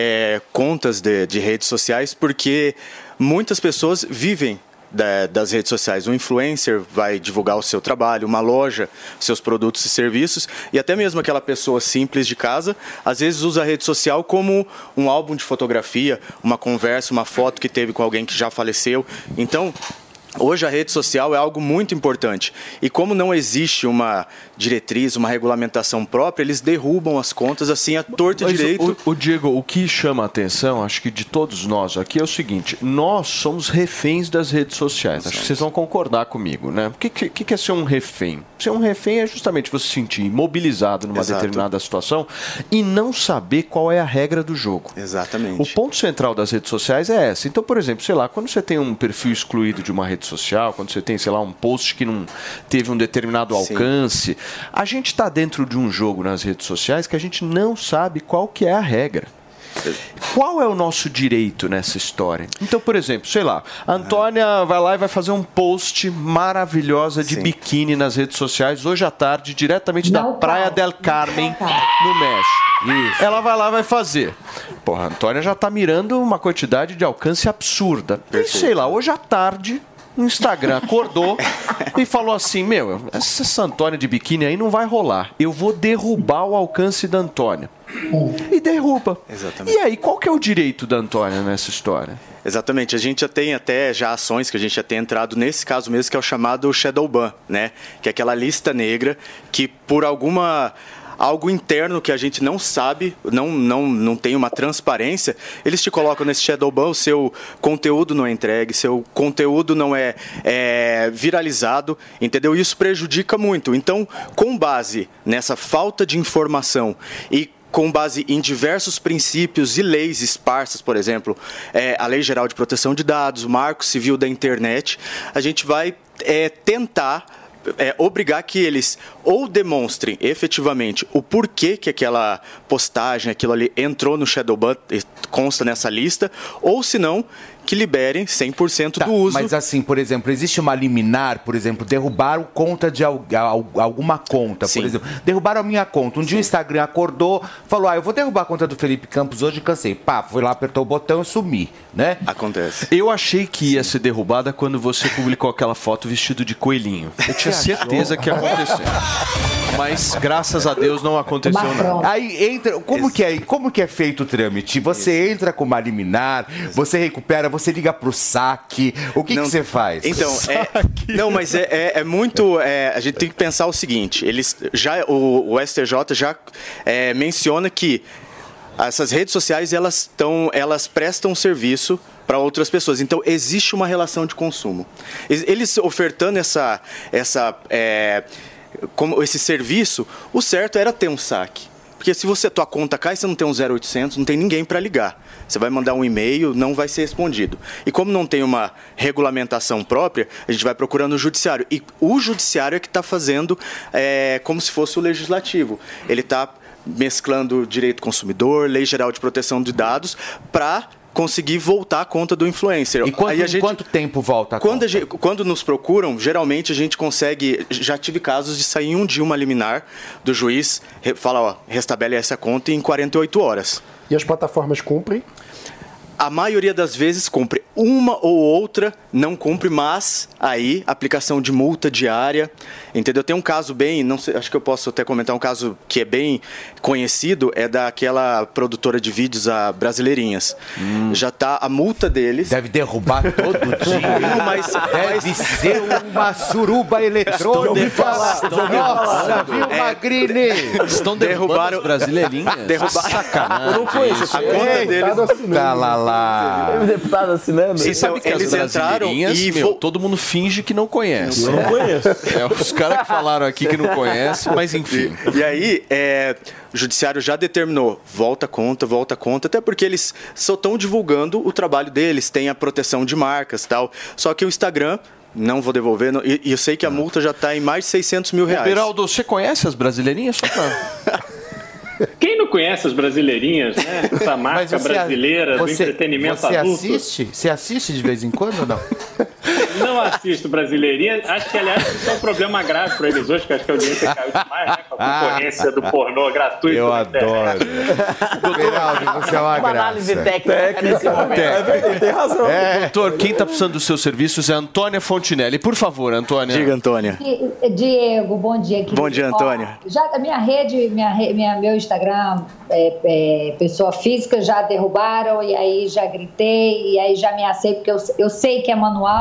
Speaker 17: contas de redes sociais, porque muitas pessoas vivem das redes sociais. Um influencer vai divulgar o seu trabalho, uma loja, seus produtos e serviços, e até mesmo aquela pessoa simples de casa, às vezes usa a rede social como um álbum de fotografia, uma conversa, uma foto que teve com alguém que já faleceu. Então, hoje a rede social é algo muito importante. E como não existe uma diretriz, uma regulamentação própria, eles derrubam as contas assim à torta e direito.
Speaker 2: O Diego, o que chama a atenção, acho que de todos nós aqui, é o seguinte: nós somos reféns das redes sociais. Acho que vocês vão concordar comigo, né? O que é ser um refém? Ser um refém é justamente você se sentir imobilizado numa determinada situação e não saber qual é a regra do jogo.
Speaker 17: Exatamente.
Speaker 2: O ponto central das redes sociais é essa. Então, por exemplo, sei lá, quando você tem um perfil excluído de uma rede social, quando você tem, sei lá, um post que não teve um determinado alcance, a gente está dentro de um jogo nas redes sociais que a gente não sabe qual que é a regra. Qual é o nosso direito nessa história? Então, por exemplo, sei lá, a Antônia vai lá e vai fazer um post maravilhosa de biquíni nas redes sociais hoje à tarde, diretamente da Praia del Carmen, no México. Isso. Ela vai lá e vai fazer. Porra, a Antônia já tá mirando uma quantidade de alcance absurda. E sei lá, hoje à tarde, no Instagram acordou e falou assim, meu, essa Antônia de biquíni aí não vai rolar. Eu vou derrubar o alcance da Antônia. E derruba.
Speaker 17: Exatamente.
Speaker 2: E aí, qual que é o direito da Antônia nessa história?
Speaker 17: Exatamente, a gente já tem até ações que a gente já tem entrado nesse caso mesmo, que é o chamado shadow ban, né? Que é aquela lista negra que por algo interno que a gente não sabe, não tem uma transparência, eles te colocam nesse shadow ban, o seu conteúdo não é entregue, seu conteúdo não é viralizado, entendeu? Isso prejudica muito. Então, com base nessa falta de informação e com base em diversos princípios e leis esparsas, por exemplo, a Lei Geral de Proteção de Dados, o Marco Civil da Internet, a gente vai tentar obrigar que eles ou demonstrem efetivamente o porquê que aquela postagem, aquilo ali entrou no shadow ban, consta nessa lista, ou se não, que liberem 100% do uso.
Speaker 3: Mas assim, por exemplo, existe uma liminar, por exemplo, derrubaram conta de alguma conta, por exemplo. Derrubaram a minha conta. Um dia o Instagram acordou, falou, eu vou derrubar a conta do Felipe Campos hoje, cansei. Pá, foi lá, apertou o botão e sumi, né?
Speaker 17: Acontece.
Speaker 2: Eu achei que ia ser derrubada quando você publicou aquela foto vestido de coelhinho. Eu tinha certeza que ia acontecer. Mas, graças a Deus, não aconteceu nada.
Speaker 3: Aí entra, como que é feito o trâmite? Você entra com uma liminar, você recupera, você liga pro saque, o que você faz?
Speaker 17: Então, mas é muito, a gente tem que pensar o seguinte, o STJ já menciona que essas redes sociais, elas prestam serviço para outras pessoas. Então, existe uma relação de consumo. Eles ofertando como esse serviço, o certo era ter um saque. Porque se tua conta cai, você não tem um 0800, não tem ninguém para ligar. Você vai mandar um e-mail, não vai ser respondido. E como não tem uma regulamentação própria, a gente vai procurando o judiciário. E o judiciário é que está fazendo como se fosse o legislativo. Ele está mesclando direito do consumidor, Lei Geral de Proteção de Dados, para conseguir voltar a conta do influencer.
Speaker 3: E quanto tempo volta a conta?
Speaker 17: Quando nos procuram, geralmente a gente consegue... Já tive casos de sair em um dia uma liminar do juiz, fala, restabelece essa conta em 48 horas.
Speaker 5: E as plataformas cumprem?
Speaker 17: A maioria das vezes cumpre. Uma ou outra não cumpre, mas aí aplicação de multa diária, entendeu? Tem um caso bem, não sei, acho que eu posso até comentar um caso que é bem conhecido, é daquela produtora de vídeos, a Brasileirinhas. Já tá a multa deles.
Speaker 3: Deve derrubar todo dia.
Speaker 17: Mas
Speaker 3: deve ser uma suruba eletrônica. Nossa, viu, Magrini?
Speaker 2: Estão derrubando as Brasileirinhas?
Speaker 17: Sacanagem.
Speaker 2: Eu não conheço.
Speaker 17: A conta deles...
Speaker 3: Tá lá.
Speaker 4: O deputado assinando.
Speaker 2: Você sabe que eles entraram e todo mundo finge que não conhece.
Speaker 7: Eu não conheço.
Speaker 2: Os caras que falaram aqui que não conhecem, mas enfim.
Speaker 17: E aí, o judiciário já determinou, volta a conta, até porque eles só estão divulgando o trabalho deles, tem a proteção de marcas e tal. Só que o Instagram... Não vou devolver. E eu sei que a multa já está em mais de 600 mil reais.
Speaker 2: Beraldo, você conhece as Brasileirinhas? Só pra...
Speaker 6: Quem não conhece as Brasileirinhas, né? Essa marca brasileira do entretenimento adulto.
Speaker 3: Você assiste de vez em quando ou não?
Speaker 6: Não assisto Brasileirinha. Acho que, aliás, isso é um problema grave para eles hoje, que acho que a audiência caiu demais, né? Com a concorrência do pornô gratuito.
Speaker 3: Eu adoro. Beraldo, você é uma graça.
Speaker 4: Análise técnica nesse momento.
Speaker 7: Tem razão.
Speaker 2: Doutor, quem está precisando dos seus serviços é a Antônia Fontinelli. Por favor, Antônia.
Speaker 17: Diga, Antônia.
Speaker 8: Diego, bom dia. Querido.
Speaker 17: Bom dia, Antônia.
Speaker 8: Já a minha rede, meu Instagram, pessoa física, já derrubaram, e aí já gritei, e aí já ameacei, porque eu sei que é manual, eu sei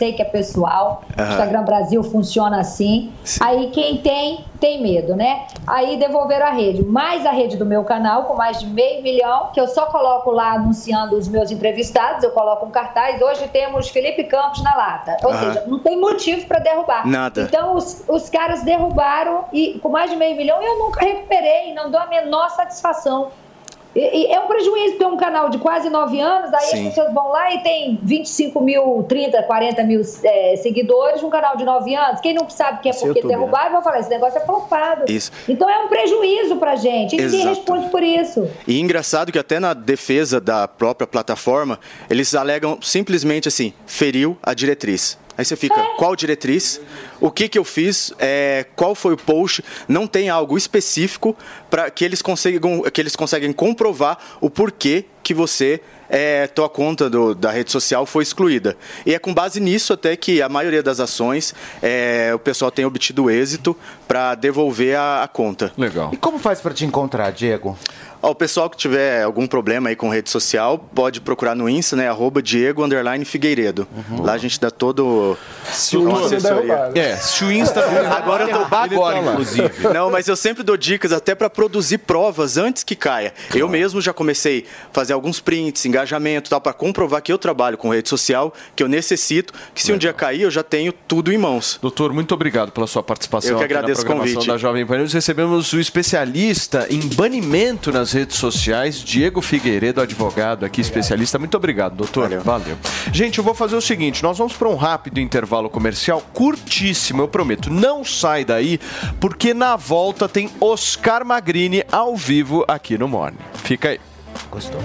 Speaker 8: sei que é pessoal. O Instagram Brasil funciona assim. Sim. Aí quem tem medo, né? Aí devolveram a rede. Mais a rede do meu canal, com mais de 500 mil, que eu só coloco lá anunciando os meus entrevistados, eu coloco um cartaz. Hoje temos Felipe Campos na lata. Ou seja, não tem motivo para derrubar.
Speaker 17: Nada.
Speaker 8: Então os caras derrubaram e com mais de 500 mil eu nunca recuperei, não dou a menor satisfação. E é um prejuízo ter um canal de quase 9 anos, aí as pessoas vão lá e tem 25 mil, 30, 40 mil seguidores, um canal de 9 anos. Quem não sabe que é porque derrubar, vai falar, esse negócio é flopado.
Speaker 17: Isso.
Speaker 8: Então é um prejuízo pra gente, e ninguém responde por isso.
Speaker 17: E engraçado que até na defesa da própria plataforma, eles alegam simplesmente assim, feriu a diretriz. Aí você fica, qual diretriz? O que eu fiz? Qual foi o post? Não tem algo específico para que eles conseguem comprovar o porquê que tua conta da rede social foi excluída. E é com base nisso até que a maioria das ações o pessoal tem obtido êxito para devolver a conta.
Speaker 3: Legal. E como faz para te encontrar, Diego?
Speaker 17: O pessoal que tiver algum problema aí com rede social, pode procurar no Insta, né? @Diego_Figueiredo. Lá a gente dá todo...
Speaker 2: Se o Insta...
Speaker 3: Agora eu tô agora, inclusive.
Speaker 17: Não, mas eu sempre dou dicas até para produzir provas antes que caia. Eu mesmo já comecei a fazer alguns prints, engajamento, tal, para comprovar que eu trabalho com rede social, que eu necessito, que se um dia cair, eu já tenho tudo em mãos.
Speaker 2: Doutor, muito obrigado pela sua participação.
Speaker 17: Eu que agradeço
Speaker 2: aqui na programação
Speaker 17: o convite
Speaker 2: da Jovem Pan News. Recebemos o especialista em banimento nas redes sociais, Diego Figueiredo, advogado aqui, especialista. Muito obrigado, doutor. Valeu. Gente, eu vou fazer o seguinte, nós vamos para um rápido intervalo comercial, curtíssimo, eu prometo. Não sai daí, porque na volta tem Oscar Magrini ao vivo aqui no Morning. Fica aí.
Speaker 3: Gostou?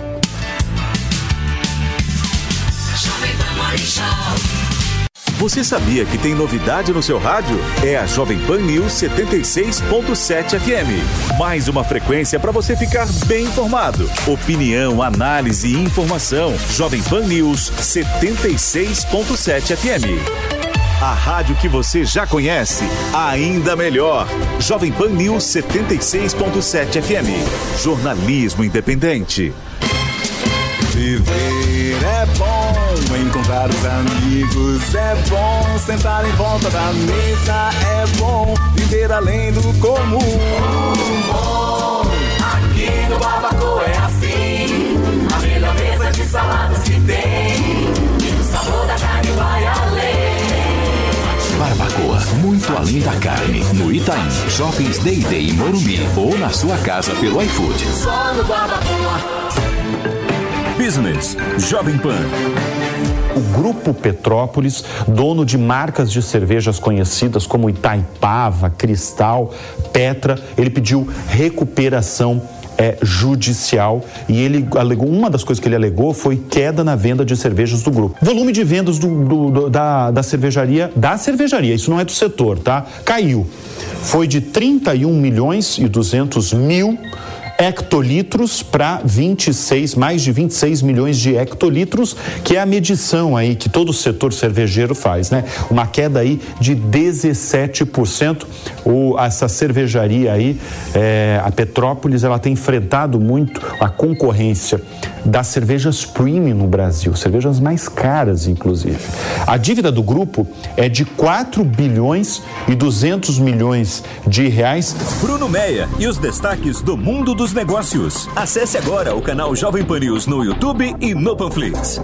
Speaker 10: Você sabia que tem novidade no seu rádio? É a Jovem Pan News 76.7 FM. Mais uma frequência para você ficar bem informado. Opinião, análise e informação. Jovem Pan News 76.7 FM. A rádio que você já conhece, ainda melhor. Jovem Pan News 76.7 FM. Jornalismo independente.
Speaker 1: Viver é bom, encontrar os amigos é bom, sentar em volta da mesa é bom, viver além do comum. Aqui no Barbacoa é assim, a melhor mesa de saladas que tem, e o sabor da carne vai além.
Speaker 11: Barbacoa, muito além da carne. No Itaim, Shoppings Day em Morumbi ou na sua casa pelo iFood.
Speaker 1: Só no Barbacoa.
Speaker 11: Business, Jovem Pan.
Speaker 9: O Grupo Petrópolis, dono de marcas de cervejas conhecidas como Itaipava, Cristal, Petra, ele pediu recuperação judicial e ele alegou, uma das coisas que ele alegou foi queda na venda de cervejas do grupo. Volume de vendas da cervejaria, isso não é do setor, tá? Caiu. Foi de 31 milhões e 200 mil hectolitros para mais de 26 milhões de hectolitros, que é a medição aí que todo o setor cervejeiro faz, né? Uma queda aí de 17%. Essa cervejaria aí, a Petrópolis, ela tem enfrentado muito a concorrência das cervejas premium no Brasil, cervejas mais caras, inclusive. A dívida do grupo é de 4 bilhões e 200 milhões de reais.
Speaker 10: Bruno Meia e os destaques do mundo dos negócios. Acesse agora o canal Jovem Pan News no YouTube e no Panflix.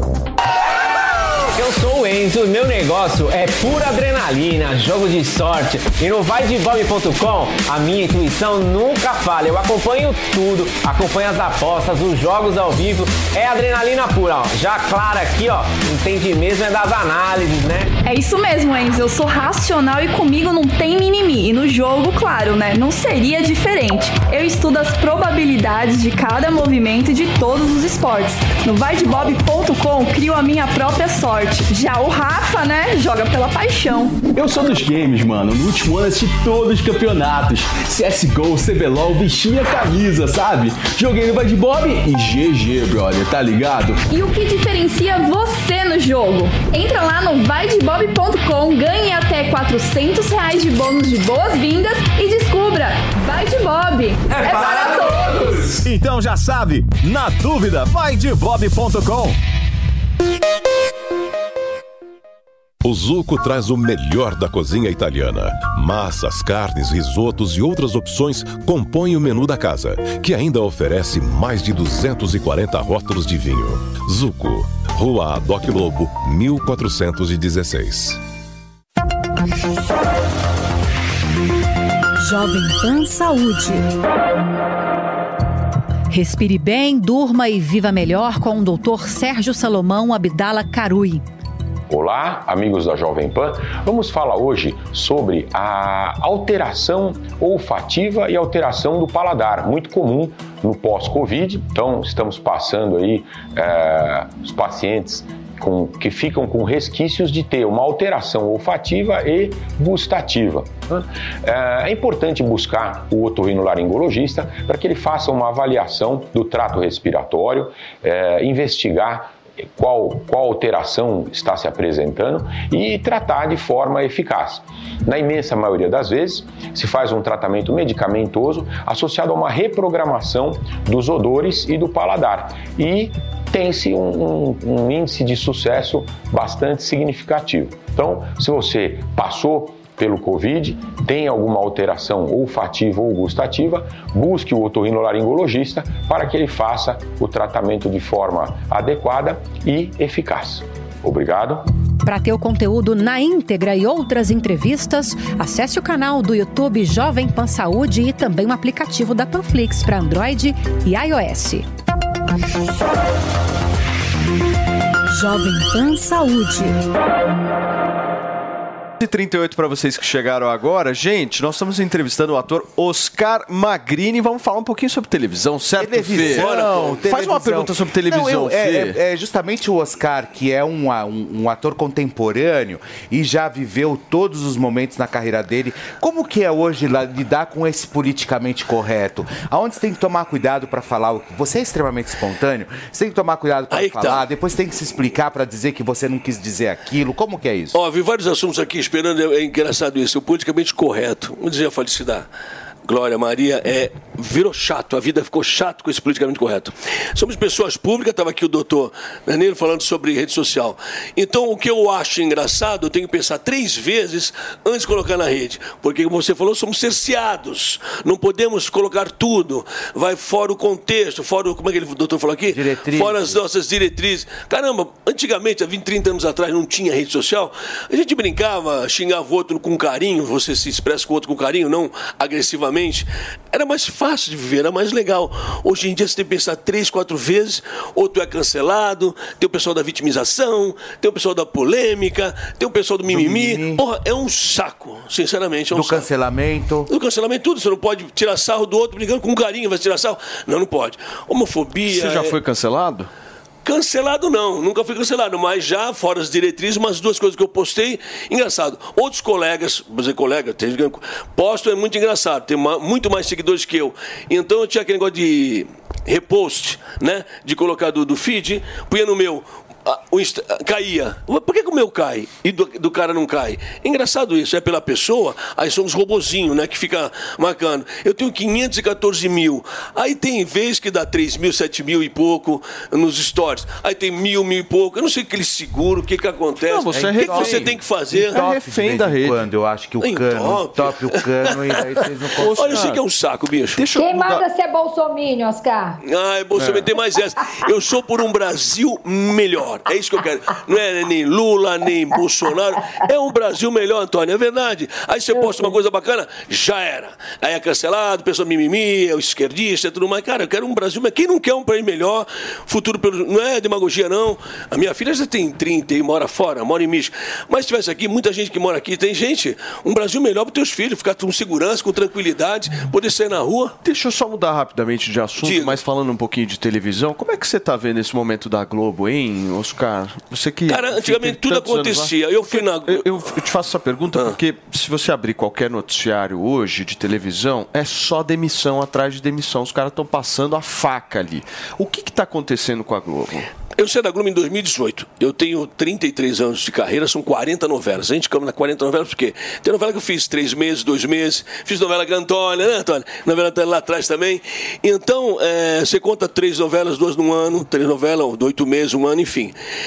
Speaker 18: Eu sou o Enzo e meu negócio é pura adrenalina, jogo de sorte. E no vaidebob.com a minha intuição nunca falha. Eu acompanho tudo, acompanho as apostas, os jogos ao vivo. É adrenalina pura, ó. Já Clara aqui, ó, entende mesmo é das análises, né?
Speaker 19: É isso mesmo, Enzo. Eu sou racional e comigo não tem mimimi. E no jogo, claro, né? Não seria diferente. Eu estudo as probabilidades de cada movimento e de todos os esportes. No vaidebob.com crio a minha própria sorte. Já o Rafa, né, joga pela paixão.
Speaker 20: Eu sou dos games, mano. No último ano assisti todos os campeonatos. CSGO, CBLOL, vestia a camisa, sabe? Joguei no Vadebob e GG, brother, tá ligado?
Speaker 19: E o que diferencia você no jogo? Entra lá no vaidebob.com, ganhe até R$400 de bônus de boas-vindas e descubra. Vaidebob é para todos!
Speaker 10: Então já sabe, na dúvida, vaidebob.com.
Speaker 21: O Zucco traz o melhor da cozinha italiana. Massas, carnes, risotos e outras opções compõem o menu da casa, que ainda oferece mais de 240 rótulos de vinho. Zucco, Rua Adoc Lobo, 1416.
Speaker 22: Jovem Pan Saúde. Respire bem, durma e viva melhor com o Dr. Sérgio Salomão Abdala Carui.
Speaker 23: Olá, amigos da Jovem Pan. Vamos falar hoje sobre a alteração olfativa e alteração do paladar, muito comum no pós-Covid. Então, estamos passando aí os pacientes que ficam com resquícios de ter uma alteração olfativa e gustativa. É importante buscar o otorrinolaringologista para que ele faça uma avaliação do trato respiratório, investigar qual alteração está se apresentando e tratar de forma eficaz. Na imensa maioria das vezes, se faz um tratamento medicamentoso associado a uma reprogramação dos odores e do paladar e tem-se um índice de sucesso bastante significativo. Então, se você passou pelo Covid, tem alguma alteração olfativa ou gustativa, busque o otorrinolaringologista para que ele faça o tratamento de forma adequada e eficaz. Obrigado.
Speaker 22: Para ter o conteúdo na íntegra e outras entrevistas, acesse o canal do YouTube Jovem Pan Saúde e também o aplicativo da Panflix para Android e iOS. Jovem Pan Saúde.
Speaker 2: 38 para vocês que chegaram agora. Gente, nós estamos entrevistando o ator Oscar Magrini. Vamos falar um pouquinho sobre televisão, certo,
Speaker 3: televisão,
Speaker 2: Fê? Faz uma pergunta sobre televisão, Fê.
Speaker 3: É justamente o Oscar, que é um ator contemporâneo e já viveu todos os momentos na carreira dele. Como que é hoje lidar com esse politicamente correto? Aonde você tem que tomar cuidado para falar? Você é extremamente espontâneo, você tem que tomar cuidado para falar, depois tem que se explicar para dizer que você não quis dizer aquilo. Como que é isso?
Speaker 24: Ó, vi vários assuntos aqui esperando, é engraçado isso, o politicamente correto. Vamos dizer a felicidade. Glória Maria, virou chato, a vida ficou chato com esse politicamente correto. Somos pessoas públicas, estava aqui o doutor Danilo falando sobre rede social. Então, o que eu acho engraçado, eu tenho que pensar 3 vezes antes de colocar na rede. Porque, como você falou, somos cerceados. Não podemos colocar tudo. Vai fora o contexto, fora, como é que o doutor falou aqui?
Speaker 3: Diretrizes.
Speaker 24: Fora as nossas diretrizes. Caramba, antigamente, há 20, 30 anos atrás, não tinha rede social. A gente brincava, xingava o outro com carinho, você se expressa com o outro com carinho, não agressivamente. Era mais fácil de viver, era mais legal. Hoje em dia você tem que pensar 3, 4 vezes, ou tu é cancelado, tem o pessoal da vitimização, tem o pessoal da polêmica, tem o pessoal do mimimi. Porra, é um saco, sinceramente.
Speaker 3: Do cancelamento.
Speaker 24: Do cancelamento, tudo. Você não pode tirar sarro do outro brincando com carinho, vai tirar sarro. Não pode. Homofobia.
Speaker 2: Você já foi cancelado?
Speaker 24: Cancelado não, nunca fui cancelado, mas já fora as diretrizes, umas 2 coisas que eu postei, engraçado. Outros colegas, vou dizer colega, postam, é muito engraçado, tem muito mais seguidores que eu. Então eu tinha aquele negócio de repost, né, de colocar do feed, punha no meu, caía. Por que o meu cai e do cara não cai? É engraçado isso, é pela pessoa, aí são os robozinhos, né, que fica marcando. Eu tenho 514 mil, aí tem vez que dá 3 mil, 7 mil e pouco nos stories, aí tem 1.000 e pouco, eu não sei o que eles seguram, o que acontece,
Speaker 2: não, você
Speaker 24: o que você tem que fazer.
Speaker 3: É refém da rede. Quando eu acho que o cano, top o cano e aí vocês não conseguem.
Speaker 24: Olha, eu sei que é um saco, bicho.
Speaker 8: Quem manda ser bolsominion, Oscar?
Speaker 24: Bolsominion tem mais essa. Eu sou por um Brasil melhor. É isso que eu quero. Não é nem Lula, nem Bolsonaro. É um Brasil melhor, Antônio. É verdade. Aí você posta uma coisa bacana, já era. Aí é cancelado, pessoa mimimi, é o esquerdista e tudo mais. Cara, eu quero um Brasil melhor. Quem não quer um país melhor? Futuro pelo... Não é demagogia, não. A minha filha já tem 30 e mora fora, mora em Michigan. Mas se tivesse aqui, muita gente que mora aqui, tem gente, um Brasil melhor para os teus filhos, ficar com segurança, com tranquilidade, poder sair na rua.
Speaker 2: Deixa eu só mudar rapidamente de assunto, mas falando um pouquinho de televisão, como é que você está vendo esse momento da Globo, hein, Oscar? Você que...
Speaker 24: Cara, antigamente tudo acontecia. Eu fui na...
Speaker 2: Eu te faço essa pergunta porque se você abrir qualquer noticiário hoje de televisão, é só demissão atrás de demissão. Os caras estão passando a faca ali. O que está acontecendo com a Globo?
Speaker 24: Eu saí da Globo em 2018. Eu tenho 33 anos de carreira, são 40 novelas. A gente cama 40 novelas porque tem novela que eu fiz 3 meses, 2 meses. Fiz novela com a Antônia, né, Antônia? Novela lá atrás também. Então, você conta 3 novelas, 2 num ano, 3 novelas, 8 meses, 1 ano, enfim.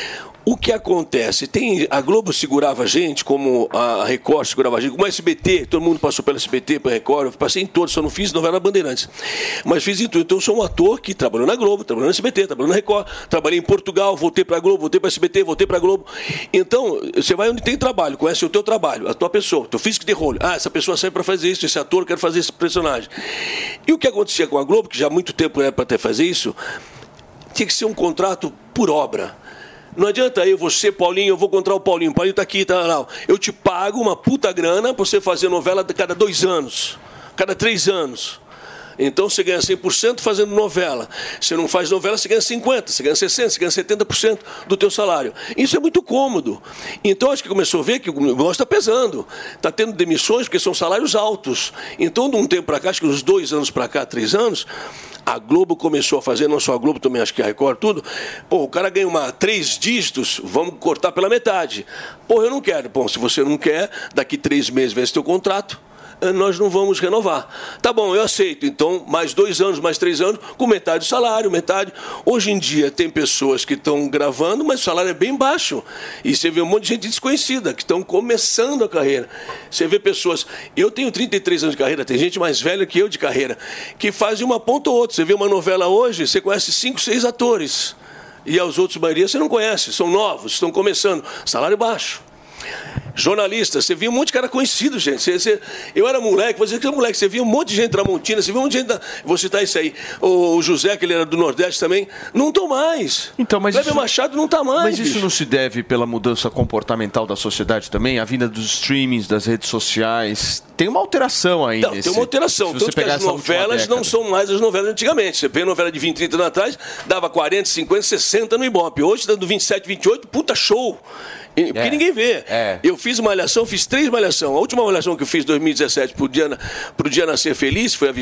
Speaker 24: O que acontece? A Globo segurava a gente, como a Record segurava a gente, como a SBT, todo mundo passou pela SBT, pela Record, eu passei em todos, só não fiz novela Bandeirantes. Mas fiz em tudo. Então eu sou um ator que trabalhou na Globo, trabalhou na SBT, trabalhou na Record, trabalhei em Portugal, voltei pra Globo, voltei pra SBT, voltei pra Globo. Então, você vai onde tem trabalho, conhece o teu trabalho, a tua pessoa, o teu físico de rolo. Ah, essa pessoa serve pra fazer isso, esse ator quer fazer esse personagem. E o que acontecia com a Globo, que já há muito tempo era pra ter fazer isso, tinha que ser um contrato por obra. Não adianta você, Paulinho, eu vou encontrar o Paulinho está aqui, tá lá. Eu te pago uma puta grana para você fazer novela a cada 2 anos, cada 3 anos. Então você ganha 100% fazendo novela. Você não faz novela, você ganha 50%, você ganha 60%, você ganha 70% do teu salário. Isso é muito cômodo. Então acho que começou a ver que o negócio está pesando. Está tendo demissões porque são salários altos. Então de um tempo para cá, acho que uns 2 anos para cá, 3 anos, a Globo começou a fazer, não só a Globo, também acho que a Record, tudo. Pô, o cara ganha 3 dígitos, vamos cortar pela metade. Pô, eu não quero. Bom, se você não quer, daqui 3 meses vence teu contrato, nós não vamos renovar. Tá bom, eu aceito. Então, mais 2 anos, mais 3 anos, com metade do salário, metade. Hoje em dia, tem pessoas que estão gravando, mas o salário é bem baixo. E você vê um monte de gente desconhecida, que estão começando a carreira. Você vê pessoas... Eu tenho 33 anos de carreira, tem gente mais velha que eu de carreira, que fazem uma ponta ou outra. Você vê uma novela hoje, você conhece 5, 6 atores. E aos outros, maioria, você não conhece. São novos, estão começando. Salário baixo. Jornalista, você via um monte de cara conhecido, gente. Eu era moleque, você via um monte de gente Tramontina, você via um monte de gente. Vou citar isso aí. O José, que ele era do Nordeste também, não estão mais.
Speaker 2: Então, mas
Speaker 24: Kleber Machado não está mais.
Speaker 2: Mas isso
Speaker 24: bicho.
Speaker 2: não se deve pela mudança comportamental da sociedade também? A vinda dos streamings, das redes sociais. Tem uma alteração aí.
Speaker 24: Não, tem uma alteração. Tanto que as novelas não são mais as novelas antigamente. Você vê novela de 20, 30 anos atrás, dava 40, 50, 60 no Ibope. Hoje, dando 27, 28, puta show. Porque ninguém vê. Eu fiz Malhação, fiz 3 Malhação. A última Malhação que eu fiz em 2017 pro Dia Nascer Feliz, foi a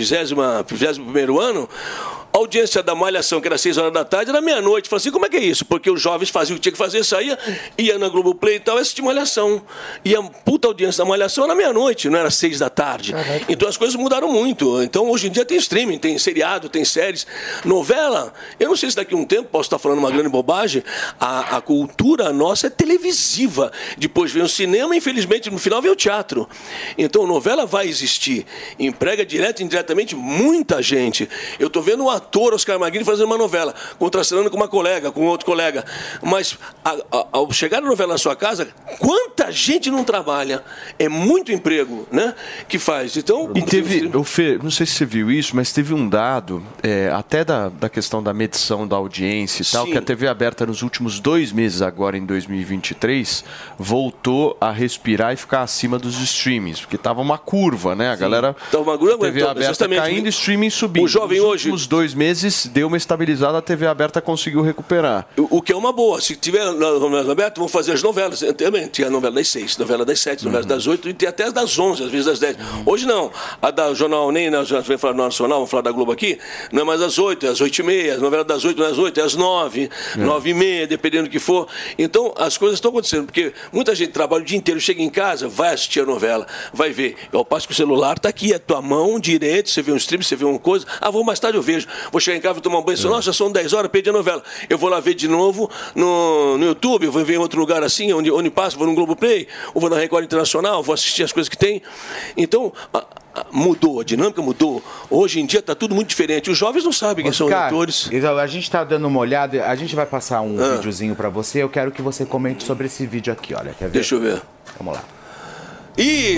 Speaker 24: 21º ano. A audiência da Malhação, que era 6 horas da tarde, era meia-noite. Falei assim, como é que é isso? Porque os jovens faziam o que tinha que fazer, saía, ia na Globoplay e tal, assistia Malhação. E a puta audiência da Malhação era meia-noite, não era 6 da tarde. Caraca. Então as coisas mudaram muito. Então hoje em dia tem streaming, tem seriado, tem séries. Novela, eu não sei se daqui a um tempo, posso estar falando uma grande bobagem, a cultura nossa é televisiva. Depois vem o cinema, infelizmente, no final vem o teatro. Então novela vai existir. Emprega direto e indiretamente muita gente. Eu estou vendo um ator, Oscar Magrini, fazendo uma novela, contracenando com uma colega, com outro colega. Mas ao chegar a novela na sua casa, quanta gente não trabalha? É muito emprego, né? Que faz. Então,
Speaker 2: e teve, não sei se você viu isso, mas teve um dado, até da questão da medição da audiência e tal, que a TV aberta nos últimos 2 meses, agora em 2023, voltou a respirar e ficar acima dos streamings, porque tava uma curva, né? A galera,
Speaker 24: uma curva,
Speaker 2: TV aberta caindo, streaming subindo.
Speaker 24: O jovem
Speaker 2: nos
Speaker 24: hoje...
Speaker 2: últimos 2 meses deu uma estabilizada, a TV aberta conseguiu recuperar.
Speaker 24: O que é uma boa. Se tiver novela aberta, vão fazer as novelas. Também tinha a novela das 6, novela das 7, novela das 8 e tem até as das 11, às vezes das 10. Hoje não. A da Jornal nem na falar no Nacional, vamos falar da Globo aqui, não é mais às 8, é às 8h30. A novela das 8 não é às 8, é às 9, 9h30, dependendo do que for. Então, as coisas estão acontecendo, porque muita gente trabalha o dia inteiro, chega em casa, vai assistir a novela, vai ver. Ao passo que o celular está aqui, é tua mão direita, você vê um stream, você vê uma coisa, vou mais tarde eu vejo. Vou chegar em casa, vou tomar um banho, nossa, são 10 horas, perdi a novela. Eu vou lá ver de novo no YouTube, eu vou ver em outro lugar assim, onde passo, vou no Globoplay, ou vou na Record Internacional, vou assistir as coisas que tem. Então, mudou, a dinâmica mudou. Hoje em dia está tudo muito diferente. Os jovens não sabem quem são os atores.
Speaker 3: A gente está dando uma olhada, a gente vai passar um videozinho para você, eu quero que você comente sobre esse vídeo aqui, olha, quer ver?
Speaker 24: Deixa eu ver.
Speaker 3: Vamos lá.
Speaker 24: Ih!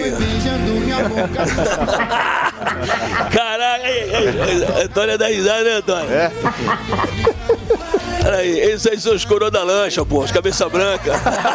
Speaker 24: Caraca, Antônio dá risada, né, Antônio? Peraí, esses aí são os coroa da lancha, pô, os cabeça branca.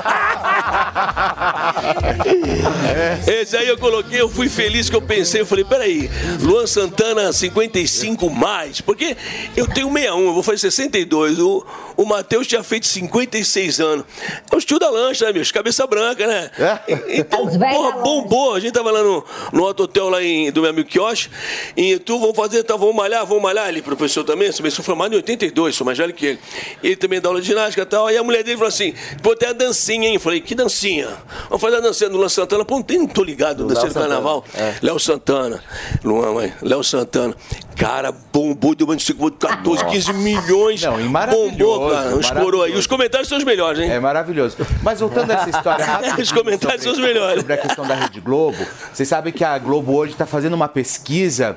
Speaker 24: Esse aí eu coloquei, eu fui feliz que eu pensei, eu falei, peraí, Luan Santana 55 mais, porque eu tenho 61, eu vou fazer 62, o Matheus tinha feito 56 anos. É o estilo da lancha, né, meus? Cabeça branca, né? Então, porra, bombou, a gente tava lá no Alto Hotel lá do meu amigo Kiosh, e tu, vamos malhar, ele professor também, sou formado em 82, sou mais velho que ele. Ele também dá aula de ginástica e tal. E a mulher dele falou assim, pô, tem a dancinha, hein? Eu falei, que dancinha? Vamos fazer a dancinha do Luan Santana. Pô, não tô ligado, dancinha do carnaval. Léo Santana. Luan, mãe, Léo Santana. Cara, bombou, deu uma 14, 15 milhões.
Speaker 3: Não, e maravilhoso.
Speaker 24: Bombou, cara. Estourou aí. Os comentários são os melhores, hein?
Speaker 3: É maravilhoso. Mas voltando a essa história rápida.
Speaker 24: Os comentários são os melhores.
Speaker 3: Sobre a questão da Rede Globo, vocês sabem que a Globo hoje está fazendo uma pesquisa.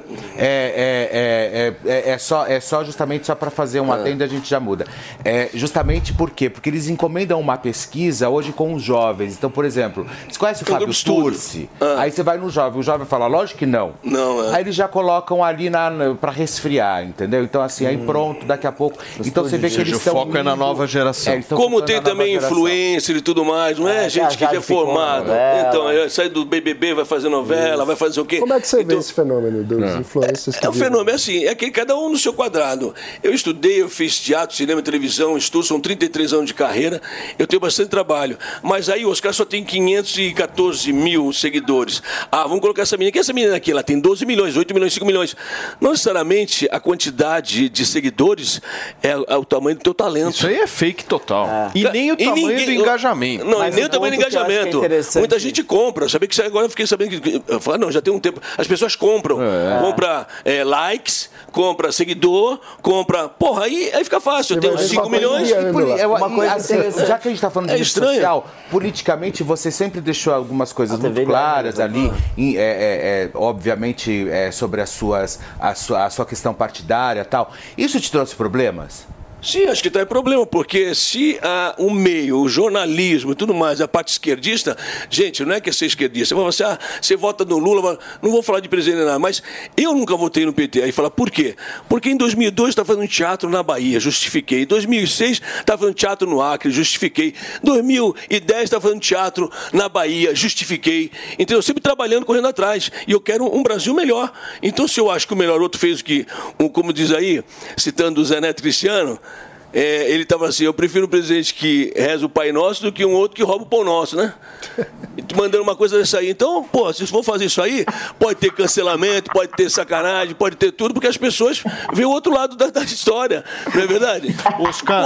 Speaker 3: É só justamente só para fazer um adendo, a gente já muda. Justamente por quê? Porque eles encomendam uma pesquisa hoje com os jovens. Então, por exemplo, você conhece o Fábio Turci? Aí você vai no jovem, o jovem fala, lógico que não.
Speaker 24: Não,
Speaker 3: Aí eles já colocam ali para resfriar, entendeu? Então, assim, aí pronto, daqui a pouco. Então você vê que eles estão.
Speaker 2: O foco é na nova geração.
Speaker 24: Como tem também influencer e tudo mais, não é? Gente que é formada. Então, sai do BBB, vai fazer novela, vai fazer o quê?
Speaker 5: Como é que você vê esse fenômeno dos influencers?
Speaker 24: É um fenômeno, assim, é que cada um no seu quadrado. Eu estudei, eu fiz teatro, cinema, televisão, estudo, são 33 anos de carreira, eu tenho bastante trabalho. Mas aí o Oscar só tem 514 mil seguidores. Vamos colocar essa menina. Quem é essa menina aqui? Ela tem 12 milhões, 8 milhões, 5 milhões. Não necessariamente a quantidade de seguidores é o tamanho do teu talento.
Speaker 2: Isso aí é fake total. E nem o tamanho do engajamento.
Speaker 24: Não, nem o tamanho do engajamento. Muita gente compra. Sabia que agora eu fiquei sabendo que. Eu falo, não, já tem um tempo. As pessoas compram. Compra likes, compra seguidor, compra. Porra, aí fica fácil. Eu tenho 5 milhões.
Speaker 3: Já que a gente está falando de rede social, politicamente você sempre deixou algumas coisas muito claras ali, obviamente sobre a sua questão partidária e tal. Isso te trouxe problemas?
Speaker 24: Sim, acho que está em problema, porque se o meio, o jornalismo e tudo mais, a parte esquerdista, gente, não é que é ser esquerdista. Você vota no Lula, não vou falar de presidente nada, mas eu nunca votei no PT. Aí fala, por quê? Porque em 2002 estava fazendo teatro na Bahia, justifiquei. Em 2006 estava fazendo teatro no Acre, justifiquei. Em 2010 estava fazendo teatro na Bahia, justifiquei. Então eu sempre trabalhando, correndo atrás. E eu quero um Brasil melhor. Então se eu acho que o melhor outro fez o que, como diz aí, citando o Zé Neto Cristiano, ele estava assim, eu prefiro um presidente que reza o Pai Nosso do que um outro que rouba o pão nosso, né? Mandando uma coisa dessa aí. Então, se for fazer isso aí, pode ter cancelamento, pode ter sacanagem, pode ter tudo, porque as pessoas veem o outro lado da história, não é verdade?
Speaker 2: Oscar,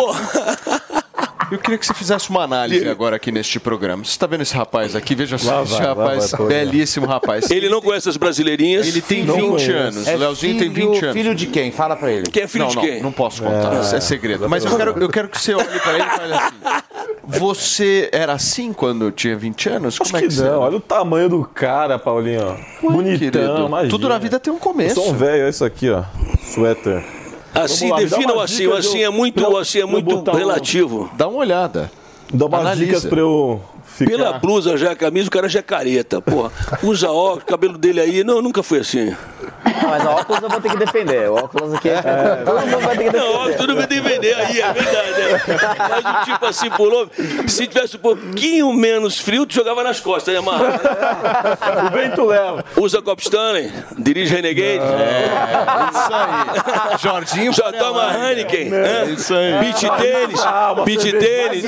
Speaker 2: eu queria que você fizesse uma análise agora aqui neste programa. Você está vendo esse rapaz aqui? Veja só, esse rapaz, belíssimo rapaz.
Speaker 24: Ele não conhece as brasileirinhas.
Speaker 2: Ele tem 20 anos. O Leozinho tem 20 anos.
Speaker 3: Filho de quem? Fala pra ele.
Speaker 24: Quem é filho de quem?
Speaker 2: Não posso contar, isso é segredo. Mas eu quero que você olhe pra ele e fale assim, você era assim quando tinha 20 anos?
Speaker 7: Como é que não? Olha o tamanho do cara, Paulinho. Bonitão, imagina.
Speaker 2: Tudo na vida tem um começo.
Speaker 7: Eu sou um velho, olha isso aqui, ó. Suéter.
Speaker 24: Assim, defina-o assim. Assim é muito relativo.
Speaker 2: Dá uma olhada.
Speaker 7: Dá umas dicas pra eu ficar.
Speaker 24: Pela blusa, já a camisa, o cara já é careta. Porra, usa óculos, o cabelo dele aí. Não, nunca foi assim.
Speaker 4: Não, mas o óculos eu vou ter que defender. O óculos aqui todo mundo vai ter que defender.
Speaker 24: Não, óculos tudo vai ter que defender. Aí, é verdade. Mas o tipo assim, pulou. Se tivesse um pouquinho menos frio, tu jogava nas costas, né, Marcos?
Speaker 7: O vento leva.
Speaker 24: Usa Cop Stanley, dirige Renegade.
Speaker 2: Isso aí. Jorginho.
Speaker 24: Já toma Heineken.
Speaker 2: Isso aí.
Speaker 24: Beach tênis.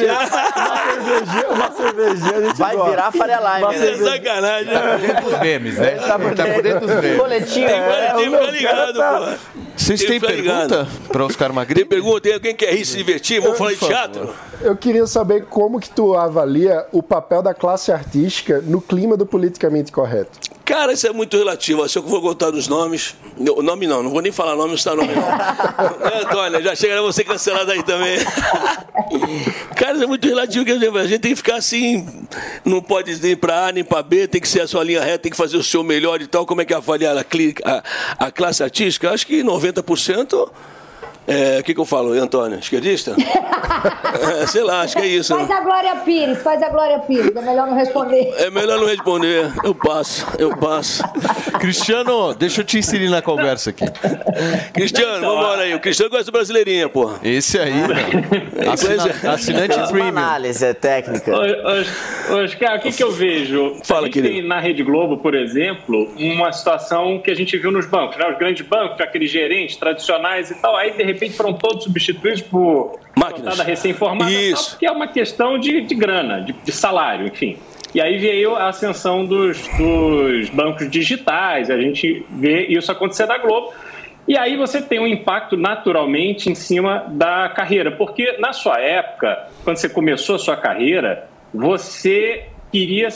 Speaker 7: Uma cervejinha.
Speaker 4: Vai virar Faria Lime, né?
Speaker 24: É sacanagem.
Speaker 3: Tá por dentro dos memes, né? Tá por dentro dos memes.
Speaker 4: Coletinho.
Speaker 24: Tem que ficar ligado, pô.
Speaker 2: Vocês têm pergunta para Oscar Magrini?
Speaker 24: Tem pergunta? Tem alguém que quer rir, se divertir? Vamos falar de teatro?
Speaker 5: Eu queria saber como que tu avalia o papel da classe artística no clima do politicamente correto.
Speaker 24: Cara, isso é muito relativo. Se eu for contar os nomes... Nome não vou nem falar nome, não está nome não. Antônio, já chega você cancelado aí também. Cara, isso é muito relativo. A gente tem que ficar assim... Não pode ir para A nem para B, tem que ser a sua linha reta, tem que fazer o seu melhor e tal. Como é que avaliar a classe artística? Acho que 90%... O que eu falo, Antônio? Esquerdista? Sei lá, acho que é isso.
Speaker 8: Faz a Glória Pires, é melhor não responder.
Speaker 24: É melhor não responder, eu passo.
Speaker 2: Cristiano, deixa eu te inserir na conversa aqui.
Speaker 24: Cristiano, vambora aí, o Cristiano gosta do Brasileirinha, pô.
Speaker 2: Esse aí, assinante premium.
Speaker 4: Análise técnica.
Speaker 6: Oscar, o que eu vejo?
Speaker 24: Fala,
Speaker 6: a gente tem na Rede Globo, por exemplo, uma situação que a gente viu nos bancos, né? Os grandes bancos, aqueles gerentes tradicionais e tal, aí de repente foram todos substituídos por máquinas recém-formada, porque é uma questão de grana, de salário, enfim. E aí veio a ascensão dos bancos digitais, a gente vê isso acontecer na Globo. E aí você tem um impacto naturalmente em cima da carreira, porque na sua época, quando você começou a sua carreira, você queria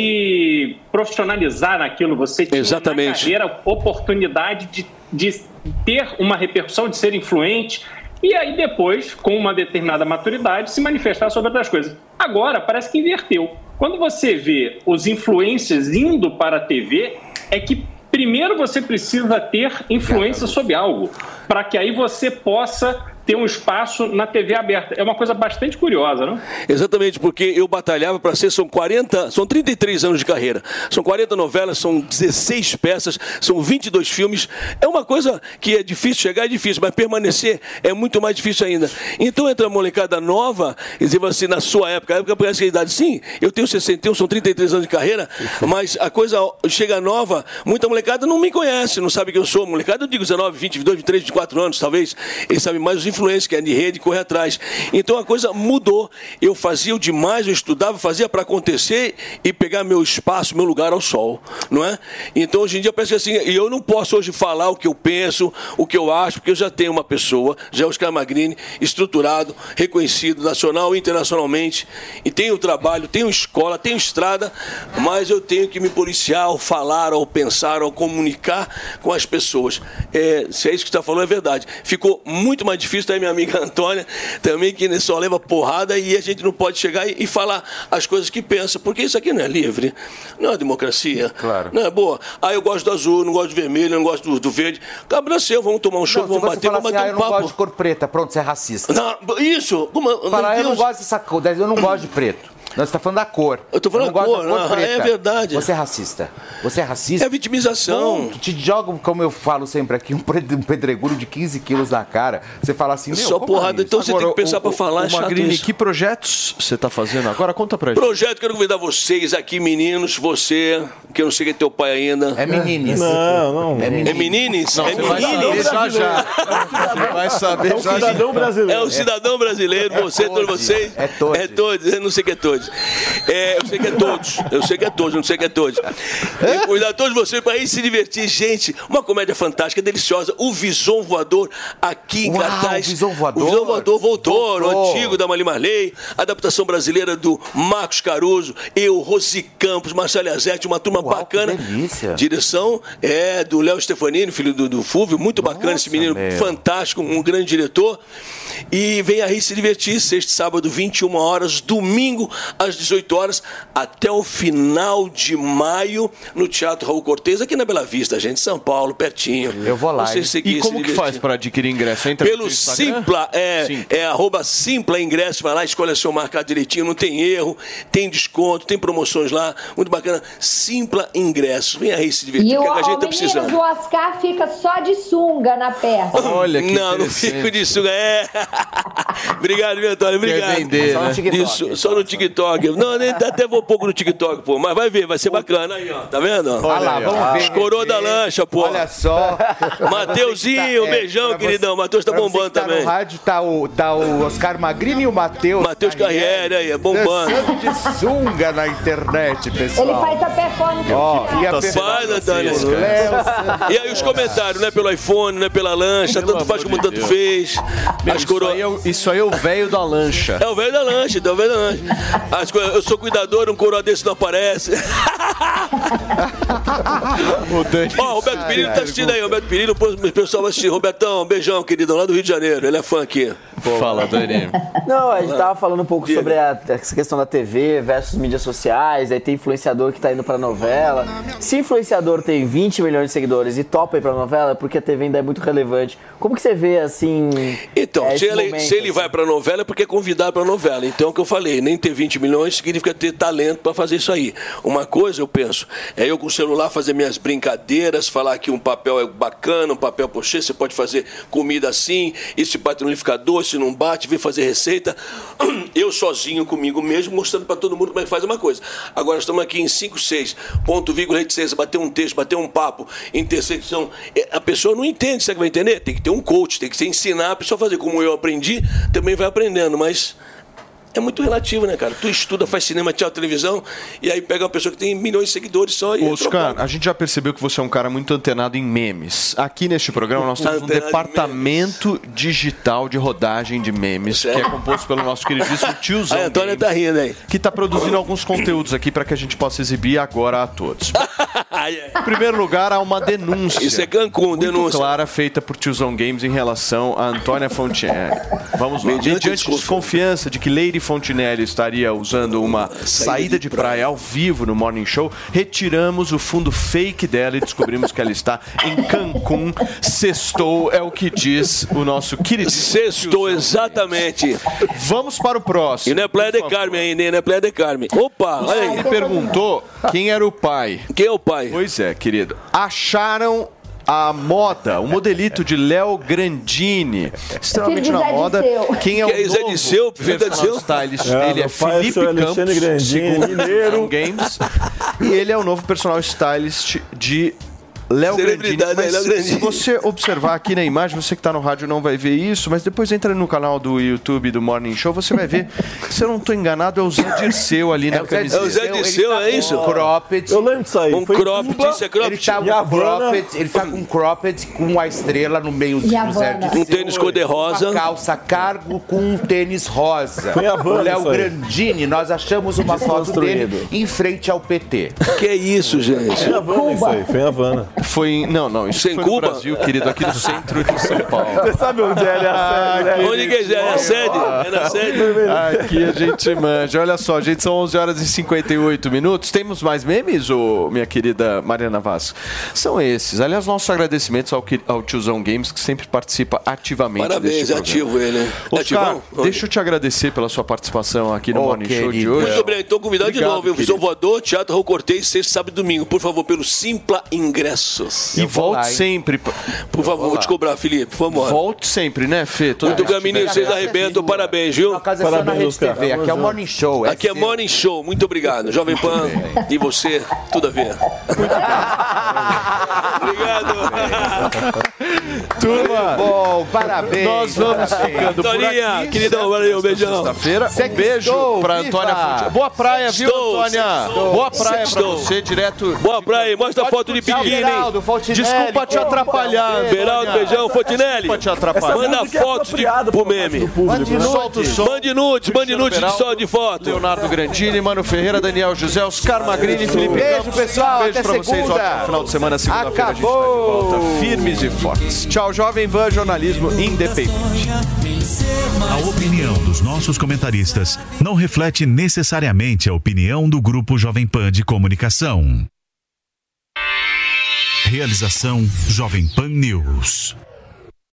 Speaker 6: se profissionalizar naquilo, você tinha na carreira oportunidade de ter uma repercussão, de ser influente, e aí depois, com uma determinada maturidade, se manifestar sobre outras coisas. Agora, parece que inverteu. Quando você vê os influencers indo para a TV, é que primeiro você precisa ter influência sobre algo, para que aí você possa ter um espaço na TV aberta. É uma coisa bastante curiosa, não?
Speaker 24: Exatamente, porque eu batalhava para ser, são 33 anos de carreira, são 40 novelas, são 16 peças, são 22 filmes, é uma coisa que é difícil, chegar é difícil, mas permanecer é muito mais difícil ainda. Então entra a molecada nova, e dizer assim, na sua época parece que a idade, sim, eu tenho 61, são 33 anos de carreira, mas a coisa chega nova, muita molecada não me conhece, não sabe quem eu sou, molecada eu digo 19, 20, 22, 23, 24 anos, talvez, eles sabem mais os influência, que é de rede, correr atrás. Então a coisa mudou. Eu fazia o demais, eu estudava, fazia para acontecer e pegar meu espaço, meu lugar ao sol, não é? Então hoje em dia parece que assim, e eu não posso hoje falar o que eu penso, o que eu acho, porque eu já tenho uma pessoa, já é o Oscar Magrini, estruturado, reconhecido nacional e internacionalmente, e tenho trabalho, tenho escola, tenho estrada, mas eu tenho que me policiar ao falar, ao pensar, ao comunicar com as pessoas. Se é isso que você está falando, é verdade. Ficou muito mais difícil. Minha amiga Antônia, também que só leva porrada e a gente não pode chegar e falar as coisas que pensa, porque isso aqui não é livre, não é democracia, não é boa. Eu gosto do azul, não gosto do vermelho, não gosto do verde. Cabra seu, vamos tomar um chopp, vamos bater um papo.
Speaker 3: Eu não gosto de cor preta, pronto, você é racista.
Speaker 24: Não, isso!
Speaker 3: Eu não gosto dessa cor, eu não gosto de preto. Não, você está falando da cor.
Speaker 24: Eu estou falando da cor preta. É verdade.
Speaker 3: Você é racista. Você é racista.
Speaker 24: É vitimização.
Speaker 3: Te jogo, como eu falo sempre aqui, um pedregulho de 15 quilos na cara. Você fala assim, meu,
Speaker 24: só porrada, então você tem que pensar para falar.
Speaker 2: Magrini, que projetos você está fazendo agora? Conta pra gente.
Speaker 24: Projeto, quero convidar vocês aqui, meninos, você, que eu não sei quem é teu pai ainda.
Speaker 3: É menines.
Speaker 24: Não. É menines?
Speaker 2: Não,
Speaker 24: é menines?
Speaker 2: Já. Você vai saber.
Speaker 24: É o cidadão brasileiro. É o cidadão brasileiro, você, todos vocês.
Speaker 3: É todos.
Speaker 24: É todos, eu não sei que é todos. Eu sei que é todos. Eu sei que é todos, não sei que é todos. Cuidar todos vocês para ir se divertir. Gente, uma comédia fantástica, deliciosa. O Visão Voador aqui em cartaz.
Speaker 3: O Visão Voador?
Speaker 24: O Visão Voador voltou. O antigo da Mali Marley. Adaptação brasileira do Marcos Caruso. Eu, Rosy Campos, Marcelo Azete, uma turma bacana.
Speaker 3: Que delícia.
Speaker 24: Direção é do Léo Stefanini, filho do Fúvio. Muito bacana esse menino, fantástico, um grande diretor. E vem aí se divertir, sexta e sábado, 21 horas, domingo, às 18 horas, até o final de maio, no Teatro Raul Cortez, aqui na Bela Vista, gente, São Paulo, pertinho.
Speaker 3: Eu vou lá.
Speaker 2: E como que faz para adquirir ingresso? Entra
Speaker 24: pelo Simpla, @Simpla Ingresso, vai lá, escolhe seu marcado direitinho, não tem erro, tem desconto, tem promoções lá, muito bacana. Simpla Ingresso, vem aí se divertir,
Speaker 8: que
Speaker 24: a gente tá precisando.
Speaker 8: O Oscar fica só de sunga na peça.
Speaker 2: Olha que
Speaker 24: não fico de sunga, Obrigado, meu Antônio, obrigado.
Speaker 2: Vender,
Speaker 24: só no TikTok. Isso, só no TikTok. Não, até vou pouco no TikTok, pô. Mas vai ver, vai ser bacana aí, ó. Tá vendo?
Speaker 3: Olha lá, vamos ver.
Speaker 24: Os coroa da lancha, pô.
Speaker 3: Olha só.
Speaker 24: Mateuzinho, beijão, queridão. Matheus tá bombando também.
Speaker 3: No rádio tá o Oscar Magrini e o Matheus.
Speaker 24: Matheus Carriere aí, é bombando.
Speaker 3: Dançando de sunga na internet, pessoal.
Speaker 8: Ele faz a performance.
Speaker 24: Faz, Antônio. E aí os comentários, não é pelo iPhone, não é pela lancha, tanto faz como tanto fez. As coroas.
Speaker 2: Isso aí é o velho da lancha.
Speaker 24: É o velho da lancha, então é o velho da lancha. Eu sou cuidador, um coroa desse não aparece. Ó, Roberto Perillo tá assistindo aí, Roberto Perillo, o pessoal vai assistir. Robertão, beijão, queridão, lá do Rio de Janeiro, ele é fã aqui.
Speaker 2: Fala, Dani.
Speaker 4: Não, a gente tava falando um pouco sobre essa questão da TV versus mídias sociais, aí tem influenciador que tá indo pra novela. Se influenciador tem 20 milhões de seguidores e topa ir pra novela, é porque a TV ainda é muito relevante. Como que você vê, assim...
Speaker 24: Então, se ele vai pra novela é porque é convidado pra novela. Então, é o que eu falei, nem ter 20 milhões significa ter talento pra fazer isso aí. Uma coisa, eu penso, é eu com o celular fazer minhas brincadeiras, falar que um papel é bacana, um papel pochê, você pode fazer comida assim, isso bate no liquidificador, se não bate, vir fazer receita. Eu sozinho comigo mesmo, mostrando pra todo mundo como é que faz uma coisa. Agora, estamos aqui em 5, 6, ponto, vírgula, reticência, bater um texto, bater um papo, intersecção. A pessoa não entende, você vai entender? Tem que ter um coach, tem que se ensinar a pessoa a fazer. Como eu aprendi, também vai aprendendo, mas é muito relativo, né, cara? Tu estuda, faz cinema, teatro, televisão, e aí pega uma pessoa que tem milhões de seguidores só e...
Speaker 2: Oscar, a gente já percebeu que você é um cara muito antenado em memes. Aqui neste programa nós temos um departamento digital de rodagem de memes, que é composto pelo nosso queridíssimo tiozão.
Speaker 24: A Antônia tá rindo aí.
Speaker 2: Que tá produzindo alguns conteúdos aqui para que a gente possa exibir agora a todos. Em primeiro lugar, há uma denúncia.
Speaker 24: Isso é Cancún,
Speaker 2: muito
Speaker 24: denúncia.
Speaker 2: clara, feita por Tiozão Games em relação a Antônia Fontinelli. Vamos lá. Mediante desconfiança de que Lady Fontinelli estaria usando uma saída de praia ao vivo no Morning Show, retiramos o fundo fake dela e descobrimos que ela está em Cancún. Sextou, é o que diz o nosso querido.
Speaker 24: Sextou, exatamente.
Speaker 2: Vamos para o próximo.
Speaker 24: E não é Playa de Carmen ainda, não é Playa de Carmen. Opa, olha aí.
Speaker 2: Ele perguntou quem era o pai.
Speaker 24: Quem é o pai?
Speaker 2: Pois é, querido. Acharam a moda, o modelito de Léo Grandini, extremamente na moda. Quem é o
Speaker 24: Zé
Speaker 2: novo
Speaker 24: Disseu,
Speaker 2: personal stylist dele é Felipe Campos, segundo
Speaker 7: mineiro.
Speaker 2: Games, e ele é o novo personal stylist de Léo Grandini. Mas se você observar aqui na imagem, você que está no rádio não vai ver isso, mas depois entra no canal do YouTube do Morning Show, você vai ver, se eu não estou enganado, é o Zé Dirceu ali na camiseta.
Speaker 24: É o Zé Dirceu, é isso?
Speaker 3: Cropped.
Speaker 7: Eu lembro disso aí.
Speaker 24: Um cropped, isso é cropped.
Speaker 3: Ele tá com cropped com a estrela no meio do Zé Dirceu.
Speaker 24: Um tênis cor-de-rosa.
Speaker 3: Uma calça cargo com um tênis rosa.
Speaker 7: Foi a Havana,
Speaker 3: o Léo
Speaker 7: isso aí.
Speaker 3: Grandini, nós achamos uma foto dele em frente ao PT.
Speaker 24: Que é isso, gente?
Speaker 7: Foi a Havana isso aí, foi a Havana.
Speaker 2: Foi, não, isso
Speaker 24: Sem
Speaker 2: foi
Speaker 24: Cuba?
Speaker 2: no Brasil, querido, aqui no centro de São Paulo.
Speaker 7: Você sabe onde é a sede, né?
Speaker 24: Onde que é? É a sede? É na sede?
Speaker 2: Aqui a gente manja. Olha só, gente, são 11 horas e 58 minutos. Temos mais memes, minha querida Mariana Vaz? São esses. Aliás, nossos agradecimentos ao Tiozão Games, que sempre participa ativamente.
Speaker 24: Parabéns, é ativo ele.
Speaker 2: Oscar, deixa eu te agradecer pela sua participação aqui no Morning Show de hoje.
Speaker 24: Muito obrigado. Estou convidado de novo.
Speaker 2: Querido.
Speaker 24: Visão Voador, Teatro Raul Cortez, sexta, sábado e domingo. Por favor, pelo Simpla Ingressos.
Speaker 2: E volte sempre.
Speaker 24: Por favor, vou te cobrar, Felipe. Vamos embora.
Speaker 2: Volte sempre, né, Fê?
Speaker 24: Muito caminho, vocês arrebentam. Parabéns, viu?
Speaker 3: Parabéns, TV. Aqui é o Morning Show.
Speaker 24: Aqui é Morning Show. Muito obrigado. Jovem Pan e você, tudo a ver. Obrigado.
Speaker 2: Turma,
Speaker 3: bom, parabéns.
Speaker 2: Nós vamos ficando por
Speaker 24: Toninha,
Speaker 2: aqui.
Speaker 24: queridão, valeu, beijão.
Speaker 2: Sexta-feira, um beijo pra Antônia Fontinelli. Boa praia, viu, Antônia? Boa praia pra você, direto.
Speaker 24: Boa praia, mostra a foto de biquíni.
Speaker 2: Desculpa te atrapalhar.
Speaker 24: Beraldo, beijão, Fontinelli.
Speaker 2: Desculpa te atrapalhar.
Speaker 24: Manda fotos pro meme.
Speaker 2: Solta o som.
Speaker 24: Mande nudes de só de foto.
Speaker 2: Leonardo Grandini, Mano Ferreira, Daniel José, Oscar Magrini, Felipe
Speaker 3: Beijo,
Speaker 2: Campos.
Speaker 3: pessoal.
Speaker 2: Beijo
Speaker 3: Até
Speaker 2: pra vocês.
Speaker 3: segunda.
Speaker 2: Ótimo final de semana. Segunda-feira a gente tá de volta. Firmes e fortes. Tchau, Jovem Pan, jornalismo independente.
Speaker 10: A opinião dos nossos comentaristas não reflete necessariamente a opinião do Grupo Jovem Pan de Comunicação. Realização Jovem Pan News.